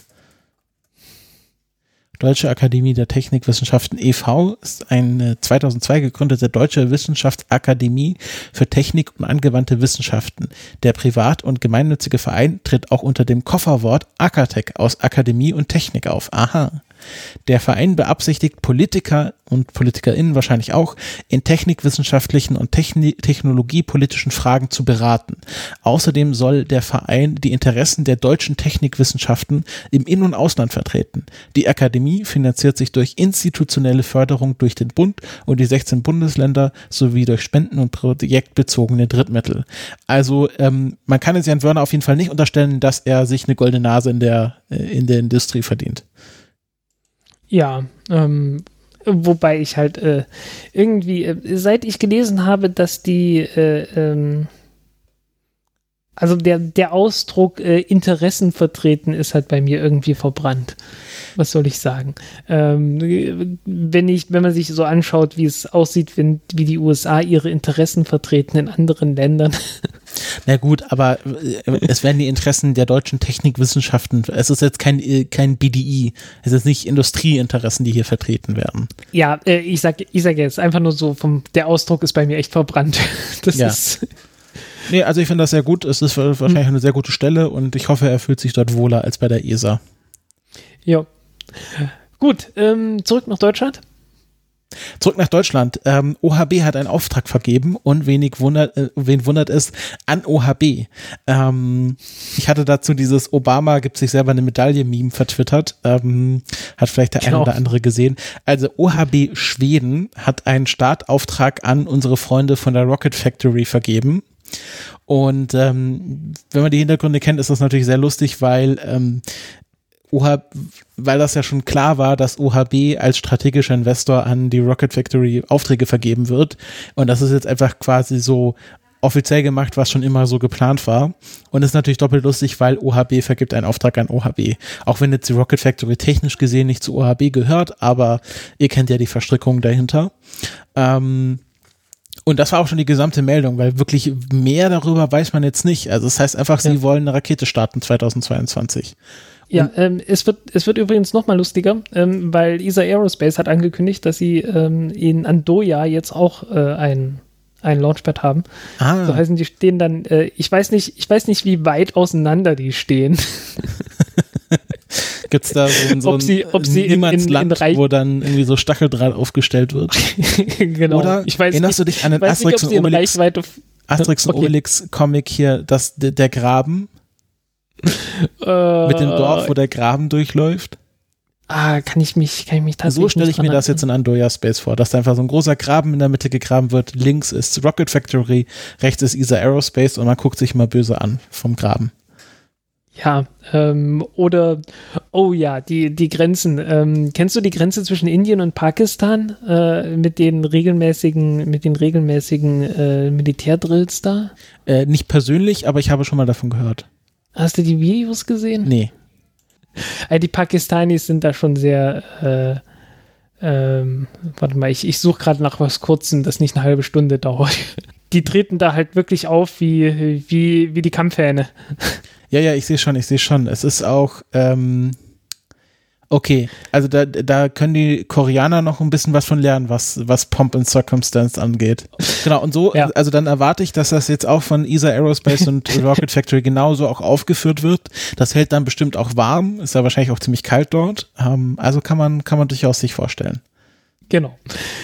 Deutsche Akademie der Technikwissenschaften e V ist eine zweitausendzwei gegründete deutsche Wissenschaftsakademie für Technik und angewandte Wissenschaften. Der privat- und gemeinnützige Verein tritt auch unter dem Kofferwort Arcatech aus Akademie und Technik auf. Aha. Der Verein beabsichtigt, Politiker und PolitikerInnen wahrscheinlich auch in technikwissenschaftlichen und techni- technologiepolitischen Fragen zu beraten. Außerdem soll der Verein die Interessen der deutschen Technikwissenschaften im In- und Ausland vertreten. Die Akademie finanziert sich durch institutionelle Förderung durch den Bund und die sechzehn Bundesländer sowie durch Spenden und projektbezogene Drittmittel. Also ähm, man kann jetzt Jan Wörner auf jeden Fall nicht unterstellen, dass er sich eine goldene Nase in der, äh, in der Industrie verdient. Ja, ähm, wobei ich halt äh, irgendwie, äh, seit ich gelesen habe, dass die, äh, ähm, also der, der Ausdruck äh, Interessen vertreten ist halt bei mir irgendwie verbrannt. Was soll ich sagen? Ähm, wenn ich, wenn man sich so anschaut, wie es aussieht, wenn, wie die U S A ihre Interessen vertreten in anderen Ländern. Na gut, aber es werden die Interessen der deutschen Technikwissenschaften, es ist jetzt kein, kein B D I, es ist nicht Industrieinteressen, die hier vertreten werden. Ja, äh, ich sage ich sag jetzt einfach nur so, vom, der Ausdruck ist bei mir echt verbrannt. Das ja. ist... Nee, also ich finde das sehr gut, es ist wahrscheinlich eine sehr gute Stelle und ich hoffe, er fühlt sich dort wohler als bei der E S A. Ja. Gut, ähm, zurück nach Deutschland. Zurück nach Deutschland. Ähm, O H B hat einen Auftrag vergeben und wenig wundert, äh, wen wundert es, an O H B. Ähm, ich hatte dazu dieses Obama gibt sich selber eine Medaille-Meme vertwittert. Ähm, hat vielleicht der genau. eine oder andere gesehen. Also O H B Schweden hat einen Startauftrag an unsere Freunde von der Rocket Factory vergeben. Und ähm, wenn man die Hintergründe kennt, ist das natürlich sehr lustig, weil ähm, O H B, weil das ja schon klar war, dass O H B als strategischer Investor an die Rocket Factory Aufträge vergeben wird. Und das ist jetzt einfach quasi so offiziell gemacht, was schon immer so geplant war. Und ist natürlich doppelt lustig, weil O H B vergibt einen Auftrag an O H B. Auch wenn jetzt die Rocket Factory technisch gesehen nicht zu O H B gehört, aber ihr kennt ja die Verstrickung dahinter. Ähm, Und das war auch schon die gesamte Meldung, weil wirklich mehr darüber weiß man jetzt nicht. Also das heißt einfach, sie ja. wollen eine Rakete starten zweitausendzweiundzwanzig. Ja, ähm, es wird es wird übrigens noch mal lustiger, ähm, weil E S A Aerospace hat angekündigt, dass sie ähm, in Andoya jetzt auch äh, ein ein Launchpad haben. Ah. So heißen, die stehen dann, äh, ich weiß nicht, ich weiß nicht, wie weit auseinander die stehen. Gibt es da so, so ob sie, ob sie in, in, Niemandsland, in wo dann irgendwie so Stacheldraht aufgestellt wird? Genau. Oder ich weiß erinnerst nicht, du dich an den Asterix und Obelix, Asterix und okay. Obelix Comic hier, das, der, der Graben? Äh, Mit dem Dorf, wo der Graben durchläuft? Ah, kann ich mich, kann ich mich tatsächlich So stelle ich mir das jetzt in Andoya Space vor, dass da einfach so ein großer Graben in der Mitte gegraben wird. Links ist Rocket Factory, rechts ist E S A Aerospace und man guckt sich mal böse an vom Graben. Ja, ähm, oder, oh ja, die, die Grenzen. Ähm, kennst du die Grenze zwischen Indien und Pakistan äh, mit den regelmäßigen, mit den regelmäßigen äh, Militärdrills da? Äh, nicht persönlich, aber ich habe schon mal davon gehört. Hast du die Videos gesehen? Nee. Also die Pakistanis sind da schon sehr, äh, ähm, warte mal, ich, ich suche gerade nach was Kurzem, das nicht eine halbe Stunde dauert. Die treten da halt wirklich auf wie, wie, wie die Kampfhähne. Ja, ja, ich sehe schon, ich sehe schon. Es ist auch, ähm, okay, also da, da können die Koreaner noch ein bisschen was von lernen, was, was Pomp and Circumstance angeht. Genau, und so, ja. Also dann erwarte ich, dass das jetzt auch von E S A Aerospace und Rocket Factory genauso auch aufgeführt wird. Das hält dann bestimmt auch warm, ist ja wahrscheinlich auch ziemlich kalt dort. Ähm, also kann man, kann man durchaus sich vorstellen. Genau.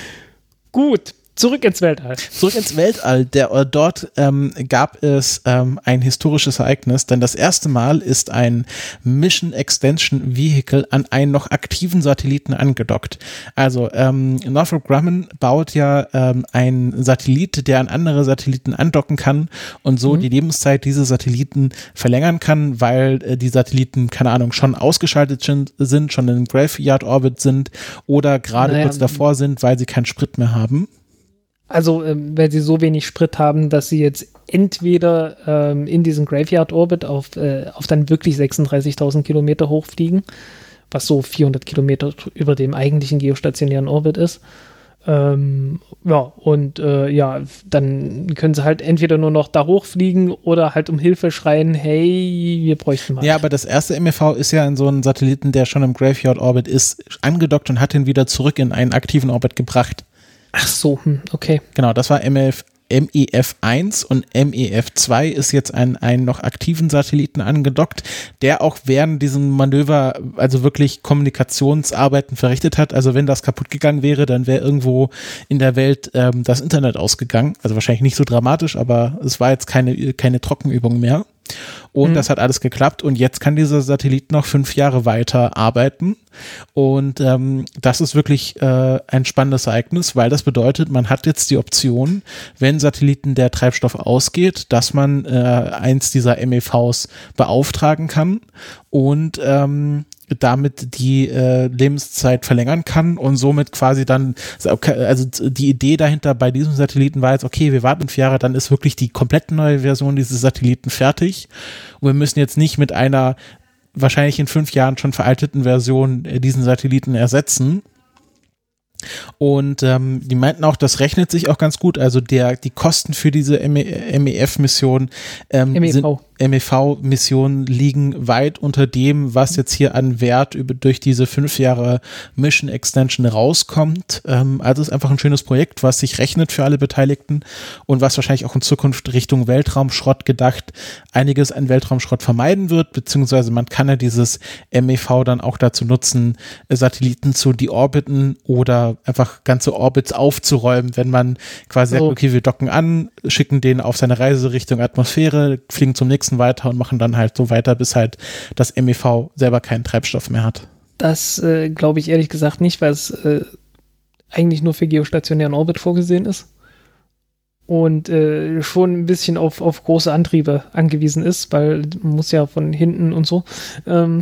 Gut. Zurück ins Weltall. Zurück ins Weltall. Der, äh, dort ähm, gab es ähm, ein historisches Ereignis, denn das erste Mal ist ein Mission Extension Vehicle an einen noch aktiven Satelliten angedockt. Also ähm, Northrop Grumman baut ja ähm, einen Satellit, der an andere Satelliten andocken kann und so mhm. die Lebenszeit dieser Satelliten verlängern kann, weil äh, die Satelliten, keine Ahnung, schon ausgeschaltet sind, schon in Graveyard Orbit sind oder gerade naja, kurz davor sind, weil sie keinen Sprit mehr haben. Also, ähm, weil sie so wenig Sprit haben, dass sie jetzt entweder ähm, in diesen Graveyard Orbit auf, äh, auf dann wirklich sechsunddreißigtausend Kilometer hochfliegen, was so vierhundert Kilometer über dem eigentlichen geostationären Orbit ist. Ähm, ja, und äh, ja, dann können sie halt entweder nur noch da hochfliegen oder halt um Hilfe schreien, hey, wir bräuchten mal. Ja, aber das erste M E V ist ja in so einem Satelliten, der schon im Graveyard Orbit ist, angedockt und hat ihn wieder zurück in einen aktiven Orbit gebracht. Ach so, hm, okay. Genau, das war M E F eins und M E F zwei ist jetzt ein, einen noch aktiven Satelliten angedockt, der auch während diesem Manöver also wirklich Kommunikationsarbeiten verrichtet hat. Also wenn das kaputt gegangen wäre, dann wäre irgendwo in der Welt ähm, das Internet ausgegangen. Also wahrscheinlich nicht so dramatisch, aber es war jetzt keine, keine Trockenübung mehr. Und mhm. das hat alles geklappt und jetzt kann dieser Satellit noch fünf Jahre weiter arbeiten und ähm, das ist wirklich äh, ein spannendes Ereignis, weil das bedeutet, man hat jetzt die Option, wenn Satelliten der Treibstoff ausgeht, dass man äh, eins dieser M E Vs beauftragen kann und ähm, damit die äh, Lebenszeit verlängern kann und somit quasi dann, also die Idee dahinter bei diesem Satelliten war jetzt, okay, wir warten fünf Jahre, dann ist wirklich die komplett neue Version dieses Satelliten fertig und wir müssen jetzt nicht mit einer wahrscheinlich in fünf Jahren schon veralteten Version äh, diesen Satelliten ersetzen. Und ähm, die meinten auch, das rechnet sich auch ganz gut, also der die Kosten für diese M E F-Mission ähm, M E V. sind M E V-Missionen liegen weit unter dem, was jetzt hier an Wert über, durch diese fünf Jahre Mission Extension rauskommt. Ähm, also ist einfach ein schönes Projekt, was sich rechnet für alle Beteiligten und was wahrscheinlich auch in Zukunft Richtung Weltraumschrott gedacht einiges an Weltraumschrott vermeiden wird, beziehungsweise man kann ja dieses M E V dann auch dazu nutzen, Satelliten zu deorbiten oder einfach ganze Orbits aufzuräumen, wenn man quasi sagt, okay, wir docken an, schicken den auf seine Reise Richtung Atmosphäre, fliegen zum nächsten weiter und machen dann halt so weiter, bis halt das M E V selber keinen Treibstoff mehr hat. Das äh, glaube ich ehrlich gesagt nicht, weil es äh, eigentlich nur für geostationären Orbit vorgesehen ist und äh, schon ein bisschen auf, auf große Antriebe angewiesen ist, weil man muss ja von hinten und so. Ähm,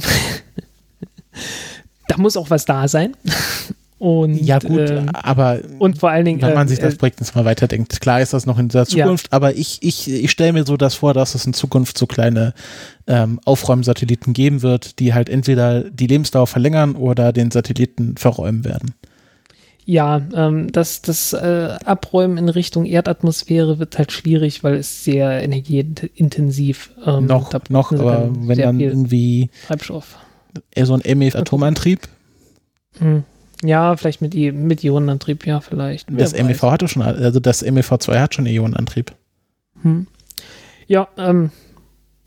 da muss auch was da sein. Und, ja gut, ähm, aber und vor allen Dingen, wenn man äh, sich das Projekt jetzt mal weiterdenkt, klar ist das noch in der Zukunft, ja. aber ich, ich, ich stelle mir so das vor, dass es in Zukunft so kleine ähm, Aufräumsatelliten geben wird, die halt entweder die Lebensdauer verlängern oder den Satelliten verräumen werden. Ja, ähm, das, das äh, Abräumen in Richtung Erdatmosphäre wird halt schwierig, weil es sehr energieintensiv ähm, noch, da, noch, aber wenn dann irgendwie Treibstoff. Eher so ein M E F-Atomantrieb. Mhm. Ja, vielleicht mit, mit Ionenantrieb, ja, vielleicht. Das M E V hatte schon, also das M E V zwei hat schon Ionenantrieb. Hm. Ja, ähm,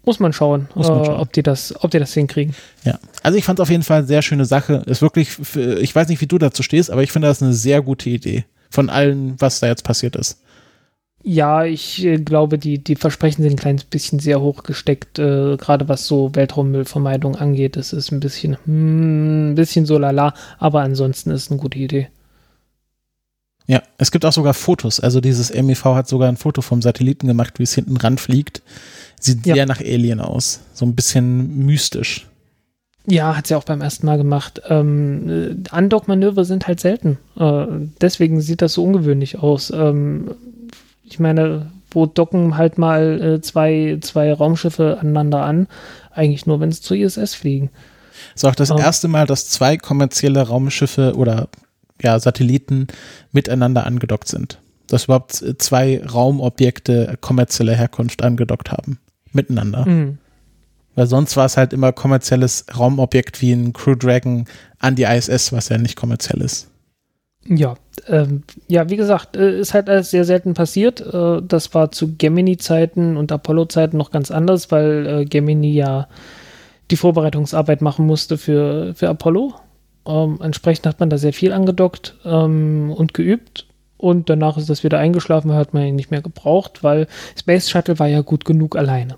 Muss man schauen, Muss man schauen. Äh, ob die das, ob die das hinkriegen. Ja, also ich fand es auf jeden Fall eine sehr schöne Sache. Ist wirklich, ich weiß nicht, wie du dazu stehst, aber ich finde das eine sehr gute Idee. Von allen, was da jetzt passiert ist. Ja, ich äh, glaube, die, die Versprechen sind ein kleines bisschen sehr hoch gesteckt, äh, gerade was so Weltraummüllvermeidung angeht. Das ist ein bisschen, hm, ein bisschen so lala, aber ansonsten ist es eine gute Idee. Ja, es gibt auch sogar Fotos. Also dieses M E V hat sogar ein Foto vom Satelliten gemacht, wie es hinten ranfliegt. Sieht Ja. sehr nach Alien aus. So ein bisschen mystisch. Ja, hat sie auch beim ersten Mal gemacht. Ähm, äh, Andock-Manöver sind halt selten. Äh, deswegen sieht das so ungewöhnlich aus. Ähm, ich meine, wo docken halt mal äh, zwei, zwei Raumschiffe aneinander an? Eigentlich nur, wenn sie zur I S S fliegen. Ist auch das Oh. erste Mal, dass zwei kommerzielle Raumschiffe oder ja, Satelliten miteinander angedockt sind. Dass überhaupt zwei Raumobjekte kommerzieller Herkunft angedockt haben. Miteinander. Mhm. Weil sonst war es halt immer kommerzielles Raumobjekt wie ein Crew Dragon an die I S S, was ja nicht kommerziell ist. Ja, ähm, ja, wie gesagt, äh, ist halt alles sehr selten passiert. Äh, das war zu Gemini-Zeiten und Apollo-Zeiten noch ganz anders, weil äh, Gemini ja die Vorbereitungsarbeit machen musste für, für Apollo. Ähm, entsprechend hat man da sehr viel angedockt ähm, und geübt. Und danach ist das wieder eingeschlafen, hat man ihn nicht mehr gebraucht, weil Space Shuttle war ja gut genug alleine.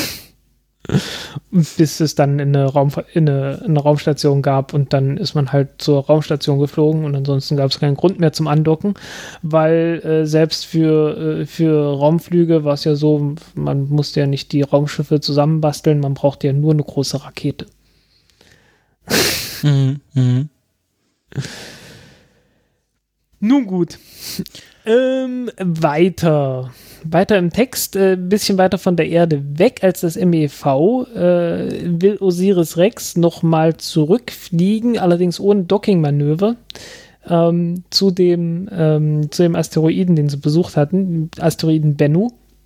Bis es dann in eine, Raum, in, eine, in eine Raumstation gab und dann ist man halt zur Raumstation geflogen und ansonsten gab es keinen Grund mehr zum Andocken, weil äh, selbst für, äh, für Raumflüge war es ja so, man musste ja nicht die Raumschiffe zusammenbasteln, man brauchte ja nur eine große Rakete. Mhm, mhm. Nun gut. Ähm, weiter. Weiter im Text, ein äh, bisschen weiter von der Erde weg als das M E V, äh, will Osiris Rex nochmal zurückfliegen, allerdings ohne Docking-Manöver, ähm, zu, dem, ähm, zu dem Asteroiden, den sie besucht hatten, Asteroiden Bennu,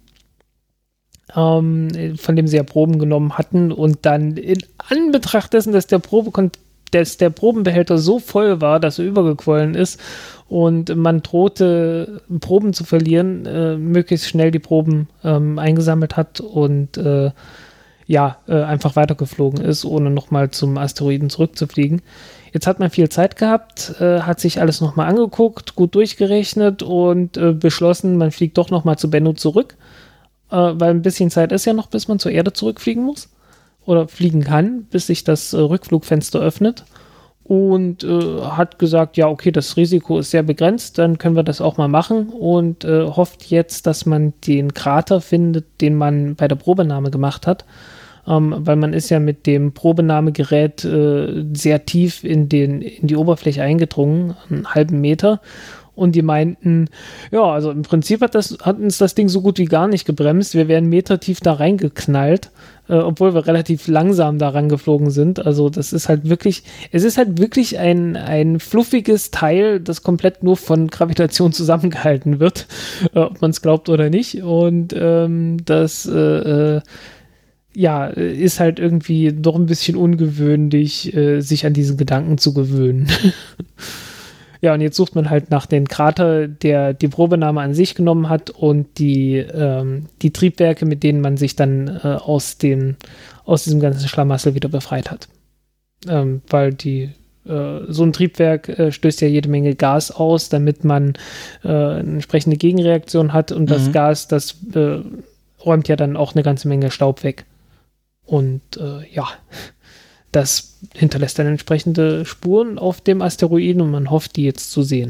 ähm, von dem sie ja Proben genommen hatten und dann in Anbetracht dessen, dass der Probe dass der Probenbehälter so voll war, dass er übergequollen ist und man drohte, Proben zu verlieren, äh, möglichst schnell die Proben ähm, eingesammelt hat und äh, ja, äh, einfach weitergeflogen ist, ohne nochmal zum Asteroiden zurückzufliegen. Jetzt hat man viel Zeit gehabt, äh, hat sich alles nochmal angeguckt, gut durchgerechnet und äh, beschlossen, man fliegt doch nochmal zu Bennu zurück, äh, weil ein bisschen Zeit ist ja noch, bis man zur Erde zurückfliegen muss. Oder fliegen kann, bis sich das äh, Rückflugfenster öffnet und äh, hat gesagt, ja, okay, das Risiko ist sehr begrenzt, dann können wir das auch mal machen und äh, hofft jetzt, dass man den Krater findet, den man bei der Probenahme gemacht hat, ähm, weil man ist ja mit dem Probenahmegerät äh, sehr tief in, den, in die Oberfläche eingedrungen, einen halben Meter. Und die meinten, ja, also im Prinzip hat, das, hat uns das Ding so gut wie gar nicht gebremst. Wir wären metertief da reingeknallt, äh, obwohl wir relativ langsam da rangeflogen sind. Also das ist halt wirklich, es ist halt wirklich ein, ein fluffiges Teil, das komplett nur von Gravitation zusammengehalten wird, äh, ob man es glaubt oder nicht. Und ähm, das äh, äh, ja, ist halt irgendwie doch ein bisschen ungewöhnlich, äh, sich an diesen Gedanken zu gewöhnen. Ja, und jetzt sucht man halt nach den Krater, der die Probenahme an sich genommen hat und die, ähm, die Triebwerke, mit denen man sich dann äh, aus, den, aus diesem ganzen Schlamassel wieder befreit hat. Ähm, weil die, äh, so ein Triebwerk äh, stößt ja jede Menge Gas aus, damit man äh, eine entsprechende Gegenreaktion hat und mhm. das Gas, das äh, räumt ja dann auch eine ganze Menge Staub weg. Und äh, ja, das hinterlässt dann entsprechende Spuren auf dem Asteroiden und man hofft, die jetzt zu sehen.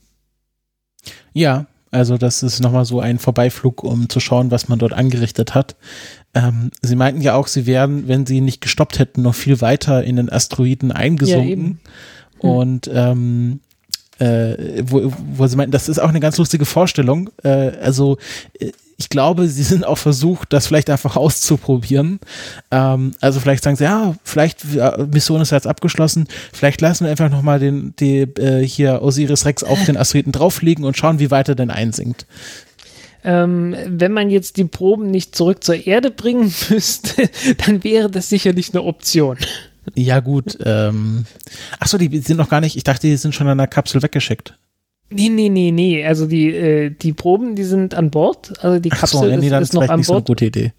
Ja, also das ist nochmal so ein Vorbeiflug, um zu schauen, was man dort angerichtet hat. Ähm, sie meinten ja auch, sie wären, wenn sie nicht gestoppt hätten, noch viel weiter in den Asteroiden eingesunken. Ja, eben. Hm. Und ähm, äh, wo, wo sie meinten, das ist auch eine ganz lustige Vorstellung. Äh, also äh, ich glaube, sie sind auch versucht, das vielleicht einfach auszuprobieren. Ähm, also vielleicht sagen sie, ja, vielleicht, ja, Mission ist jetzt abgeschlossen, vielleicht lassen wir einfach nochmal den, die, äh, hier Osiris Rex auf den Asteroiden drauffliegen und schauen, wie weit er denn einsinkt. Ähm, wenn man jetzt die Proben nicht zurück zur Erde bringen müsste, dann wäre das sicherlich eine Option. Ja gut, ähm, achso, die sind noch gar nicht, ich dachte, die sind schon an der Kapsel weggeschickt. Nee, nee, nee, nee. Also die, äh, die Proben, die sind an Bord. Also die Ach Kapsel so, ja, nee, ist, dann ist noch an nicht Bord. So eine gute Idee.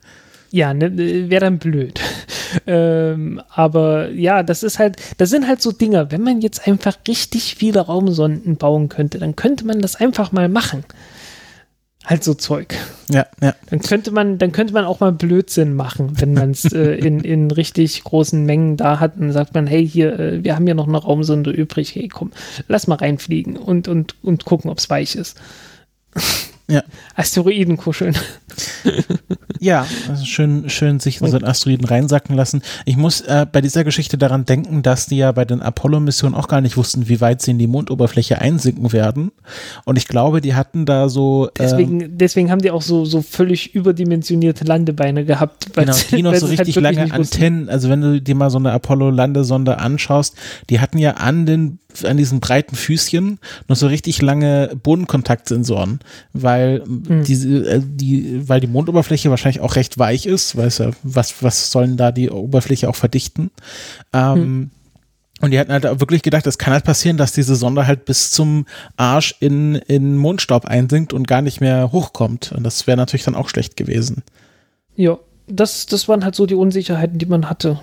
Ja, ne, wäre dann blöd. ähm, aber ja, das ist halt, das sind halt so Dinger, wenn man jetzt einfach richtig viele Raumsonden bauen könnte, dann könnte man das einfach mal machen. Halt so Zeug. Ja, ja. Dann könnte man, dann könnte man auch mal Blödsinn machen, wenn man es äh, in, in richtig großen Mengen da hat und sagt man, hey, hier, äh, wir haben ja noch eine Raumsonde übrig, hey, komm, lass mal reinfliegen und, und, und gucken, ob es weich ist. Ja. Asteroiden kuscheln. Ja, also schön, schön sich in so einen Asteroiden reinsacken lassen. Ich muss äh, bei dieser Geschichte daran denken, dass die ja bei den Apollo-Missionen auch gar nicht wussten, wie weit sie in die Mondoberfläche einsinken werden. Und ich glaube, die hatten da so... Deswegen, ähm, deswegen haben die auch so, so völlig überdimensionierte Landebeine gehabt. Genau, die noch so richtig halt lange Antennen. Also wenn du dir mal so eine Apollo-Landesonde anschaust, die hatten ja an den an diesen breiten Füßchen noch so richtig lange Bodenkontaktsensoren, weil mhm. diese, die, weil die Mondoberfläche wahrscheinlich auch recht weich ist, weißt du, was, was sollen da die Oberfläche auch verdichten? Ähm, mhm. Und die hatten halt auch wirklich gedacht, es kann halt passieren, dass diese Sonde halt bis zum Arsch in, in Mondstaub einsinkt und gar nicht mehr hochkommt. Und das wäre natürlich dann auch schlecht gewesen. Ja, das, das waren halt so die Unsicherheiten, die man hatte.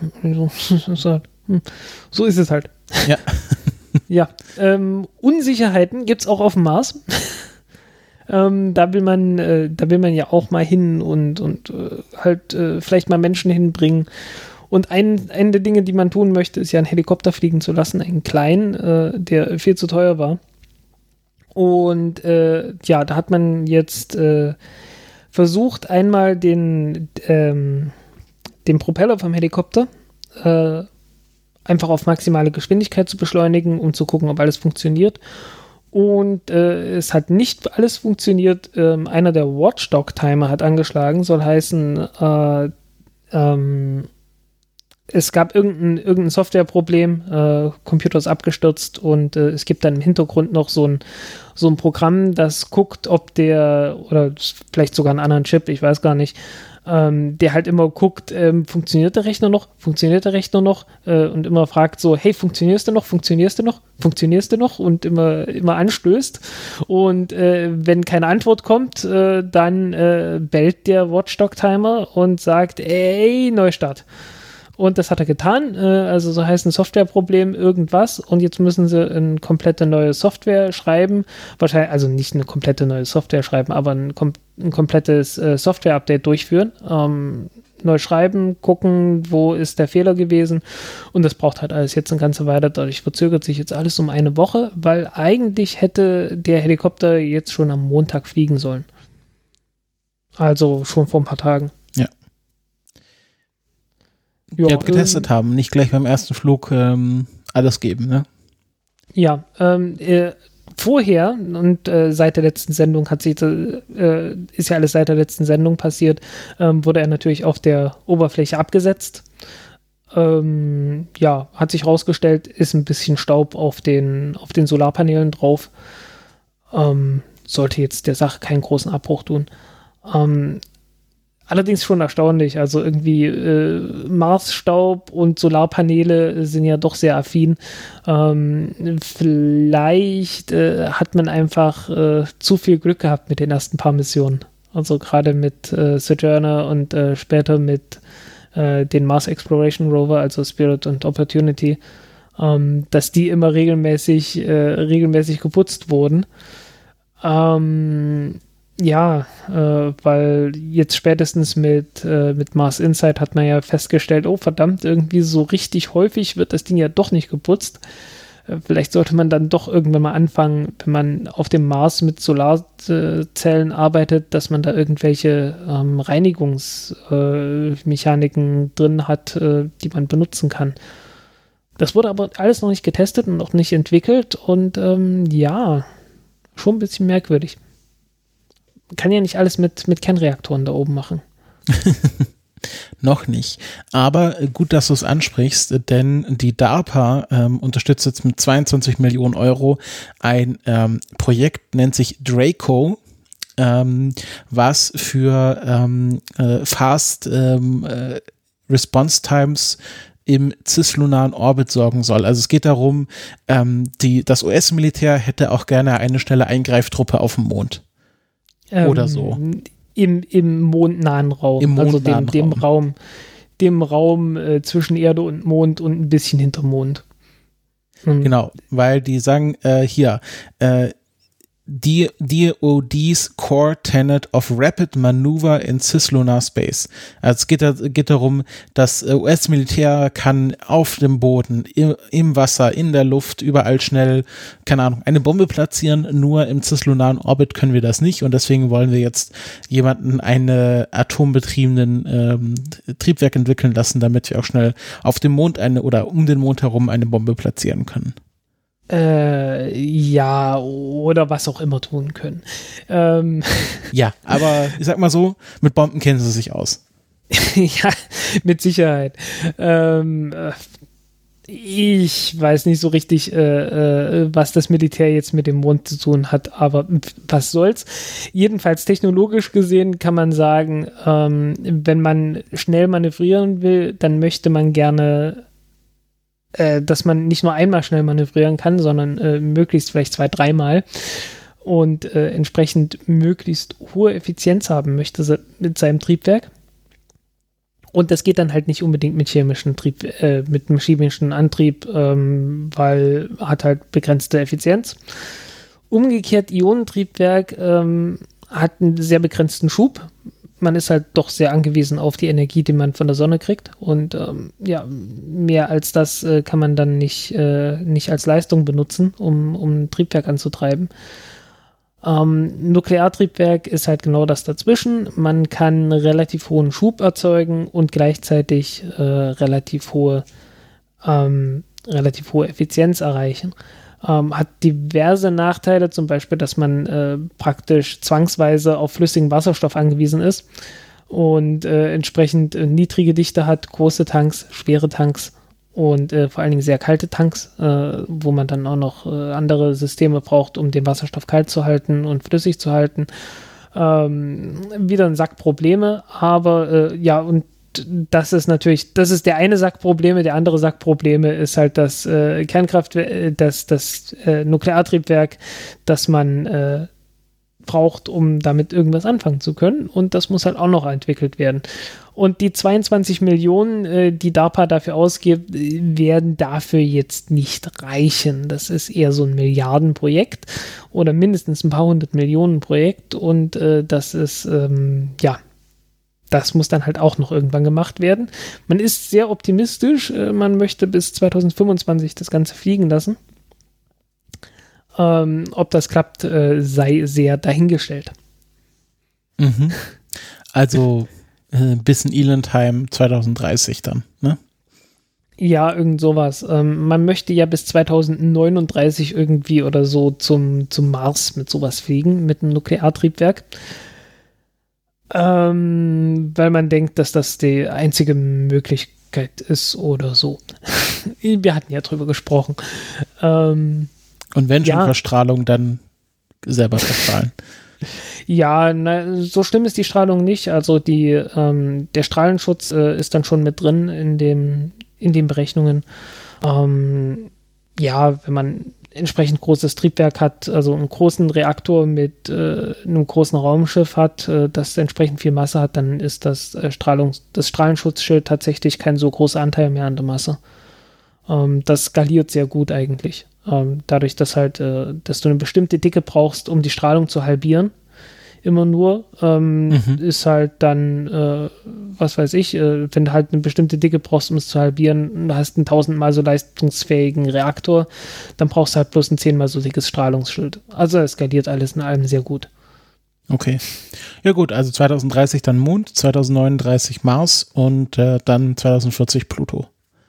So ist es halt. Ja. Ja, ähm, Unsicherheiten gibt es auch auf dem Mars. ähm, da will man, äh, da will man ja auch mal hin und, und äh, halt äh, vielleicht mal Menschen hinbringen. Und ein, eine der Dinge, die man tun möchte, ist ja einen Helikopter fliegen zu lassen, einen kleinen, äh, der viel zu teuer war. Und äh, ja, da hat man jetzt äh, versucht, einmal den, ähm, den Propeller vom Helikopter äh, einfach auf maximale Geschwindigkeit zu beschleunigen, um zu gucken, ob alles funktioniert. Und äh, es hat nicht alles funktioniert. Ähm, einer der Watchdog-Timer hat angeschlagen, soll heißen, äh, ähm, es gab irgendein, irgendein Softwareproblem, äh, Computer ist abgestürzt und äh, es gibt dann im Hintergrund noch so ein, so ein Programm, das guckt, ob der, oder vielleicht sogar einen anderen Chip, ich weiß gar nicht, Ähm, der halt immer guckt, ähm, funktioniert der Rechner noch, funktioniert der Rechner noch äh, und immer fragt so, hey, funktionierst du noch, funktionierst du noch, funktionierst du noch und immer, immer anstößt und äh, wenn keine Antwort kommt, äh, dann äh, bellt der Watchdog-Timer und sagt, ey, Neustart. Und das hat er getan, äh, also so heißt ein Softwareproblem irgendwas und jetzt müssen sie eine komplette neue Software schreiben, wahrscheinlich, also nicht eine komplette neue Software schreiben, aber ein, kom- ein komplettes äh, Software-Update durchführen, ähm, neu schreiben, gucken, wo ist der Fehler gewesen und das braucht halt alles jetzt eine ganze Weile, dadurch verzögert sich jetzt alles um eine Woche, weil eigentlich hätte der Helikopter jetzt schon am Montag fliegen sollen. Also schon vor ein paar Tagen. Ja. Ja, ja, getestet ähm, haben, nicht gleich beim ersten Flug ähm, alles geben, ne? Ja, ähm, äh, vorher und äh, seit der letzten Sendung hat sich, äh, ist ja alles seit der letzten Sendung passiert, ähm, wurde er natürlich auf der Oberfläche abgesetzt. Ähm, ja, hat sich rausgestellt, ist ein bisschen Staub auf den, auf den Solarpanelen drauf. Ähm, sollte jetzt der Sache keinen großen Abbruch tun. Ähm, Allerdings schon erstaunlich, also irgendwie äh, Marsstaub und Solarpaneele sind ja doch sehr affin. Ähm, vielleicht äh, hat man einfach äh, zu viel Glück gehabt mit den ersten paar Missionen. Also gerade mit äh, Sojourner und äh, später mit äh, den Mars Exploration Rover, also Spirit und Opportunity, ähm, dass die immer regelmäßig, äh, regelmäßig geputzt wurden. Ähm, Ja, äh, weil jetzt spätestens mit, äh, mit Mars Insight hat man ja festgestellt, oh verdammt, irgendwie so richtig häufig wird das Ding ja doch nicht geputzt. Äh, vielleicht sollte man dann doch irgendwann mal anfangen, wenn man auf dem Mars mit Solarzellen arbeitet, dass man da irgendwelche ähm, Reinigungsmechaniken äh, drin hat, äh, die man benutzen kann. Das wurde aber alles noch nicht getestet und noch nicht entwickelt und ähm, ja, schon ein bisschen merkwürdig. Kann ja nicht alles mit, mit Kernreaktoren da oben machen. Noch nicht. Aber gut, dass du es ansprichst, denn die DARPA ähm, unterstützt jetzt mit zweiundzwanzig Millionen Euro ein ähm, Projekt, nennt sich Draco, ähm, was für ähm, äh, Fast ähm, äh, Response Times im cislunaren Orbit sorgen soll. Also es geht darum, ähm, die, das U S-Militär hätte auch gerne eine schnelle Eingreiftruppe auf dem Mond. Oder so. im, im mondnahen Raum. Im mondnahen also dem, dem Raum. Raum, dem Raum äh, zwischen Erde und Mond und ein bisschen hinter Mond. Hm. Genau, weil die sagen, äh, hier, äh, D O D's Core Tenet of Rapid Maneuver in Cislunar Space. Also es geht, da, geht darum, das U S-Militär kann auf dem Boden, im, im Wasser, in der Luft, überall schnell, keine Ahnung, eine Bombe platzieren. Nur im cislunaren Orbit können wir das nicht und deswegen wollen wir jetzt jemanden eine atombetriebenen ähm, Triebwerk entwickeln lassen, damit wir auch schnell auf dem Mond eine oder um den Mond herum eine Bombe platzieren können. Äh, ja, oder was auch immer tun können. Ähm. Ja, aber ich sag mal so, mit Bomben kennen sie sich aus. Ja, mit Sicherheit. Ähm, ich weiß nicht so richtig, äh, äh, was das Militär jetzt mit dem Mond zu tun hat, aber was soll's. Jedenfalls technologisch gesehen kann man sagen, ähm, wenn man schnell manövrieren will, dann möchte man gerne dass man nicht nur einmal schnell manövrieren kann, sondern äh, möglichst vielleicht zwei, dreimal und äh, entsprechend möglichst hohe Effizienz haben möchte mit seinem Triebwerk. Und das geht dann halt nicht unbedingt mit chemischen Trieb, äh, mit einem chemischen Antrieb, ähm, weil hat halt begrenzte Effizienz. Umgekehrt, Ionentriebwerk ähm, hat einen sehr begrenzten Schub. Man ist halt doch sehr angewiesen auf die Energie, die man von der Sonne kriegt. Und ähm, ja, mehr als das äh, kann man dann nicht, äh, nicht als Leistung benutzen, um, um ein Triebwerk anzutreiben. Ähm, Nukleartriebwerk ist halt genau das dazwischen. Man kann relativ hohen Schub erzeugen und gleichzeitig äh, relativ hohe, ähm, relativ hohe Effizienz erreichen. Ähm, hat diverse Nachteile, zum Beispiel, dass man äh, praktisch zwangsweise auf flüssigen Wasserstoff angewiesen ist und äh, entsprechend äh, niedrige Dichte hat, große Tanks, schwere Tanks und äh, vor allen Dingen sehr kalte Tanks, äh, wo man dann auch noch äh, andere Systeme braucht, um den Wasserstoff kalt zu halten und flüssig zu halten. Ähm, wieder ein Sack Probleme, aber äh, ja, und das ist natürlich, das ist der eine Sack Probleme, der andere Sack Probleme ist halt das äh, Kernkraftwerk, das, das äh, Nukleartriebwerk, das man äh, braucht, um damit irgendwas anfangen zu können, und das muss halt auch noch entwickelt werden. Und die zweiundzwanzig Millionen, äh, die DARPA dafür ausgibt, werden dafür jetzt nicht reichen. Das ist eher so ein Milliardenprojekt oder mindestens ein paar hundert Millionen Projekt, und äh, das ist, ähm, ja, das muss dann halt auch noch irgendwann gemacht werden. Man ist sehr optimistisch. Man möchte bis zweitausendfünfundzwanzig das Ganze fliegen lassen. Ähm, ob das klappt, äh, sei sehr dahingestellt. Mhm. Also äh, bis in Elendheim zweitausenddreißig dann, ne? Ja, irgend sowas. Ähm, man möchte ja bis zweitausendneununddreißig irgendwie oder so zum, zum Mars mit sowas fliegen, mit einem Nukleartriebwerk. Ähm, weil man denkt, dass das die einzige Möglichkeit ist oder so. Wir hatten ja drüber gesprochen. Ähm, Und wenn schon ja. Verstrahlung, dann selber verstrahlen. Ja, na, so schlimm ist die Strahlung nicht. Also die, ähm, der Strahlenschutz äh, ist dann schon mit drin in dem, in den Berechnungen. Ähm, ja, wenn man entsprechend großes Triebwerk hat, also einen großen Reaktor mit äh, einem großen Raumschiff hat, äh, das entsprechend viel Masse hat, dann ist das äh, Strahlungs-, das Strahlenschutzschild tatsächlich kein so großer Anteil mehr an der Masse. Ähm, das skaliert sehr gut eigentlich. Ähm, dadurch, dass halt, äh, dass du eine bestimmte Dicke brauchst, um die Strahlung zu halbieren, immer nur, ähm, mhm. ist halt dann, äh, was weiß ich, äh, wenn du halt eine bestimmte Dicke brauchst, um es zu halbieren, du hast einen tausendmal so leistungsfähigen Reaktor, dann brauchst du halt bloß ein zehnmal so dickes Strahlungsschild. Also es skaliert alles in allem sehr gut. Okay. Ja gut, also zweitausenddreißig dann Mond, zweitausendneununddreißig Mars und äh, dann zweitausendvierzig Pluto.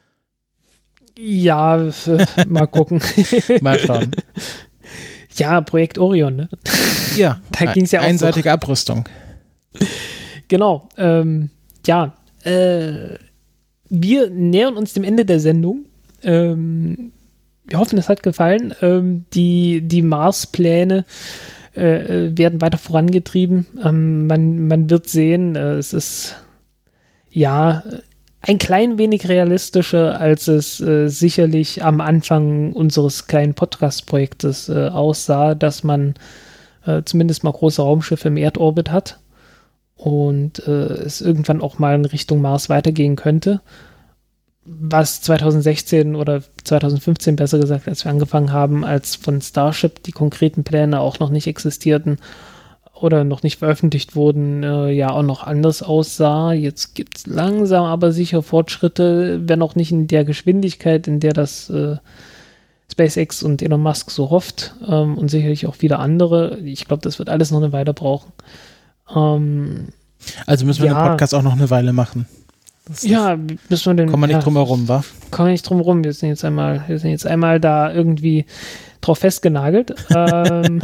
Ja, äh, mal gucken. Mal schauen. Ja, Projekt Orion, ne? Ja, da ging's ja auch einseitige so. Abrüstung. Genau, ähm, ja, äh, wir nähern uns dem Ende der Sendung. Ähm, wir hoffen, es hat gefallen. Ähm, die, die Mars-Pläne äh, werden weiter vorangetrieben. Ähm, man, man wird sehen, äh, es ist ja ein klein wenig realistischer, als es äh, sicherlich am Anfang unseres kleinen Podcast-Projektes äh, aussah, dass man äh, zumindest mal große Raumschiffe im Erdorbit hat. und äh, es irgendwann auch mal in Richtung Mars weitergehen könnte. Was zwanzig sechzehn oder zwanzig fünfzehn besser gesagt, als wir angefangen haben, als von Starship die konkreten Pläne auch noch nicht existierten oder noch nicht veröffentlicht wurden, äh, ja auch noch anders aussah. Jetzt gibt es langsam aber sicher Fortschritte, wenn auch nicht in der Geschwindigkeit, in der das äh, SpaceX und Elon Musk so hofft, ähm, und sicherlich auch wieder andere. Ich glaube, das wird alles noch eine Weile brauchen. Ähm, also müssen wir ja, den Podcast auch noch eine Weile machen. Das ja, müssen wir den. Kommen wir nicht ja, drum herum, wa? Kommen wir nicht drum herum. Wir sind jetzt einmal, wir sind jetzt einmal da irgendwie drauf festgenagelt. ähm,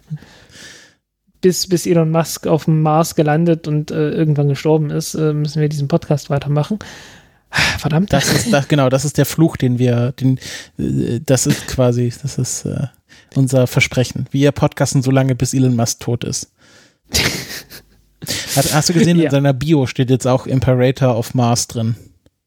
bis, bis Elon Musk auf dem Mars gelandet und äh, irgendwann gestorben ist, äh, müssen wir diesen Podcast weitermachen. Verdammt. Das ist das, genau, das ist der Fluch, den wir, den, äh, das ist quasi, das ist äh, unser Versprechen. Wir podcasten so lange, bis Elon Musk tot ist. Hat, hast du gesehen, ja. In seiner Bio steht jetzt auch Imperator of Mars drin.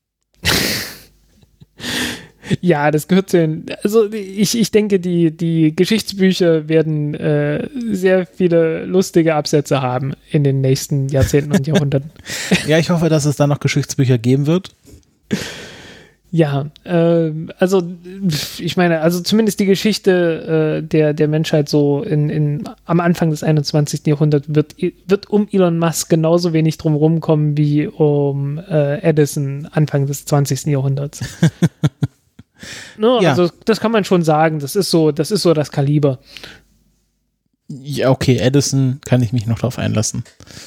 Ja, das gehört zu den, also ich, ich denke, die, die Geschichtsbücher werden äh, sehr viele lustige Absätze haben in den nächsten Jahrzehnten und Jahrhunderten. Ja, ich hoffe, dass es da noch Geschichtsbücher geben wird. Ja, äh, also ich meine, also zumindest die Geschichte äh, der, der Menschheit so in, in, am Anfang des einundzwanzigsten Jahrhunderts wird, wird um Elon Musk genauso wenig drum rumkommen wie um äh, Edison Anfang des zwanzigsten Jahrhunderts. No, ja. Also das kann man schon sagen, das ist so, das ist so das Kaliber. Ja, okay, Edison kann ich mich noch drauf einlassen.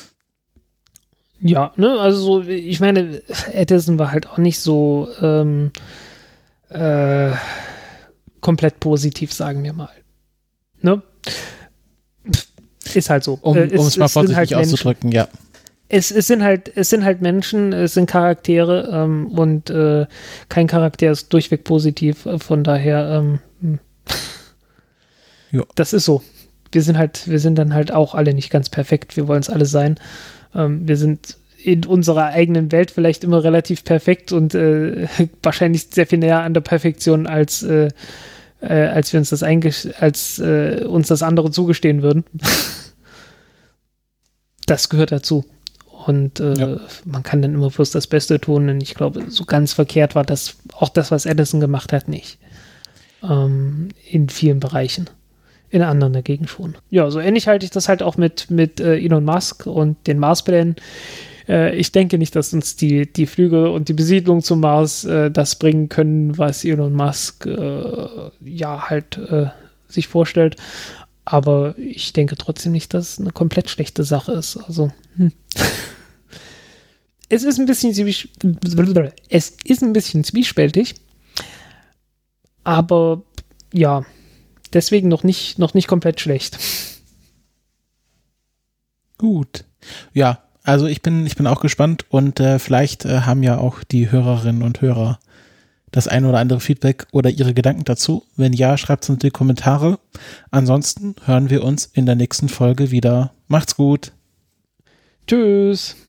Ja, ne, also so, ich meine, Edison war halt auch nicht so ähm, äh, komplett positiv, sagen wir mal. Ne? Ist halt so. Um äh, es mal vorsichtig halt auszudrücken, Menschen. Ja. Es, es sind halt, es sind halt Menschen, es sind Charaktere ähm, und äh, kein Charakter ist durchweg positiv, von daher ähm, das ist so. Wir sind halt, wir sind dann halt auch alle nicht ganz perfekt, wir wollen es alle sein. Ähm, wir sind in unserer eigenen Welt vielleicht immer relativ perfekt und äh, wahrscheinlich sehr viel näher an der Perfektion, als, äh, äh, als wir uns das eingesch- als äh, uns das andere zugestehen würden. Das gehört dazu. Und äh, ja. Man kann dann immer bloß das Beste tun. Und ich glaube, so ganz verkehrt war das, auch das, was Edison gemacht hat, nicht. Ähm, in vielen Bereichen. In anderen dagegen schon. Ja, so ähnlich halte ich das halt auch mit, mit äh, Elon Musk und den Marsplänen. Äh, ich denke nicht, dass uns die, die Flüge und die Besiedlung zum Mars äh, das bringen können, was Elon Musk äh, ja halt äh, sich vorstellt. Aber ich denke trotzdem nicht, dass es eine komplett schlechte Sache ist. Also, hm. Es ist ein bisschen es ist ein bisschen zwiespältig, aber ja, deswegen noch nicht, noch nicht komplett schlecht. Gut. Ja, also ich bin, ich bin auch gespannt und äh, vielleicht äh, haben ja auch die Hörerinnen und Hörer das ein oder andere Feedback oder ihre Gedanken dazu. Wenn ja, schreibt es uns in die Kommentare. Ansonsten hören wir uns in der nächsten Folge wieder. Macht's gut. Tschüss.